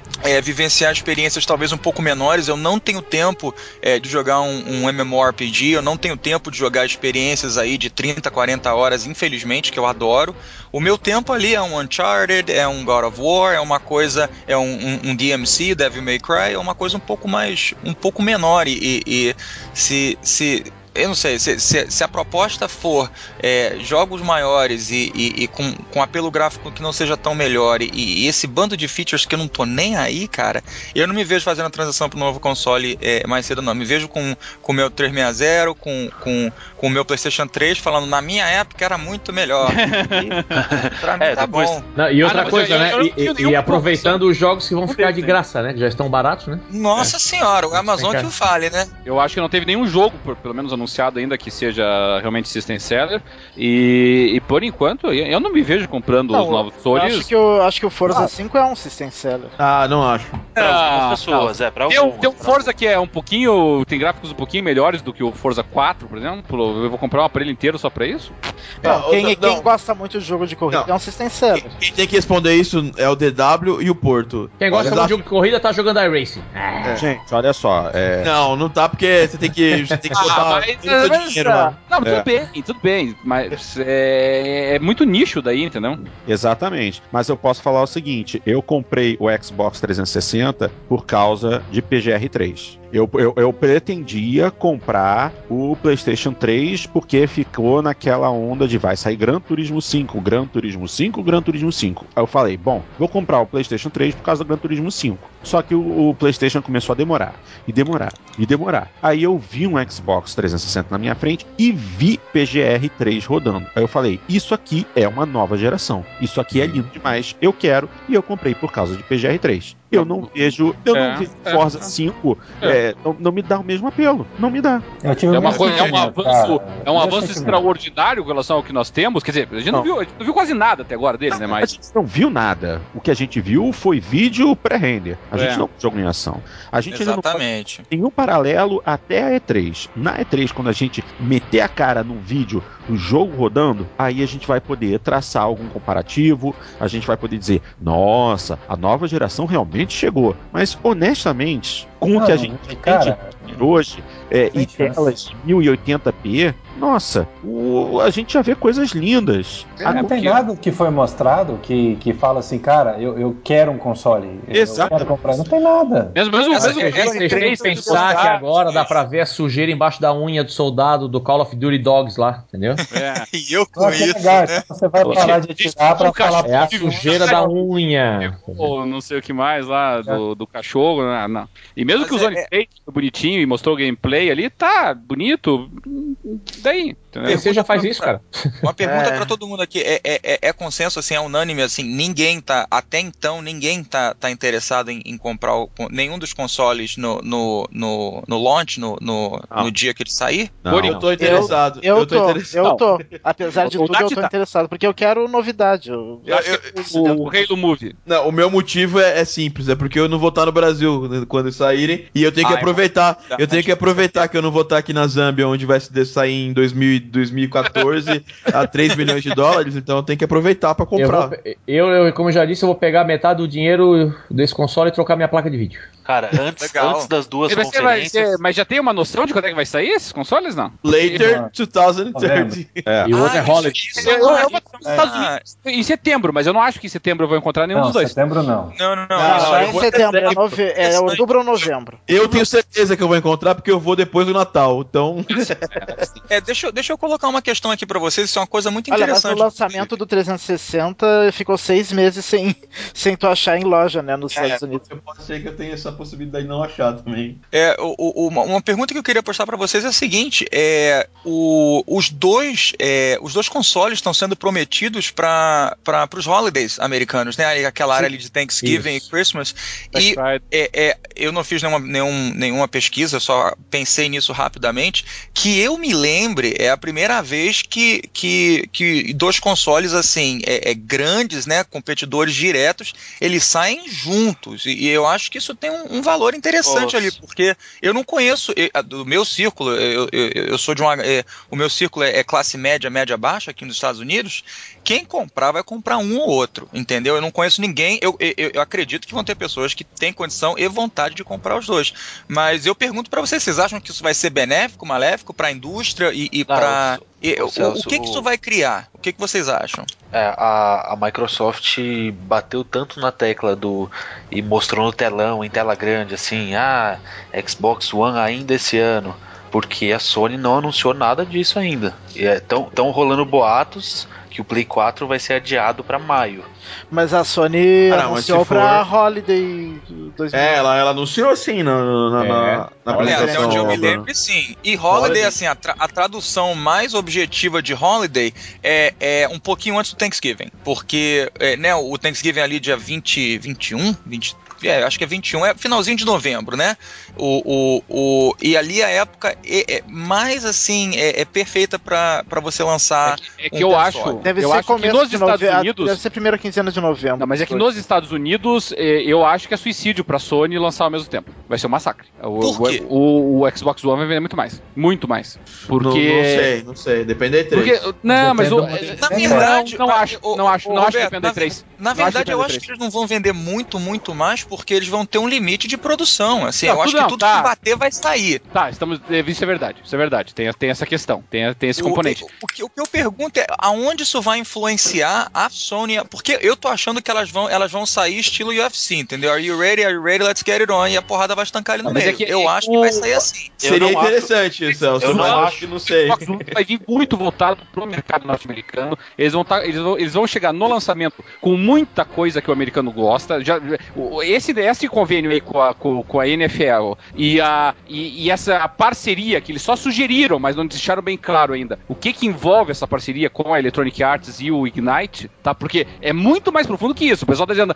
Speaker 13: vivenciar experiências talvez um pouco menores. Eu não tenho tempo de jogar um MMORPG, eu não tenho tempo de jogar experiências aí de 30, 40 horas, infelizmente, que eu adoro. O meu tempo ali é um Uncharted, é um God of War, é uma coisa, é um DMC, Devil May Cry, é uma coisa um pouco menor, e se eu não sei, se a proposta for jogos maiores e com apelo gráfico que não seja tão melhor, e esse bando de features que eu não tô nem aí, cara, eu não me vejo fazendo a transição pro novo console mais cedo, não. Me vejo com o meu 360, com o meu PlayStation 3, falando, na minha época era muito melhor. E, pra mim tá
Speaker 2: depois...
Speaker 13: bom.
Speaker 2: Não, e outra coisa, né? E aproveitando os jogos que vão ficar de graça, né? Que já estão baratos, né?
Speaker 13: Nossa senhora, o Amazon que o fale, né?
Speaker 5: Eu acho que não teve nenhum jogo, pelo menos anunciado ainda, que seja realmente System Seller. E por enquanto, eu não me vejo comprando os novos consoles.
Speaker 3: Acho que o Forza 5 é um System Seller.
Speaker 6: Ah, não acho.
Speaker 12: Pra algumas pessoas, pra algumas.
Speaker 5: Tem um Forza que é um pouquinho... Tem gráficos um pouquinho melhores do que o Forza 4, por exemplo. Eu vou comprar um aparelho inteiro só pra isso?
Speaker 3: Quem gosta muito de jogo de corrida é um System Seller.
Speaker 6: Quem tem que responder isso é o DW e o Porto.
Speaker 2: Quem gosta de jogo de corrida tá jogando iRacing.
Speaker 1: Gente, olha só.
Speaker 6: Não tá, porque você tem que botar dinheiro lá.
Speaker 5: Não, tudo bem. Mas é muito nicho daí, entendeu?
Speaker 1: Exatamente. Mas eu posso falar o seguinte: eu comprei o Xbox 360 por causa de PGR3. Eu pretendia comprar o PlayStation 3 porque ficou naquela onda de vai sair Gran Turismo 5, Gran Turismo 5, Gran Turismo 5. Aí eu falei, bom, vou comprar o PlayStation 3 por causa do Gran Turismo 5. Só que o PlayStation começou a demorar. Aí eu vi um Xbox 360 na minha frente e vi PGR3 rodando. Aí eu falei, isso aqui é uma nova geração. Isso aqui é lindo demais. Eu quero, e eu comprei por causa de PGR3. Eu não vejo Forza 5, não me dá o mesmo apelo. Não me dá.
Speaker 5: É um avanço extraordinário em relação ao que nós temos. Quer dizer, a gente não viu quase nada até agora dele, né? Mas...
Speaker 1: A gente não viu nada. O que a gente viu foi vídeo pré-render. A gente não viu jogo em ação. A gente
Speaker 13: Exatamente.
Speaker 1: Tem um paralelo até a E3. Na E3, quando a gente meter a cara num vídeo do jogo rodando, aí a gente vai poder traçar algum comparativo, a gente vai poder dizer, nossa, a nova geração realmente chegou. Mas, honestamente, com o que a gente tem hoje, em telas de 1080p, nossa, a gente já vê coisas lindas.
Speaker 4: Não tem nada que foi mostrado que fala assim, cara, eu quero um console.
Speaker 1: Exato.
Speaker 4: Eu quero comprar. Não tem nada.
Speaker 2: Mesmo pensar que agora dá pra ver a sujeira embaixo da unha do soldado do Call of Duty Dogs lá, entendeu?
Speaker 13: E eu com isso,
Speaker 4: legal, né? Então você vai parar de atirar pra falar...
Speaker 2: É a sujeira da unha.
Speaker 5: Ou não sei o que mais lá, do cachorro. Não. E mesmo que o Zone fez bonitinho e mostrou o gameplay ali, tá bonito. Daí.
Speaker 2: Você já faz isso, cara.
Speaker 13: Uma pergunta pra todo mundo aqui. É consenso, assim, é unânime, assim, até então, ninguém tá interessado em comprar nenhum dos consoles no launch, no dia que ele sair?
Speaker 6: Eu tô interessado.
Speaker 3: Eu tô. Apesar de tudo, eu tô interessado, porque eu quero novidade.
Speaker 5: O Halo Movie.
Speaker 6: Não, o meu motivo é simples, é porque eu não vou estar no Brasil quando saírem, e eu tenho que aproveitar. Eu tenho que aproveitar que eu não vou estar aqui na Zâmbia, onde vai sair em 2014 a 3 milhões de dólares, então eu tenho que aproveitar pra comprar.
Speaker 2: Eu, como eu já disse, eu vou pegar metade do dinheiro desse console e trocar minha placa de vídeo.
Speaker 12: Cara, antes das duas conferências...
Speaker 5: Mas já tem uma noção de quando é que vai sair esses consoles, não?
Speaker 6: Later 2030.
Speaker 2: E o outro é Holiday.
Speaker 5: Em setembro, mas eu não acho que em setembro eu vou encontrar nenhum dos dois.
Speaker 4: Setembro não.
Speaker 3: Não é em setembro, é outubro ou novembro.
Speaker 6: Eu tenho certeza que eu vou encontrar, porque eu vou depois do Natal, então...
Speaker 13: Deixa eu colocar uma questão aqui pra vocês, isso é uma coisa muito interessante.
Speaker 3: Mas o lançamento do 360 ficou 6 meses sem tu achar em loja, né, nos Estados Unidos.
Speaker 6: Pode ser que eu tenha essa possibilidade de não achar também.
Speaker 13: Uma pergunta que eu queria postar pra vocês é a seguinte, os dois consoles estão sendo prometidos para os holidays americanos, né, aquela área ali de Thanksgiving e Christmas, e eu não fiz nenhuma pesquisa, só pensei nisso rapidamente, que eu me lembre, é a primeira vez que dois consoles assim, grandes, né, competidores diretos, eles saem juntos, e eu acho que isso tem um valor interessante ali, porque eu não conheço, do meu círculo, eu sou de o meu círculo é classe média baixa aqui nos Estados Unidos, Quem comprar vai comprar um ou outro, entendeu? Eu não conheço ninguém, eu acredito que vão ter pessoas que têm condição e vontade de comprar os dois, mas eu pergunto para vocês acham que isso vai ser benéfico, maléfico para a indústria e para... O que isso vai criar? O que vocês acham?
Speaker 12: A Microsoft bateu tanto na tecla e mostrou no telão, em tela grande, assim, Xbox One ainda esse ano, porque a Sony não anunciou nada disso ainda. Estão rolando boatos que o Play 4 vai ser adiado para maio.
Speaker 3: Mas a Sony anunciou pra Holiday 2000.
Speaker 6: Ela anunciou assim na apresentação.
Speaker 13: Até onde eu me lembro, sim. E Holiday, assim, a tradução mais objetiva de Holiday é um pouquinho antes do Thanksgiving. Porque o Thanksgiving ali dia 21, acho que é 21, é finalzinho de novembro, né? E ali a época mais assim, é perfeita pra você lançar.
Speaker 5: Eu acho
Speaker 3: deve
Speaker 5: ser
Speaker 3: começo
Speaker 5: que nos Estados Unidos.
Speaker 3: Deve ser primeira quinzena de novembro.
Speaker 5: Não, mas é que nos Estados Unidos eu acho que é suicídio pra Sony lançar ao mesmo tempo. Vai ser um massacre.
Speaker 13: Por quê?
Speaker 5: O Xbox One vai vender muito mais. Muito mais. Porque.
Speaker 6: Não sei. Depende da E3.
Speaker 5: Não, mas
Speaker 13: na verdade,
Speaker 5: não acho que depende da E3.
Speaker 13: Na verdade, eu acho que eles não vão vender muito, muito mais, porque eles vão ter um limite de produção. Assim, eu acho que tudo que bater vai sair.
Speaker 5: Isso é verdade. Tem essa questão. Tem esse componente.
Speaker 13: O que eu pergunto é aonde isso vai influenciar a Sony, porque eu tô achando que elas vão sair estilo UFC, entendeu? Are you ready? Let's get it on. E a porrada vai estancar ali no meio. Eu acho que vai sair assim.
Speaker 6: Seria interessante, Celso. Eu não acho que não sei.
Speaker 5: Vai vir muito voltado pro mercado norte-americano. Eles vão chegar no lançamento com muita coisa que o americano gosta. Esse convênio aí com a NFL e essa parceria que eles só sugeriram, mas não deixaram bem claro ainda. O que envolve essa parceria com a Electronic Arts e o Ignite, tá? Porque é muito mais profundo que isso. O pessoal tá dizendo,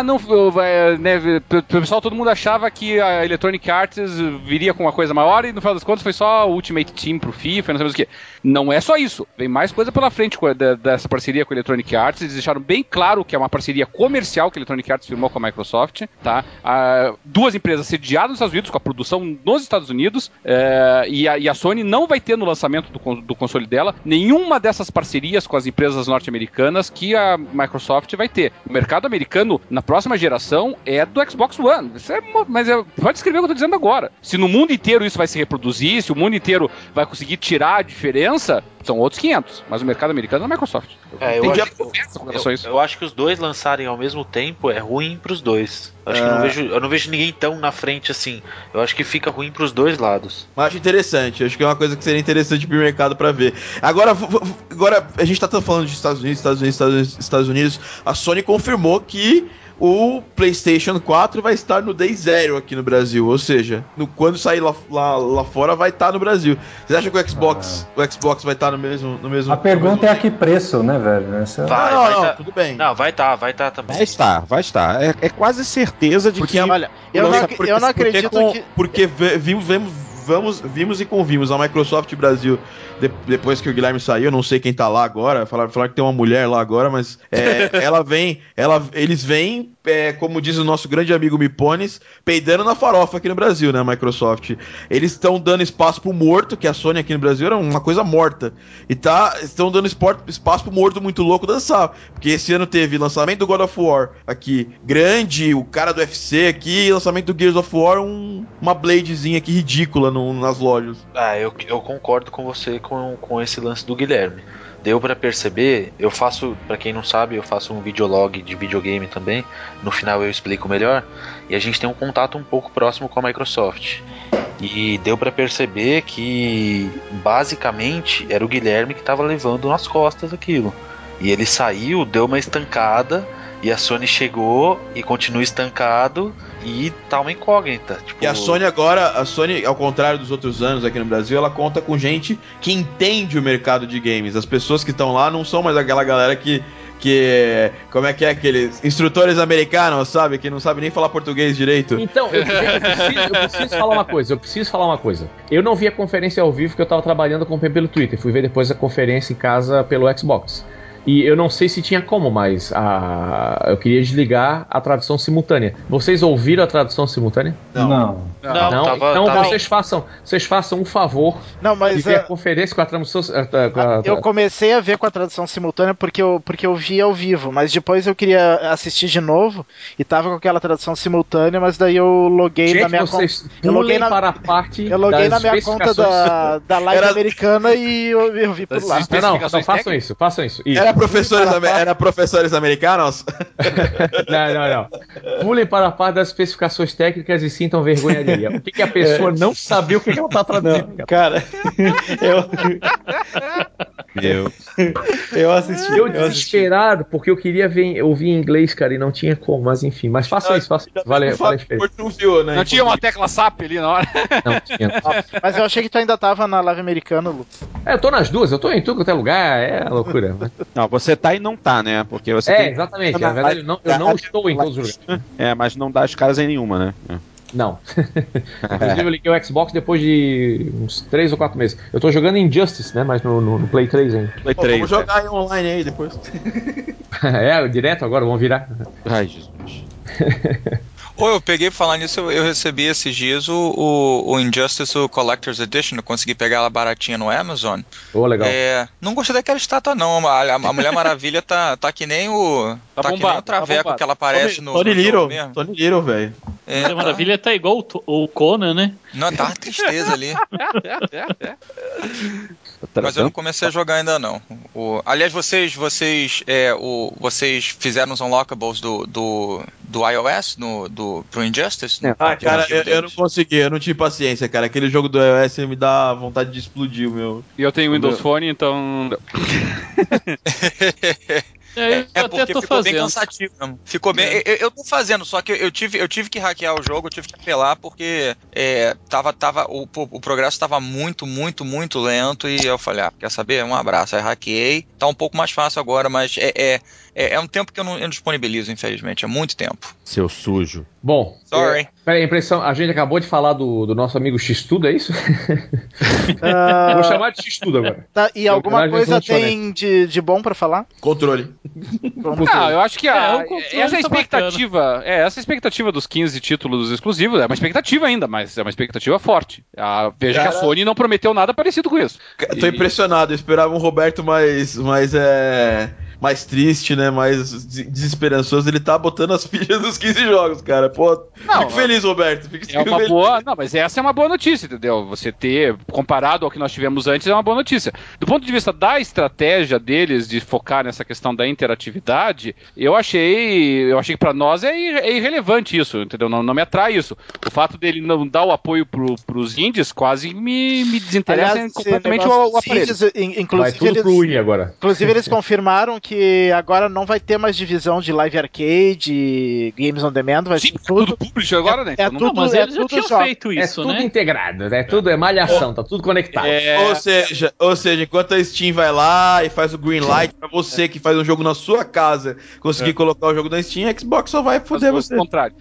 Speaker 5: o pessoal, todo mundo achava que a Electronic Arts viria com uma coisa maior e no final das contas foi só o Ultimate Team pro FIFA, não sei mais o que. Não é só isso. Vem mais coisa pela frente dessa parceria com a Electronic Arts. Eles deixaram bem claro que é uma parceria comercial que a Electronic Arts firmou com a Microsoft, tá? Duas empresas sediadas nos Estados Unidos, com a produção nos Estados Unidos, e a Sony não vai ter no lançamento do console dela nenhuma dessas parcerias com as empresas norte-americanas que a Microsoft vai ter. O mercado americano, na próxima geração, é do Xbox One. Pode escrever o que eu tô dizendo agora. Se no mundo inteiro isso vai se reproduzir, se o mundo inteiro vai conseguir tirar a diferença, são outros 500. Mas o mercado americano é da Microsoft.
Speaker 12: Eu acho que os dois lançarem ao mesmo tempo é ruim pros dois. Eu não vejo ninguém tão na frente assim. Eu acho que fica ruim pros dois lados.
Speaker 6: Mas acho interessante. Acho que é uma coisa que seria interessante pro mercado pra ver. Agora a gente tá falando de Estados Unidos. A Sony confirmou que o PlayStation 4 vai estar no Day Zero aqui no Brasil, ou seja, quando sair lá fora vai estar no Brasil. Vocês acham que o Xbox vai estar no mesmo?
Speaker 4: A pergunta é a que preço, né, velho?
Speaker 6: Não, tudo bem.
Speaker 12: Não, vai estar também.
Speaker 1: Vai estar. É quase certeza de que...
Speaker 3: Olha, eu não acredito
Speaker 6: porque vimos e convimos a Microsoft Brasil depois que o Guilherme saiu, não sei quem tá lá agora, falaram que tem uma mulher lá agora, mas eles vêm, como diz o nosso grande amigo Mipones, peidando na farofa aqui no Brasil, né, Microsoft. Eles estão dando espaço pro morto, que a Sony aqui no Brasil era uma coisa morta, e estão dando espaço pro morto muito louco dançar, porque esse ano teve lançamento do God of War aqui, grande, o cara do UFC aqui, lançamento do Gears of War, uma bladezinha aqui ridícula nas lojas.
Speaker 12: Eu concordo com você com esse lance do Guilherme. Deu pra perceber, pra quem não sabe, eu faço um videolog de videogame também, no final eu explico melhor, e a gente tem um contato um pouco próximo com a Microsoft. E deu pra perceber que basicamente era o Guilherme que tava levando nas costas aquilo. E ele saiu, deu uma estancada, e a Sony chegou e continua estancado e tá uma incógnita.
Speaker 6: E a Sony, ao contrário dos outros anos aqui no Brasil, ela conta com gente que entende o mercado de games. As pessoas que estão lá não são mais aquela galera que como é que é aqueles instrutores americanos, sabe? Que não sabe nem falar português direito.
Speaker 2: Então, eu preciso falar uma coisa. Eu não vi a conferência ao vivo porque eu tava trabalhando com o pelo Twitter. Fui ver depois a conferência em casa pelo Xbox. e eu não sei se tinha como, mas eu queria desligar a tradução simultânea. Vocês ouviram a tradução simultânea?
Speaker 4: Não.
Speaker 2: Então vocês façam um favor
Speaker 3: de
Speaker 2: ver a conferência com a tradução.
Speaker 3: Eu comecei a ver com a tradução simultânea porque eu vi ao vivo, mas depois eu queria assistir de novo e tava com aquela tradução simultânea, mas daí eu loguei na minha conta. Eu loguei na minha conta da live americana e eu vi por lá.
Speaker 2: Não, façam isso.
Speaker 6: Era professores americanos?
Speaker 2: Não. Pulem para a parte das especificações técnicas e sintam vergonha alheia. O que a pessoa não sabia o que ela tá traduzindo?
Speaker 8: Não, cara, eu assisti.
Speaker 2: Eu desesperado, porque eu queria ouvir em inglês, cara, e não tinha como, mas enfim. Mas façam isso. Vale a experiência.
Speaker 5: Não tinha uma tecla SAP ali na hora?
Speaker 2: Não tinha.
Speaker 3: Mas eu achei que tu ainda tava na live americana, Lu.
Speaker 2: Eu tô nas duas, eu tô em tudo quanto é lugar, é loucura.
Speaker 1: Não, você tá e não tá, né? Porque você
Speaker 2: exatamente. Na verdade, eu não estou em todos os lugares.
Speaker 1: Mas não dá as caras em nenhuma, né?
Speaker 2: Não. Inclusive eu liguei o Xbox depois de uns 3 ou 4 meses. Eu tô jogando Injustice, né? Mas no Play 3 ainda.
Speaker 6: Play 3, vamos jogar aí online aí depois.
Speaker 2: Direto agora, vamos virar.
Speaker 1: Ai, Jesus.
Speaker 13: Eu peguei pra falar nisso, eu recebi esses dias o Injustice, o Collector's Edition, eu consegui pegar ela baratinha no Amazon.
Speaker 2: Legal.
Speaker 13: Não gostei daquela estátua não, a Mulher Maravilha tá que nem o... Tá que nem o Traveco que ela aparece no
Speaker 6: jogo mesmo. Tony Little, velho.
Speaker 7: A Mulher Maravilha tá igual o Conan, né?
Speaker 13: Não, tá uma tristeza ali. Mas eu não comecei a jogar ainda não. Aliás, vocês fizeram os unlockables do iOS pro Injustice?
Speaker 6: Cara, eu não consegui, eu não tive paciência, cara. Aquele jogo do iOS me dá vontade de explodir o meu.
Speaker 5: E eu tenho Windows Phone, então...
Speaker 13: Porque ficou bem cansativo mesmo. Ficou bem. Eu tô fazendo, só que eu tive que hackear o jogo, eu tive que apelar porque o progresso tava muito, muito, muito lento e eu falei, quer saber? Um abraço. Aí hackeei, tá um pouco mais fácil agora, mas é um tempo que eu não disponibilizo, infelizmente. É muito tempo.
Speaker 1: Seu sujo.
Speaker 2: Bom,
Speaker 13: sorry.
Speaker 2: Peraí, a gente acabou de falar do nosso amigo X-Tudo, é isso? Vou chamar de X-Tudo agora.
Speaker 3: Tá, e alguma coisa tem de bom pra falar?
Speaker 6: Controle.
Speaker 5: Eu acho que essa expectativa dos 15 títulos exclusivos é uma expectativa ainda, mas é uma expectativa forte. Veja que a Sony não prometeu nada parecido com isso.
Speaker 6: Tô impressionado, eu esperava um Roberto mais triste, né? Mais desesperançoso. Ele tá botando as pilhas dos 15 jogos, cara. Pô, fico feliz, Roberto.
Speaker 5: Mas essa é uma boa notícia, entendeu? Você ter, comparado ao que nós tivemos antes, é uma boa notícia. Do ponto de vista da estratégia deles de focar nessa questão da interatividade, eu achei que pra nós é irrelevante isso, entendeu? Não me atrai isso. O fato dele não dar o apoio pros indies quase me desinteressa completamente o aparelho.
Speaker 3: Inclusive eles confirmaram que agora não vai ter mais divisão de live arcade, games on demand, vai ser
Speaker 5: tudo publisher agora, né?
Speaker 7: Mas eles já tinham feito isso,
Speaker 2: né? É tudo integrado, né? Tudo é malhação, tá tudo conectado.
Speaker 6: Ou seja, enquanto a Steam vai lá e faz o green light pra você que faz um jogo na sua casa, conseguir colocar o jogo na Steam, a Xbox só vai foder você.
Speaker 5: Ao contrário.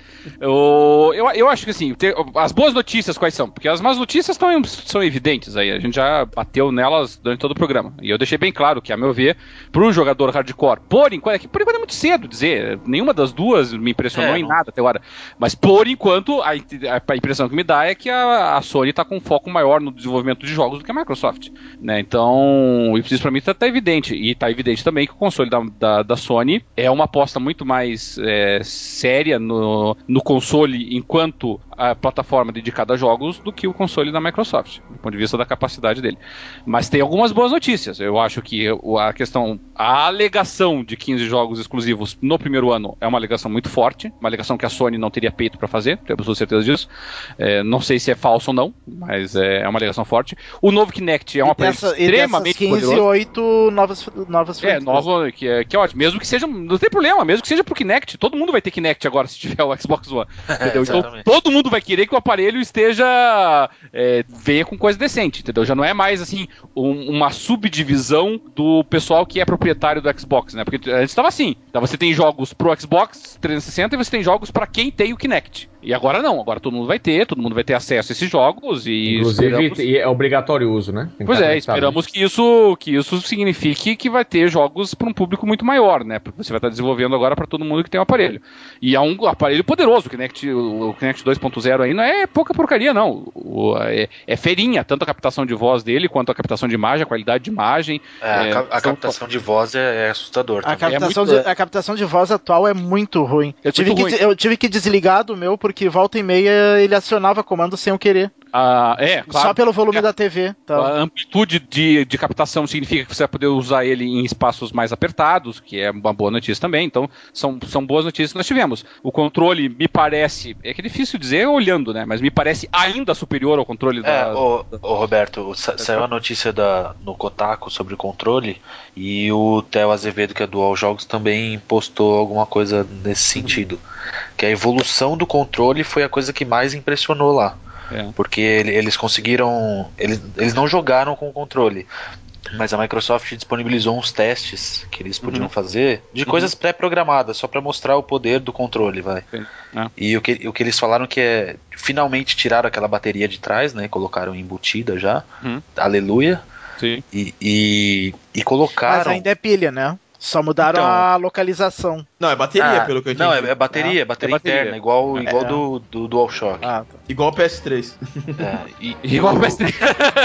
Speaker 5: Eu acho que assim, as boas notícias quais são? Porque as más notícias são evidentes aí, a gente já bateu nelas durante todo o programa. E eu deixei bem claro que, a meu ver, pro jogador hardcore, por enquanto é muito cedo dizer, nenhuma das duas me impressionou em nada até agora, mas por enquanto a impressão que me dá é que a Sony tá com um foco maior no desenvolvimento de jogos do que a Microsoft, né? Então isso pra mim tá evidente, e tá evidente também que o console da Sony é uma aposta muito mais séria no console enquanto a plataforma dedicada a jogos do que o console da Microsoft, do ponto de vista da capacidade dele. Mas tem algumas boas notícias. Eu acho que a alegação de 15 jogos exclusivos no primeiro ano é uma alegação muito forte, uma alegação que a Sony não teria peito pra fazer, tenho absoluta certeza disso. Não sei se é falso ou não, mas é uma alegação forte. O novo Kinect é uma aparelho extremamente
Speaker 3: 15
Speaker 5: poderoso.
Speaker 3: E 8 novas
Speaker 5: franquias. Que é ótimo. Mesmo que seja, não tem problema, mesmo que seja pro Kinect, todo mundo vai ter Kinect agora se tiver o Xbox One. Entendeu? Então todo mundo vai querer que o aparelho venha com coisa decente, entendeu? Já não é mais assim uma subdivisão do pessoal que é proprietário do Xbox, né? Porque antes estava assim. Então você tem jogos pro Xbox 360 e você tem jogos pra quem tem o Kinect. E agora não, agora todo mundo vai ter acesso a esses jogos e
Speaker 2: inclusive é obrigatório o uso, né?
Speaker 5: Pois é, esperamos que isso signifique que vai ter jogos para um público muito maior, né? Porque você vai estar desenvolvendo agora para todo mundo que tem um aparelho. E é um aparelho poderoso, o Kinect 2.0 aí não é pouca porcaria, não. É ferinha, tanto a captação de voz dele quanto a captação de imagem, a qualidade de imagem.
Speaker 12: A captação de voz é assustador.
Speaker 3: A captação de voz atual é muito ruim. Eu tive que desligar do meu porque volta e meia ele acionava comando sem eu querer.
Speaker 5: Claro.
Speaker 3: Só pelo volume da TV. Então.
Speaker 5: A amplitude de captação significa que você vai poder usar ele em espaços mais apertados, que é uma boa notícia também. Então, são boas notícias que nós tivemos. O controle me parece, é que é difícil dizer olhando, né? Mas me parece ainda superior ao controle
Speaker 12: Roberto, saiu a notícia no Kotaku sobre o controle e o Theo Azevedo, que é do All Jogos, também postou alguma coisa nesse sentido. Que a evolução do controle foi a coisa que mais impressionou lá. Porque eles conseguiram. Eles não jogaram com o controle, mas a Microsoft disponibilizou uns testes que eles podiam fazer de coisas pré-programadas, só para mostrar o poder do controle, E o que eles falaram que é finalmente tiraram aquela bateria de trás, né? Colocaram embutida já. Aleluia.
Speaker 5: Sim.
Speaker 12: E colocaram.
Speaker 3: Mas ainda é pilha, né? Só mudaram a localização.
Speaker 6: Não, é bateria, pelo que eu entendi.
Speaker 12: Não, é bateria interna, igual do DualShock.
Speaker 6: Tá. Igual o PS3.
Speaker 5: Igual o PS3.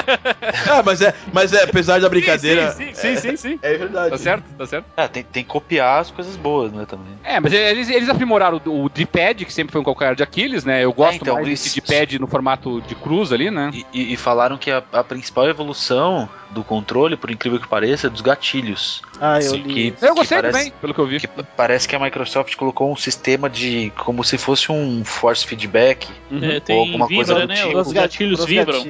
Speaker 6: mas apesar da brincadeira...
Speaker 5: Sim.
Speaker 6: É verdade.
Speaker 5: Tá certo.
Speaker 12: Tem que copiar as coisas boas, né, também.
Speaker 5: Mas eles aprimoraram o D-pad, que sempre foi um calcanhar de Aquiles, né? Eu gosto mais desse D-pad no formato de cruz ali, né?
Speaker 12: E falaram que a principal evolução do controle, por incrível que pareça, é dos gatilhos.
Speaker 3: Eu li.
Speaker 5: Eu gostei também, pelo que eu vi.
Speaker 12: Parece que a Microsoft colocou um sistema de como se fosse um force feedback ou alguma coisa do tipo.
Speaker 7: Os gatilhos vibram.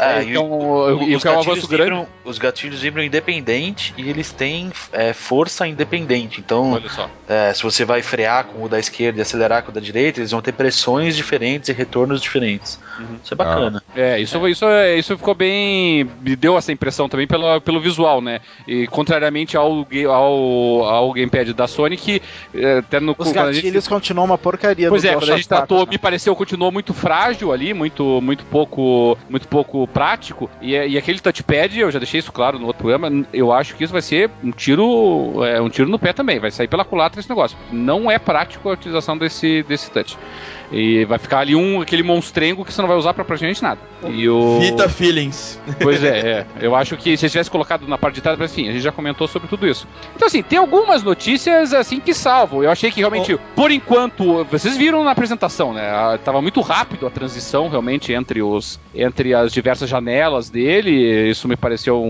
Speaker 12: Os gatilhos vibram independente e eles têm força independente. Então, se você vai frear com o da esquerda e acelerar com o da direita, eles vão ter pressões diferentes e retornos diferentes. Isso é bacana.
Speaker 5: Isso ficou bem... Me deu essa impressão também pelo visual, né? E contrariamente ao gamepad da Sony, que até no...
Speaker 3: Os gatilhos continuam uma porcaria.
Speaker 5: Pois quando a gente tratou, me pareceu, continuou muito frágil ali, muito pouco prático, e aquele touchpad, eu já deixei isso claro no outro programa, eu acho que isso vai ser um tiro no pé também, vai sair pela culatra esse negócio. Não é prático a utilização desse touch. E vai ficar ali aquele monstrengo que você não vai usar pra praticamente nada.
Speaker 6: Vita Feelings.
Speaker 5: Pois eu acho que se tivesse colocado na parte de trás, enfim, a gente já comentou sobre tudo isso. Então assim, tem algumas notícias assim que salvam. Eu achei que realmente, por enquanto, vocês viram na apresentação, né? Tava muito rápido a transição realmente entre as diversas janelas dele. Isso me pareceu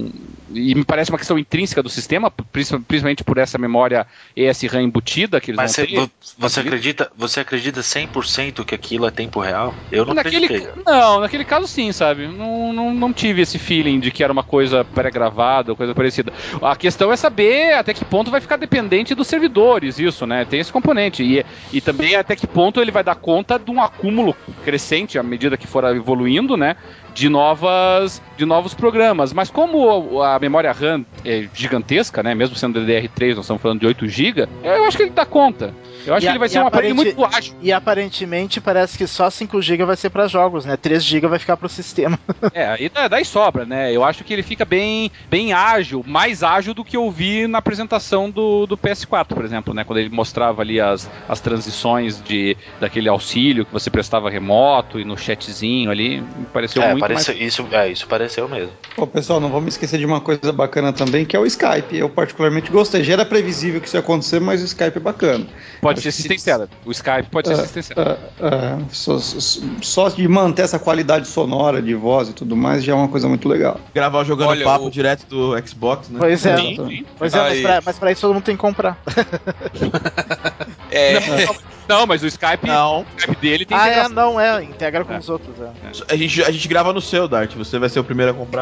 Speaker 5: e me parece uma questão intrínseca do sistema, principalmente por essa memória ESRAM embutida que eles
Speaker 12: vão ter. Você acredita 100% que aquilo é tempo real? Eu não acreditei.
Speaker 5: Não, naquele caso sim, sabe? Não tive esse feeling de que era uma coisa pré-gravada ou coisa parecida. A questão é saber até que ponto vai ficar dependente dos servidores, isso, né? Tem esse componente. E também até que ponto ele vai dar conta de um acúmulo crescente à medida que for evoluindo, né? De novos programas. Mas como a memória RAM é gigantesca, né? Mesmo sendo DDR3, nós estamos falando de 8 GB, eu acho que ele dá conta. Eu acho que ele vai ser um aparelho muito ágil.
Speaker 3: E aparentemente parece que só 5 GB vai ser para jogos, né? 3 GB vai ficar pro sistema.
Speaker 5: Aí daí sobra, né? Eu acho que ele fica bem ágil, mais ágil do que eu vi na apresentação do PS4, por exemplo, né? Quando ele mostrava ali as transições daquele auxílio que você prestava remoto e no chatzinho ali, me pareceu muito mais...
Speaker 12: Isso pareceu mesmo.
Speaker 8: Pessoal, não vamos esquecer de uma coisa bacana também, que é o Skype. Eu particularmente gostei. Já era previsível que isso ia acontecer, mas o Skype é bacana.
Speaker 5: Pode ser assistenciada. O Skype pode ser assistenciado.
Speaker 8: Só de manter essa qualidade sonora de voz e tudo mais já é uma coisa muito legal.
Speaker 6: Gravar jogando papo direto do Xbox, né?
Speaker 3: Pois é. Mas pra isso todo mundo tem que comprar.
Speaker 5: Não, mas o Skype, o Skype dele tem
Speaker 3: integração. Integra com os outros.
Speaker 6: A gente grava no seu, Dart. Você vai ser o primeiro a comprar.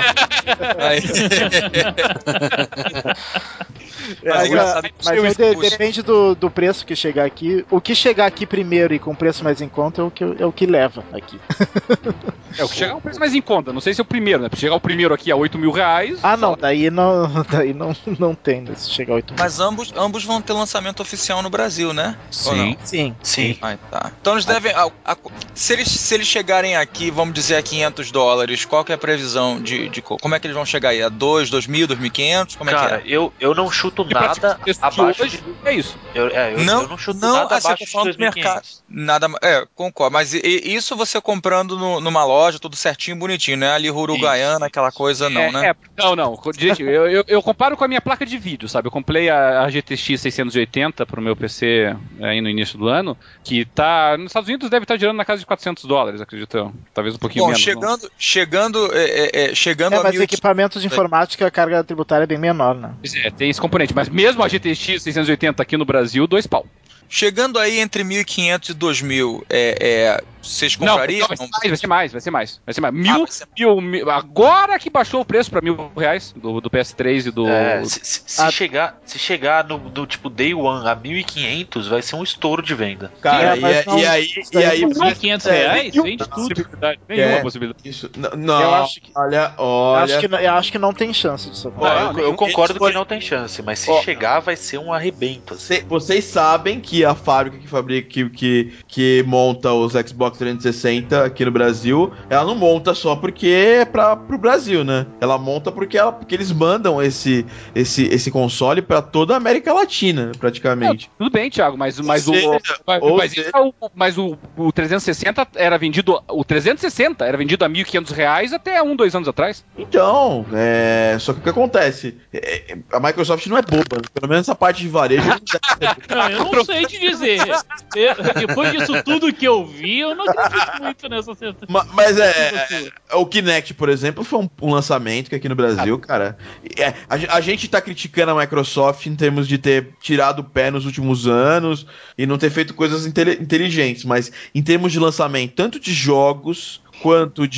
Speaker 3: Depende do preço que chegar aqui. O que chegar aqui primeiro e com preço mais em conta é o que leva aqui.
Speaker 5: É, o que chegar é um preço mais em conta. Não sei se é o primeiro, né? Pra chegar o primeiro aqui a R$8.000.
Speaker 3: Ah, não, daí não tem, né, se chegar a 8 mil.
Speaker 13: Mas ambos vão ter lançamento oficial no Brasil, né?
Speaker 5: Sim.
Speaker 3: Sim.
Speaker 13: Ah, tá. Então eles devem. Se eles chegarem aqui, vamos dizer, a $500, qual que é a previsão de como é que eles vão chegar aí? A 2.000, 2.500? Como
Speaker 12: Cara,
Speaker 13: é que é?
Speaker 12: eu não chuto nada abaixo de...
Speaker 5: É isso.
Speaker 12: Eu não chuto nada abaixo de 2.500.
Speaker 13: Nada, concordo. Mas isso você comprando numa loja, tudo certinho, bonitinho, né? Ali Uruguaiana, aquela coisa não, né?
Speaker 5: Não. Gente, eu comparo com a minha placa de vídeo, sabe? Eu comprei a GTX 680 pro meu PC aí no início do ano, que tá... Nos Estados Unidos deve estar girando na casa de $400, acredito eu. Talvez um pouquinho menos.
Speaker 13: Chegando a
Speaker 3: mas equipamentos de informática, a carga tributária é bem menor, né?
Speaker 5: Tem esse componente. Mas mesmo a GTX 680 aqui no Brasil, $2.
Speaker 13: Chegando aí entre 1.500 e 2.000, vocês comprariam?
Speaker 5: Não, vai ser mais. Agora que baixou o preço pra R$1.000 do PS3 e do...
Speaker 12: Se chegar no tipo Day One a 1.500, vai ser um estouro de venda.
Speaker 6: Cara, e aí...
Speaker 7: R$1.500? Vende tudo.
Speaker 5: Nenhuma possibilidade.
Speaker 6: Isso, não, olha...
Speaker 3: Eu acho que não tem chance disso.
Speaker 12: Eu concordo que não tem chance, mas se chegar vai ser um arrebento. Assim.
Speaker 6: Vocês sabem que a fábrica que fabrica, que monta os Xbox 360 aqui no Brasil, ela não monta só porque é pro Brasil, né? Ela monta porque eles mandam esse console pra toda a América Latina, praticamente.
Speaker 5: Tudo bem, Thiago, mas o 360 era vendido... O 360 era vendido a R$1.500 até 2 anos atrás.
Speaker 6: Então, só que o que acontece? A Microsoft não é boba, pelo menos essa parte de varejo.
Speaker 7: Eu não sei te dizer. Depois disso tudo que eu vi, eu não acredito muito nessa certeza.
Speaker 6: Mas o Kinect, por exemplo, foi um lançamento que aqui no Brasil, cara... A gente tá criticando a Microsoft em termos de ter tirado o pé nos últimos anos e não ter feito coisas inteligentes, mas em termos de lançamento, tanto de jogos... quanto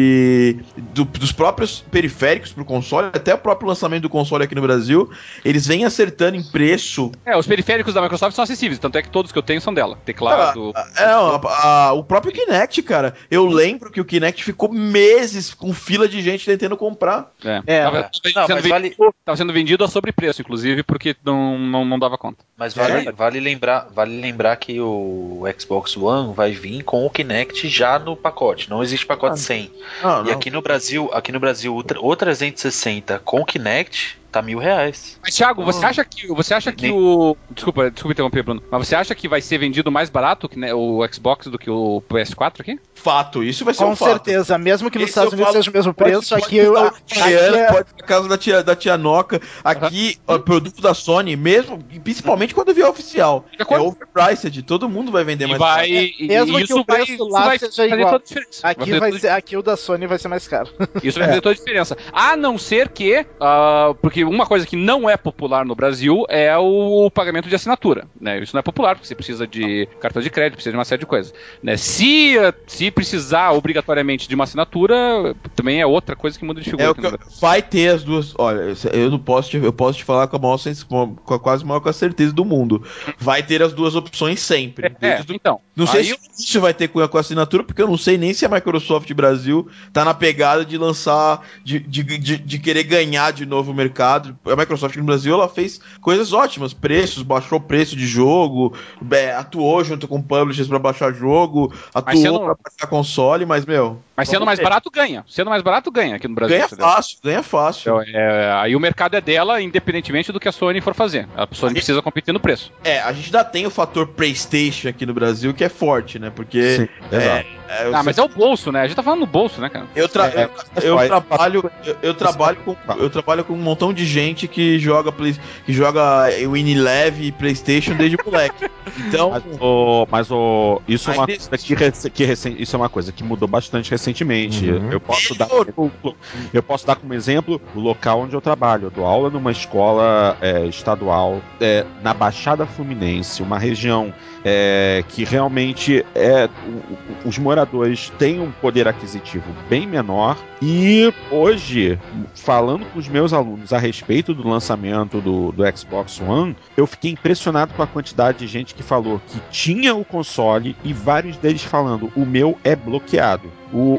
Speaker 6: dos próprios periféricos pro console, até o próprio lançamento do console aqui no Brasil, eles vêm acertando em preço.
Speaker 5: Os periféricos da Microsoft são acessíveis, tanto é que todos que eu tenho são dela. Teclado...
Speaker 6: o próprio Kinect, cara. Eu lembro que o Kinect ficou meses com fila de gente tentando comprar.
Speaker 5: Tava sendo vendido a sobrepreço, inclusive, porque não dava conta.
Speaker 12: Mas vale lembrar que o Xbox One vai vir com o Kinect já no pacote. Não existe pacote 100. E aqui no Brasil, o 360 com Kinect tá R$1.000.
Speaker 5: Mas, Thiago, você acha que o... Desculpa interromper, Bruno. Mas você acha que vai ser vendido mais barato o Xbox do que o PS4 aqui?
Speaker 6: Fato, isso vai ser um fato.
Speaker 3: Com certeza, mesmo que nos Estados Unidos seja o mesmo preço, aqui
Speaker 6: pode ser a casa da tia Noca. Aqui, o produto da Sony, principalmente quando vier oficial, é overpriced, todo mundo vai vender mais caro.
Speaker 3: Mesmo que o preço lá seja igual. Aqui o da Sony vai ser mais caro.
Speaker 5: Isso vai fazer toda a diferença. A não ser que, porque uma coisa que não é popular no Brasil é o pagamento de assinatura, né? Isso não é popular, porque você precisa de cartão de crédito, precisa de uma série de coisas, né? Se precisar obrigatoriamente de uma assinatura, também é outra coisa que muda de figura.
Speaker 6: Vai ter as duas. Olha, eu posso te falar com a quase maior certeza do mundo. Vai ter as duas opções sempre.
Speaker 5: Então.
Speaker 6: Não sei se isso vai ter com a assinatura, porque eu não sei nem se a Microsoft Brasil tá na pegada de lançar, de querer ganhar de novo o mercado. A Microsoft no Brasil, ela fez coisas ótimas, baixou o preço de jogo, atuou junto com publishers pra baixar jogo, atuou pra baixar console, mas
Speaker 5: sendo mais barato, ganha. Sendo mais barato, ganha aqui no Brasil.
Speaker 6: Ganha fácil.
Speaker 5: Aí o mercado é dela, independentemente do que a Sony for fazer. A Sony precisa competir no preço.
Speaker 6: A gente ainda tem o fator PlayStation aqui no Brasil, que é forte, né? Porque...
Speaker 5: Sim, mas é o bolso, né? A gente tá falando do bolso, né, cara?
Speaker 6: Eu trabalho com um montão de gente que joga Winileve e PlayStation desde moleque. Então...
Speaker 1: isso é uma coisa isso é uma coisa que mudou bastante recentemente. Eu posso dar como exemplo o local onde eu trabalho. Eu dou aula numa escola estadual na Baixada Fluminense, uma região que realmente os moradores para 2 tem um poder aquisitivo bem menor. E hoje, falando com os meus alunos a respeito do lançamento do Xbox One, eu fiquei impressionado com a quantidade de gente que falou que tinha o console e vários deles falando, o meu é bloqueado.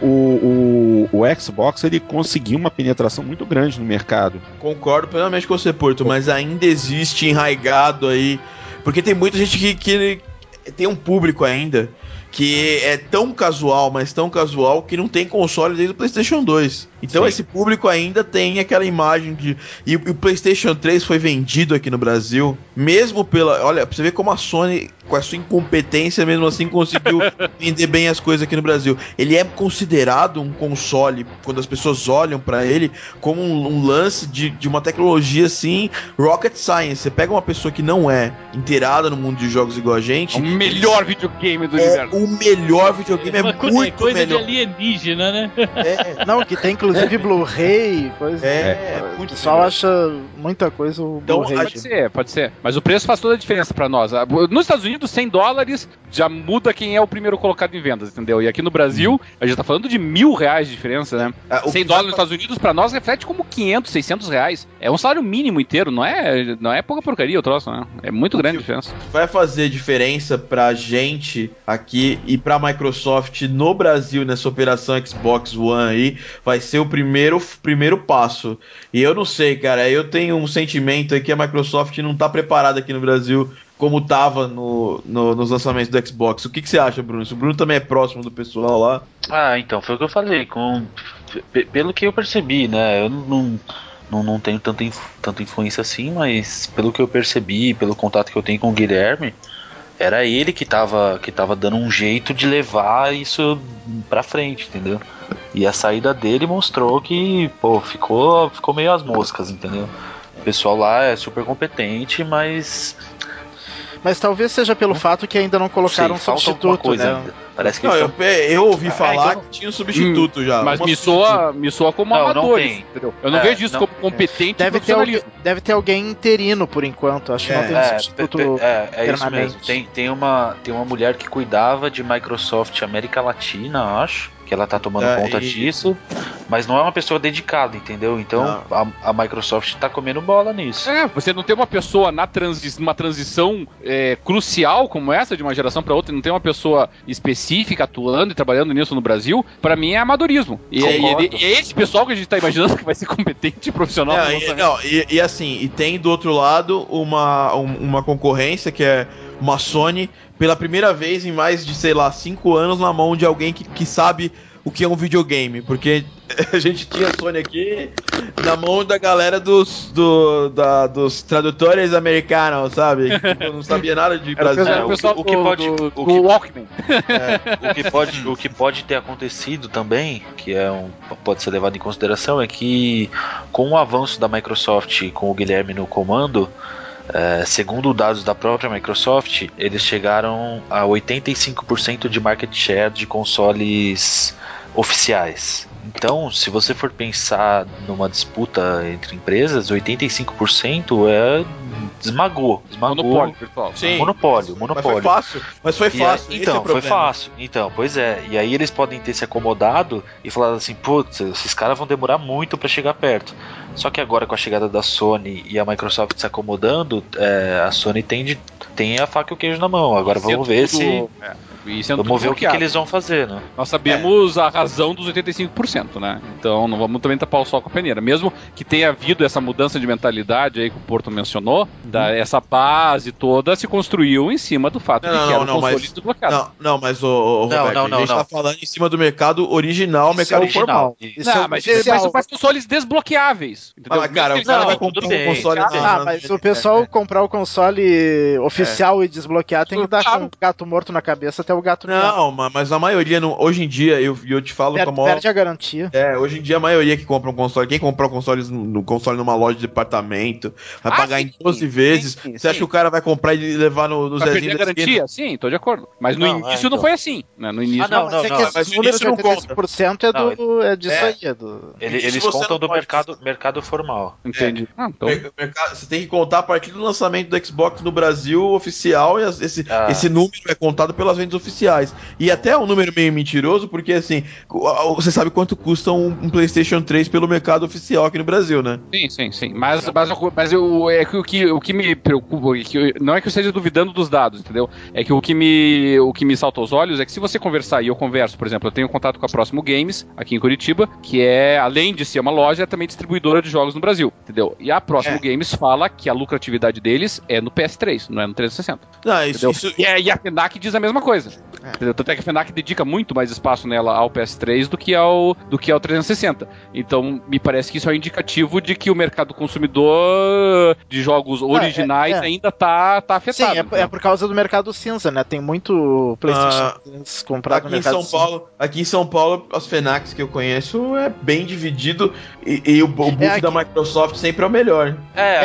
Speaker 1: O Xbox, ele conseguiu uma penetração muito grande no mercado.
Speaker 6: Concordo plenamente com você, Porto, mas ainda existe enraigado aí, porque tem muita gente que tem um público ainda que é tão casual, mas tão casual, que não tem console desde o PlayStation 2. Então esse público ainda tem aquela imagem de... E o PlayStation 3 foi vendido aqui no Brasil, mesmo pela... Olha, pra você ver como a Sony, com a sua incompetência, mesmo assim, conseguiu vender bem as coisas aqui no Brasil. Ele é considerado um console, quando as pessoas olham pra ele, como um lance de uma tecnologia, assim, rocket science. Você pega uma pessoa que não é inteirada no mundo de jogos igual a gente...
Speaker 5: O melhor videogame do universo.
Speaker 6: O melhor videogame, é muito
Speaker 7: coisa
Speaker 6: melhor.
Speaker 7: de alienígena, né?
Speaker 3: Não, que tem inclusive Blu-ray, coisa. O pessoal acha muita coisa o Blu-ray.
Speaker 5: Pode ser. Mas o preço faz toda a diferença pra nós. Nos Estados Unidos, $100 já muda quem é o primeiro colocado em vendas, entendeu? E aqui no Brasil, a gente tá falando de $1.000 de diferença, né? $100 nos Estados Unidos, pra nós, reflete como $500, $600. É um salário mínimo inteiro, não é pouca porcaria o troço, né? É muito grande a diferença.
Speaker 6: Vai fazer diferença pra gente aqui e pra Microsoft no Brasil, nessa operação Xbox One aí, vai ser o primeiro passo. E eu não sei, cara, eu tenho um sentimento aí que a Microsoft não tá preparada aqui no Brasil como tava nos lançamentos do Xbox. O que você acha, Bruno? O Bruno também é próximo do pessoal lá.
Speaker 12: Então, foi o que eu falei. Pelo que eu percebi, né, eu não tenho tanta influência assim, mas pelo que eu percebi, pelo contato que eu tenho com o Guilherme, era ele que tava dando um jeito de levar isso pra frente, entendeu? E a saída dele mostrou que, ficou meio às moscas, entendeu? O pessoal lá é super competente, mas
Speaker 3: talvez seja pelo fato que ainda não colocaram um substituto, né?
Speaker 12: Ainda. Parece que
Speaker 6: eu ouvi falar que tinha um substituto já.
Speaker 5: Mas me soa como amadores, entendeu? Eu não vejo isso como competente.
Speaker 3: Deve ter alguém interino por enquanto. Acho que não tem um substituto permanente.
Speaker 12: Isso mesmo. Tem uma mulher que cuidava de Microsoft América Latina, acho. Que ela tá tomando conta disso, mas não é uma pessoa dedicada, entendeu? Então a Microsoft tá comendo bola nisso.
Speaker 5: Você não tem uma pessoa numa transição crucial como essa, de uma geração para outra, não tem uma pessoa específica atuando e trabalhando nisso no Brasil, para mim é amadorismo. E é esse pessoal que a gente tá imaginando que vai ser competente e profissional.
Speaker 6: E assim, e tem do outro lado uma concorrência que é uma Sony, pela primeira vez em mais de, 5 anos, na mão de alguém que sabe o que é um videogame, porque a gente tinha a Sony aqui na mão da galera dos tradutores americanos, sabe? Que não sabia nada de Brasil.
Speaker 12: O que pode ter acontecido também, que pode ser levado em consideração, é que com o avanço da Microsoft com o Guilherme no comando, segundo dados da própria Microsoft, eles chegaram a 85% de market share de consoles oficiais. Então, se você for pensar numa disputa entre empresas, 85% esmagou.
Speaker 5: Monopólio, pessoal.
Speaker 12: Sim. Monopólio.
Speaker 6: Mas foi fácil.
Speaker 12: Então, foi fácil. Então, pois é. E aí eles podem ter se acomodado e falado assim, putz, esses caras vão demorar muito para chegar perto. Só que agora, com a chegada da Sony e a Microsoft se acomodando, a Sony tem a faca e o queijo na mão. Agora vamos ver vamos ver o que eles vão fazer, né?
Speaker 5: Nós sabemos a razão dos 85%, né? Então não vamos também tapar o sol com a peneira. Mesmo que tenha havido essa mudança de mentalidade aí que o Porto mencionou, essa base toda se construiu em cima do fato de que era um console desbloqueado.
Speaker 6: Mas Roberto, a gente tá falando em cima do mercado original, mercado formal.
Speaker 5: Mas consoles desbloqueáveis.
Speaker 6: Entendeu? Cara, o cara vai comprar um console...
Speaker 3: mas se o pessoal comprar o console oficial e desbloquear, tem que dar com um gato morto na cabeça até o gato...
Speaker 6: Não, mas a maioria, hoje em dia, eu te falo como...
Speaker 3: Perde a garantia.
Speaker 6: Hoje em dia a maioria que compra um console, quem comprou console numa loja de departamento, vai pagar em 12 vezes. Você acha que o cara vai comprar e levar no Zezinho
Speaker 5: da garantia? Sim, tô de acordo. Mas no início não foi assim. Né? No início
Speaker 3: mas o número de 85% é disso aí.
Speaker 12: Eles contam do mercado formal.
Speaker 5: Entendi.
Speaker 6: Então... Você tem que contar a partir do lançamento do Xbox no Brasil oficial, e esse número é contado pelas vendas oficiais. E até é um número meio mentiroso, porque assim, você sabe quanto custa um PlayStation 3 pelo mercado oficial aqui no Brasil, né?
Speaker 5: Sim. Mas o que me preocupa, não é que eu esteja duvidando dos dados, entendeu? É que o que me salta aos olhos é que se você conversar, e eu converso, por exemplo, eu tenho contato com a Próximo Games, aqui em Curitiba, que é, além de ser uma loja, é também distribuidora de jogos no Brasil, entendeu? E a Próximo Games fala que a lucratividade deles é no PS3, não é no 360.
Speaker 6: Não, isso...
Speaker 5: E a FENAC diz a mesma coisa. Entendeu? Tanto é que a FENAC dedica muito mais espaço nela ao PS3 do que ao 360. Então, me parece que isso é um indicativo de que o mercado consumidor de jogos originais ainda tá afetado.
Speaker 3: Sim, é por causa do mercado cinza, né? Tem muito PlayStation comprado no mercado cinza.
Speaker 6: Aqui em São Paulo, as FENACs que eu conheço é bem dividido e o buff da Microsoft sempre é o melhor.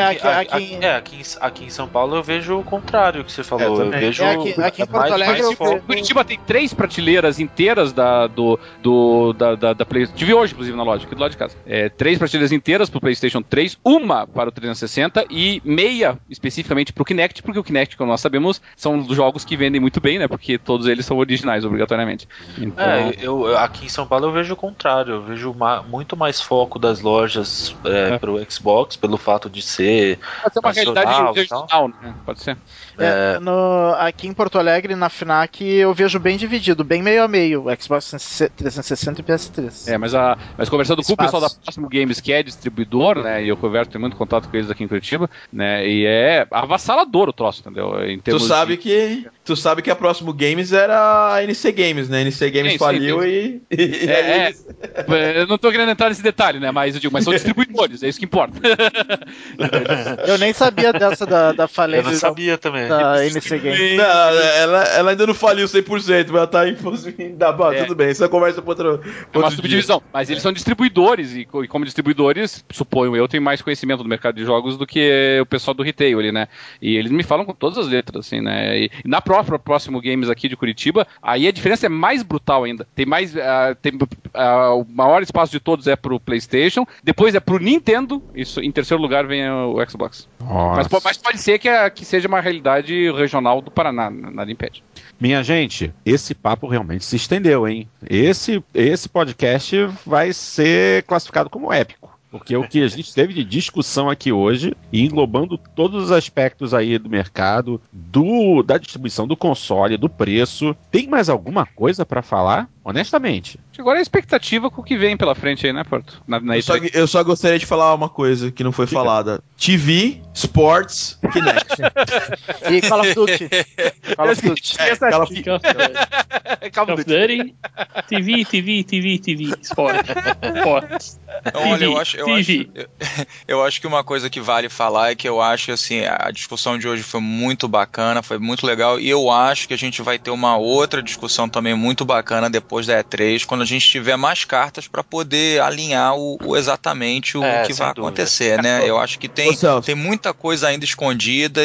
Speaker 12: Aqui em São Paulo eu vejo o contrário que você falou. Eu vejo
Speaker 3: aqui em Porto Alegre
Speaker 5: Curitiba tem 3 prateleiras inteiras da PlayStation. Tive hoje, inclusive, na loja, aqui do lado de casa. 3 prateleiras inteiras pro PlayStation 3, uma para o 360 e meia especificamente pro Kinect, porque o Kinect, como nós sabemos, são jogos que vendem muito bem, né? Porque todos eles são originais, obrigatoriamente. Então...
Speaker 12: aqui em São Paulo eu vejo o contrário. Eu vejo muito mais foco das lojas pro Xbox, pelo fato de ser.
Speaker 5: Pode ser uma realidade regional, né? Pode ser.
Speaker 3: Aqui em Porto Alegre, na FNAC, eu vejo bem dividido, bem meio a meio, Xbox 360 e PS3.
Speaker 5: Mas conversando com o pessoal da Próximo Games, que é distribuidor, né, e eu converso, tenho muito contato com eles aqui em Curitiba, né, e é avassalador o troço, entendeu?
Speaker 6: Tu sabe que a Próximo Games era a NC Games, né? A NC Games faliu e...
Speaker 5: Eu não tô querendo entrar nesse detalhe, né, mas são distribuidores, é isso que importa.
Speaker 3: Eu nem sabia dessa da falência.
Speaker 12: Eu não sabia também.
Speaker 3: Da NC Games.
Speaker 6: Não, ela ainda não faliu 100%, mas ela tá em... Tudo bem, isso é conversa pra outro
Speaker 5: uma subdivisão, mas eles são distribuidores e como distribuidores, suponho eu, tenho mais conhecimento do mercado de jogos do que o pessoal do retail ali, né? E eles me falam com todas as letras, assim, né? E na própria Próximo Games aqui de Curitiba, aí a diferença é mais brutal ainda. Tem mais... o maior espaço de todos é pro PlayStation, depois é pro Nintendo, isso, em terceiro lugar vem o Xbox. Mas pode ser que seja uma realidade regional do Paraná, nada impede.
Speaker 1: Minha gente, esse papo realmente se estendeu, hein? Esse podcast vai ser classificado como épico. Porque o que a gente teve de discussão aqui hoje, englobando todos os aspectos aí do mercado, da distribuição do console, do preço, tem mais alguma coisa pra falar? Honestamente.
Speaker 5: Agora é a expectativa com o que vem pela frente aí, né, Porto?
Speaker 6: Eu só gostaria de falar uma coisa que não foi falada. TV, Sports, Kinect.
Speaker 3: E Call of Duty. Call of Duty.
Speaker 7: Call of Duty. TV, Sports.
Speaker 13: Olha, eu acho que uma coisa que vale falar é que eu acho assim, a discussão de hoje foi muito bacana, foi muito legal, e eu acho que a gente vai ter uma outra discussão também muito bacana depois da E3, quando a gente tiver mais cartas para poder alinhar exatamente o que vai acontecer, né? Eu acho que tem muita coisa ainda escondida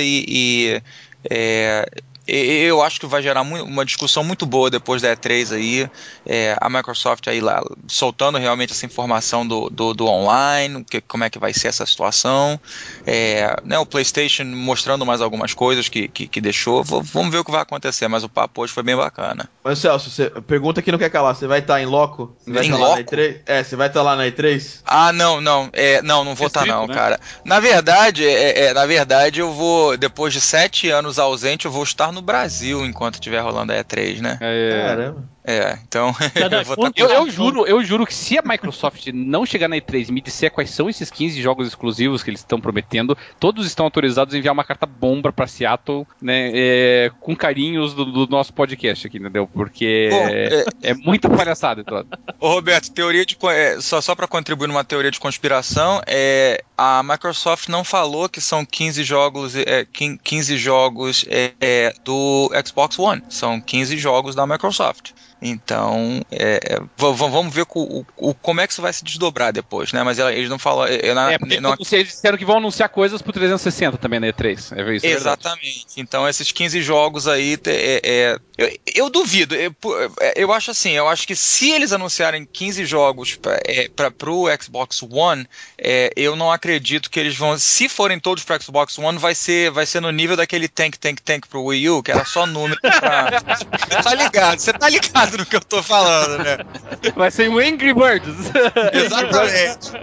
Speaker 13: eu acho que vai gerar uma discussão muito boa depois da E3 aí, a Microsoft aí lá soltando realmente essa informação do online, como é que vai ser essa situação, né, o PlayStation mostrando mais algumas coisas que deixou, vamos ver o que vai acontecer, mas o papo hoje foi bem bacana.
Speaker 6: Mas Celso, pergunta que não quer calar, você vai estar em loco? Você vai estar lá na E3? Você vai estar lá na E3?
Speaker 13: Não vou estar não, né? Cara. Na verdade, eu vou, depois de 7 anos ausente, eu vou estar no Brasil enquanto estiver rolando a E3, né?
Speaker 6: Caramba.
Speaker 13: Então
Speaker 5: eu juro que se a Microsoft não chegar na E3 e me disser quais são esses 15 jogos exclusivos que eles estão prometendo, todos estão autorizados a enviar uma carta bomba pra Seattle, né, com carinhos do nosso podcast aqui, entendeu? Porque é muita palhaçada, então.
Speaker 13: Ô Roberto, só pra contribuir numa teoria de conspiração, a Microsoft não falou que são 15 jogos do Xbox One, são 15 jogos da Microsoft. Então, vamos ver como é que isso vai se desdobrar depois, né? Mas eles não falam...
Speaker 5: Eles disseram que vão anunciar coisas pro 360 também na E3. Isso,
Speaker 13: exatamente. Então, esses 15 jogos aí, eu duvido. Eu acho assim, eu acho que se eles anunciarem 15 jogos pro Xbox One, eu não acredito que eles vão... Se forem todos pro Xbox One, vai ser no nível daquele Tank pro Wii U, que era só número pra... Você tá ligado no que eu tô falando, né?
Speaker 5: Vai ser um Angry Birds.
Speaker 13: Exatamente.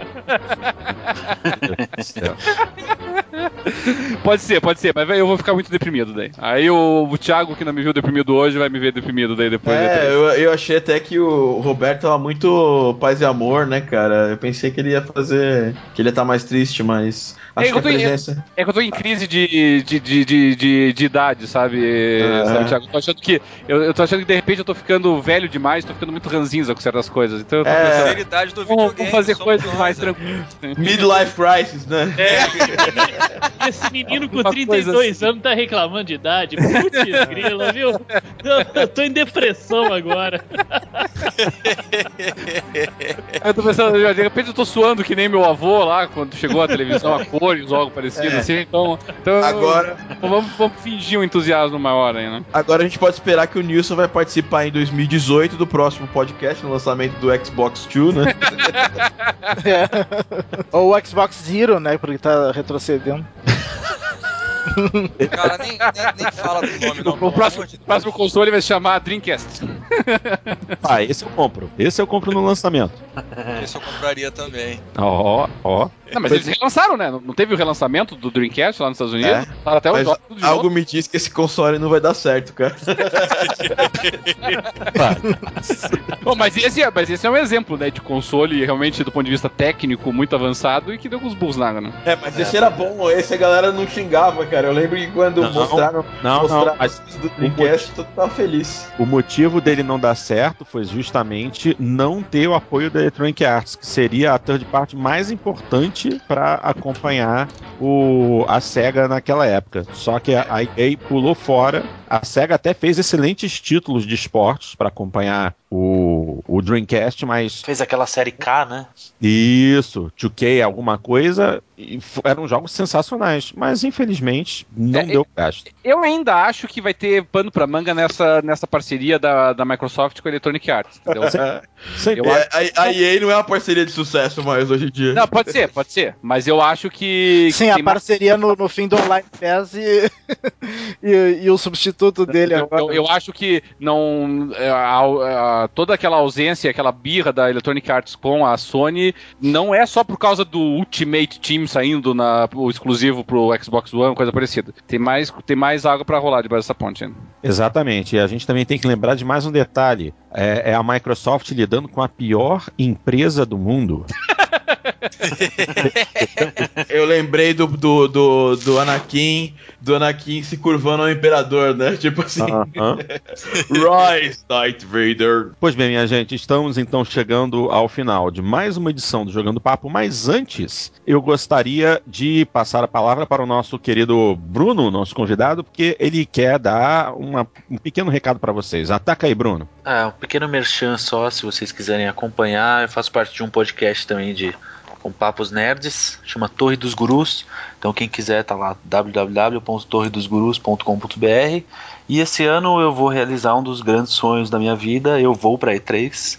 Speaker 5: Pode ser, mas eu vou ficar muito deprimido daí. Aí o Thiago, que não me viu deprimido hoje, vai me ver deprimido daí depois.
Speaker 6: Eu achei até que o Roberto tava muito paz e amor, né, cara? Eu pensei que ele ia fazer... que ele ia estar mais triste, mas... acho que a presença...
Speaker 5: É que eu tô em crise de idade, sabe, Thiago? Eu tô achando que de repente eu tô ficando velho demais, tô ficando muito ranzinza com certas coisas. Então eu tô
Speaker 13: pensando, do videogame,
Speaker 5: vamos fazer coisas mais tranquilas.
Speaker 6: Midlife crisis, né?
Speaker 7: Esse menino com 32 anos tá reclamando de idade. Putz, grila, viu? Eu tô em depressão agora.
Speaker 5: Eu tô pensando, de repente eu tô suando que nem meu avô lá, quando chegou a televisão a cores, algo parecido assim. Então
Speaker 6: agora
Speaker 5: vamos fingir um entusiasmo maior aí, né?
Speaker 6: Agora a gente pode esperar que o Nilson vai participar em 2018 do próximo podcast, no lançamento do Xbox 2, né?
Speaker 3: Ou o Xbox Zero, né? Porque tá retrocedendo.
Speaker 13: Cara, nem fala do nome, não.
Speaker 5: O próximo console vai se chamar Dreamcast.
Speaker 1: Esse eu compro. Esse eu compro no lançamento.
Speaker 13: Esse eu compraria também.
Speaker 1: Ó.
Speaker 5: Não, mas eles relançaram, né? Não teve o relançamento do Dreamcast lá nos Estados Unidos? Até
Speaker 6: mas algo me diz que esse console não vai dar certo, cara.
Speaker 5: Mas esse é um exemplo, né? De console realmente do ponto de vista técnico muito avançado e que deu com os bulls lá, né?
Speaker 6: Mas esse era bom. Esse a galera não xingava, cara. Eu lembro que quando mostraram as coisas do Dreamcast, todo tava feliz.
Speaker 1: O motivo dele não dar certo foi justamente não ter o apoio da Electronic Arts, que seria a third party mais importante para acompanhar a SEGA naquela época. Só que a EA pulou fora. A SEGA até fez excelentes títulos de esportes para acompanhar o Dreamcast, mas...
Speaker 12: fez aquela série K, né?
Speaker 1: Isso, 2K alguma coisa, e eram jogos sensacionais, mas infelizmente não deu gasto.
Speaker 5: Eu ainda acho que vai ter pano pra manga nessa parceria da Microsoft com a Electronic Arts, entendeu?
Speaker 6: A EA não é uma parceria de sucesso mais hoje em dia.
Speaker 5: Não, pode ser, mas eu acho que...
Speaker 3: Sim, a parceria no fim do Online Pass e o substituto dele agora.
Speaker 5: Eu acho que não... toda aquela ausência, aquela birra da Electronic Arts com a Sony não é só por causa do Ultimate Team saindo o exclusivo pro Xbox One, coisa parecida. Tem mais água pra rolar debaixo dessa ponte ainda.
Speaker 1: Exatamente, e a gente também tem que lembrar de mais um detalhe. É a Microsoft lidando com a pior empresa do mundo.
Speaker 6: Eu lembrei do Anakin se curvando ao Imperador, né? Tipo assim. Rise, Darth Vader.
Speaker 1: Pois bem, minha gente, estamos então chegando ao final de mais uma edição do Jogando Papo, mas antes eu gostaria de passar a palavra para o nosso querido Bruno, nosso convidado, porque ele quer dar um pequeno recado para vocês. Ataca aí, Bruno.
Speaker 12: Um pequeno merchan só, se vocês quiserem acompanhar. Eu faço parte de um podcast também com papos nerds, chama Torre dos Gurus. Então quem quiser tá lá, www.torredosgurus.com.br. E esse ano eu vou realizar um dos grandes sonhos da minha vida. Eu vou pra E3.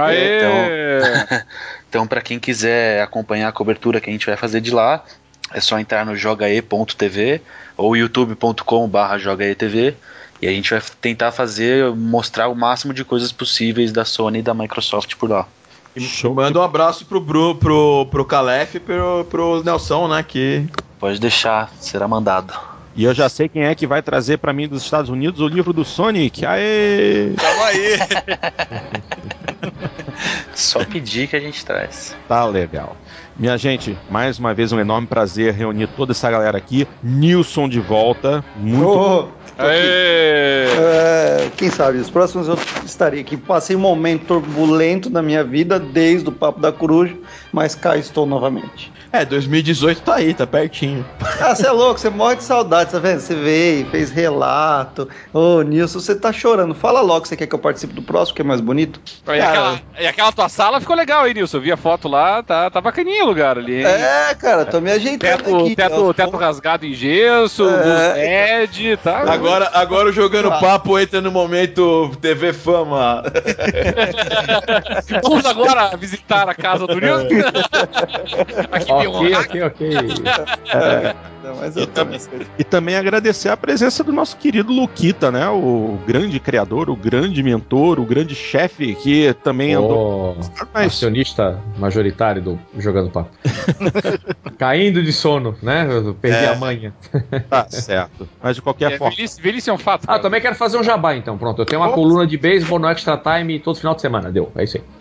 Speaker 12: Então para quem quiser acompanhar a cobertura que a gente vai fazer de lá, é só entrar no jogae.tv ou youtube.com/jogaetv. E a gente vai tentar mostrar o máximo de coisas possíveis da Sony e da Microsoft por lá.
Speaker 6: Manda um abraço pro Calef e pro Nelson, né? Que...
Speaker 12: Pode deixar, será mandado.
Speaker 1: E eu já sei quem é que vai trazer pra mim dos Estados Unidos o livro do Sonic. Aê!
Speaker 13: Tamo aí!
Speaker 12: Só pedir que a gente traz.
Speaker 1: Tá legal. Minha gente, mais uma vez um enorme prazer reunir toda essa galera aqui. Nilson de volta. Muito.
Speaker 8: Quem sabe, os próximos eu estarei aqui. Passei um momento turbulento na minha vida desde o Papo da Coruja, mas cá estou novamente.
Speaker 6: 2018 tá aí, tá pertinho.
Speaker 8: Você é louco, você morre de saudade, tá vendo? Você veio, fez relato. Ô, Nilson, você tá chorando. Fala logo que você quer que eu participe do próximo, que é mais bonito.
Speaker 5: E aquela tua sala ficou legal aí, Nilson. Eu vi a foto lá, tá bacaninho o lugar ali, hein?
Speaker 8: Cara, tô me ajeitando aqui.
Speaker 5: Teto rasgado em gesso, luz LED, tá?
Speaker 6: Agora jogando papo entra no momento TV Fama.
Speaker 5: Vamos agora visitar a casa do Nilson.
Speaker 2: Aqui Ok.
Speaker 1: E também agradecer a presença do nosso querido Luquita, né? O grande criador, o grande mentor, o grande chefe que também andou.
Speaker 2: Acionista majoritário do Jogando Papo. Caindo de sono, né? Eu perdi a manha.
Speaker 1: Tá certo. Mas de qualquer forma.
Speaker 5: Velhice é um fato.
Speaker 2: Cara. Também quero fazer um jabá então. Pronto, eu tenho uma coluna de beisebol no Extra Time todo final de semana. Deu, é isso aí.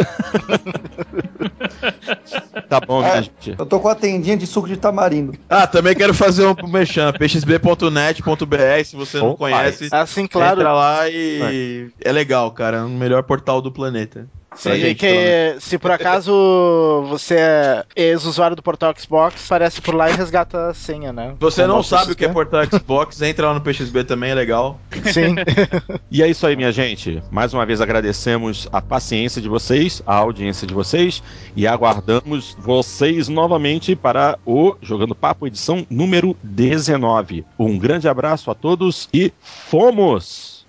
Speaker 1: Tá bom, minha gente.
Speaker 8: Eu tô com a tendinha de suco de tamarindo.
Speaker 6: Também quero fazer um mexão, pxb.net.br, se você não conhece.
Speaker 3: Assim, claro.
Speaker 6: Entra lá e é legal, cara, é o melhor portal do planeta.
Speaker 3: Se por acaso você é ex-usuário do portal Xbox, aparece por lá e resgata a senha, né?
Speaker 6: Você não sabe o que é portal Xbox, entra lá no PXB também, é legal.
Speaker 3: Sim.
Speaker 1: E é isso aí, minha gente. Mais uma vez agradecemos a paciência de vocês, a audiência de vocês e aguardamos vocês novamente para o Jogando Papo, edição número 19. Um grande abraço a todos e fomos!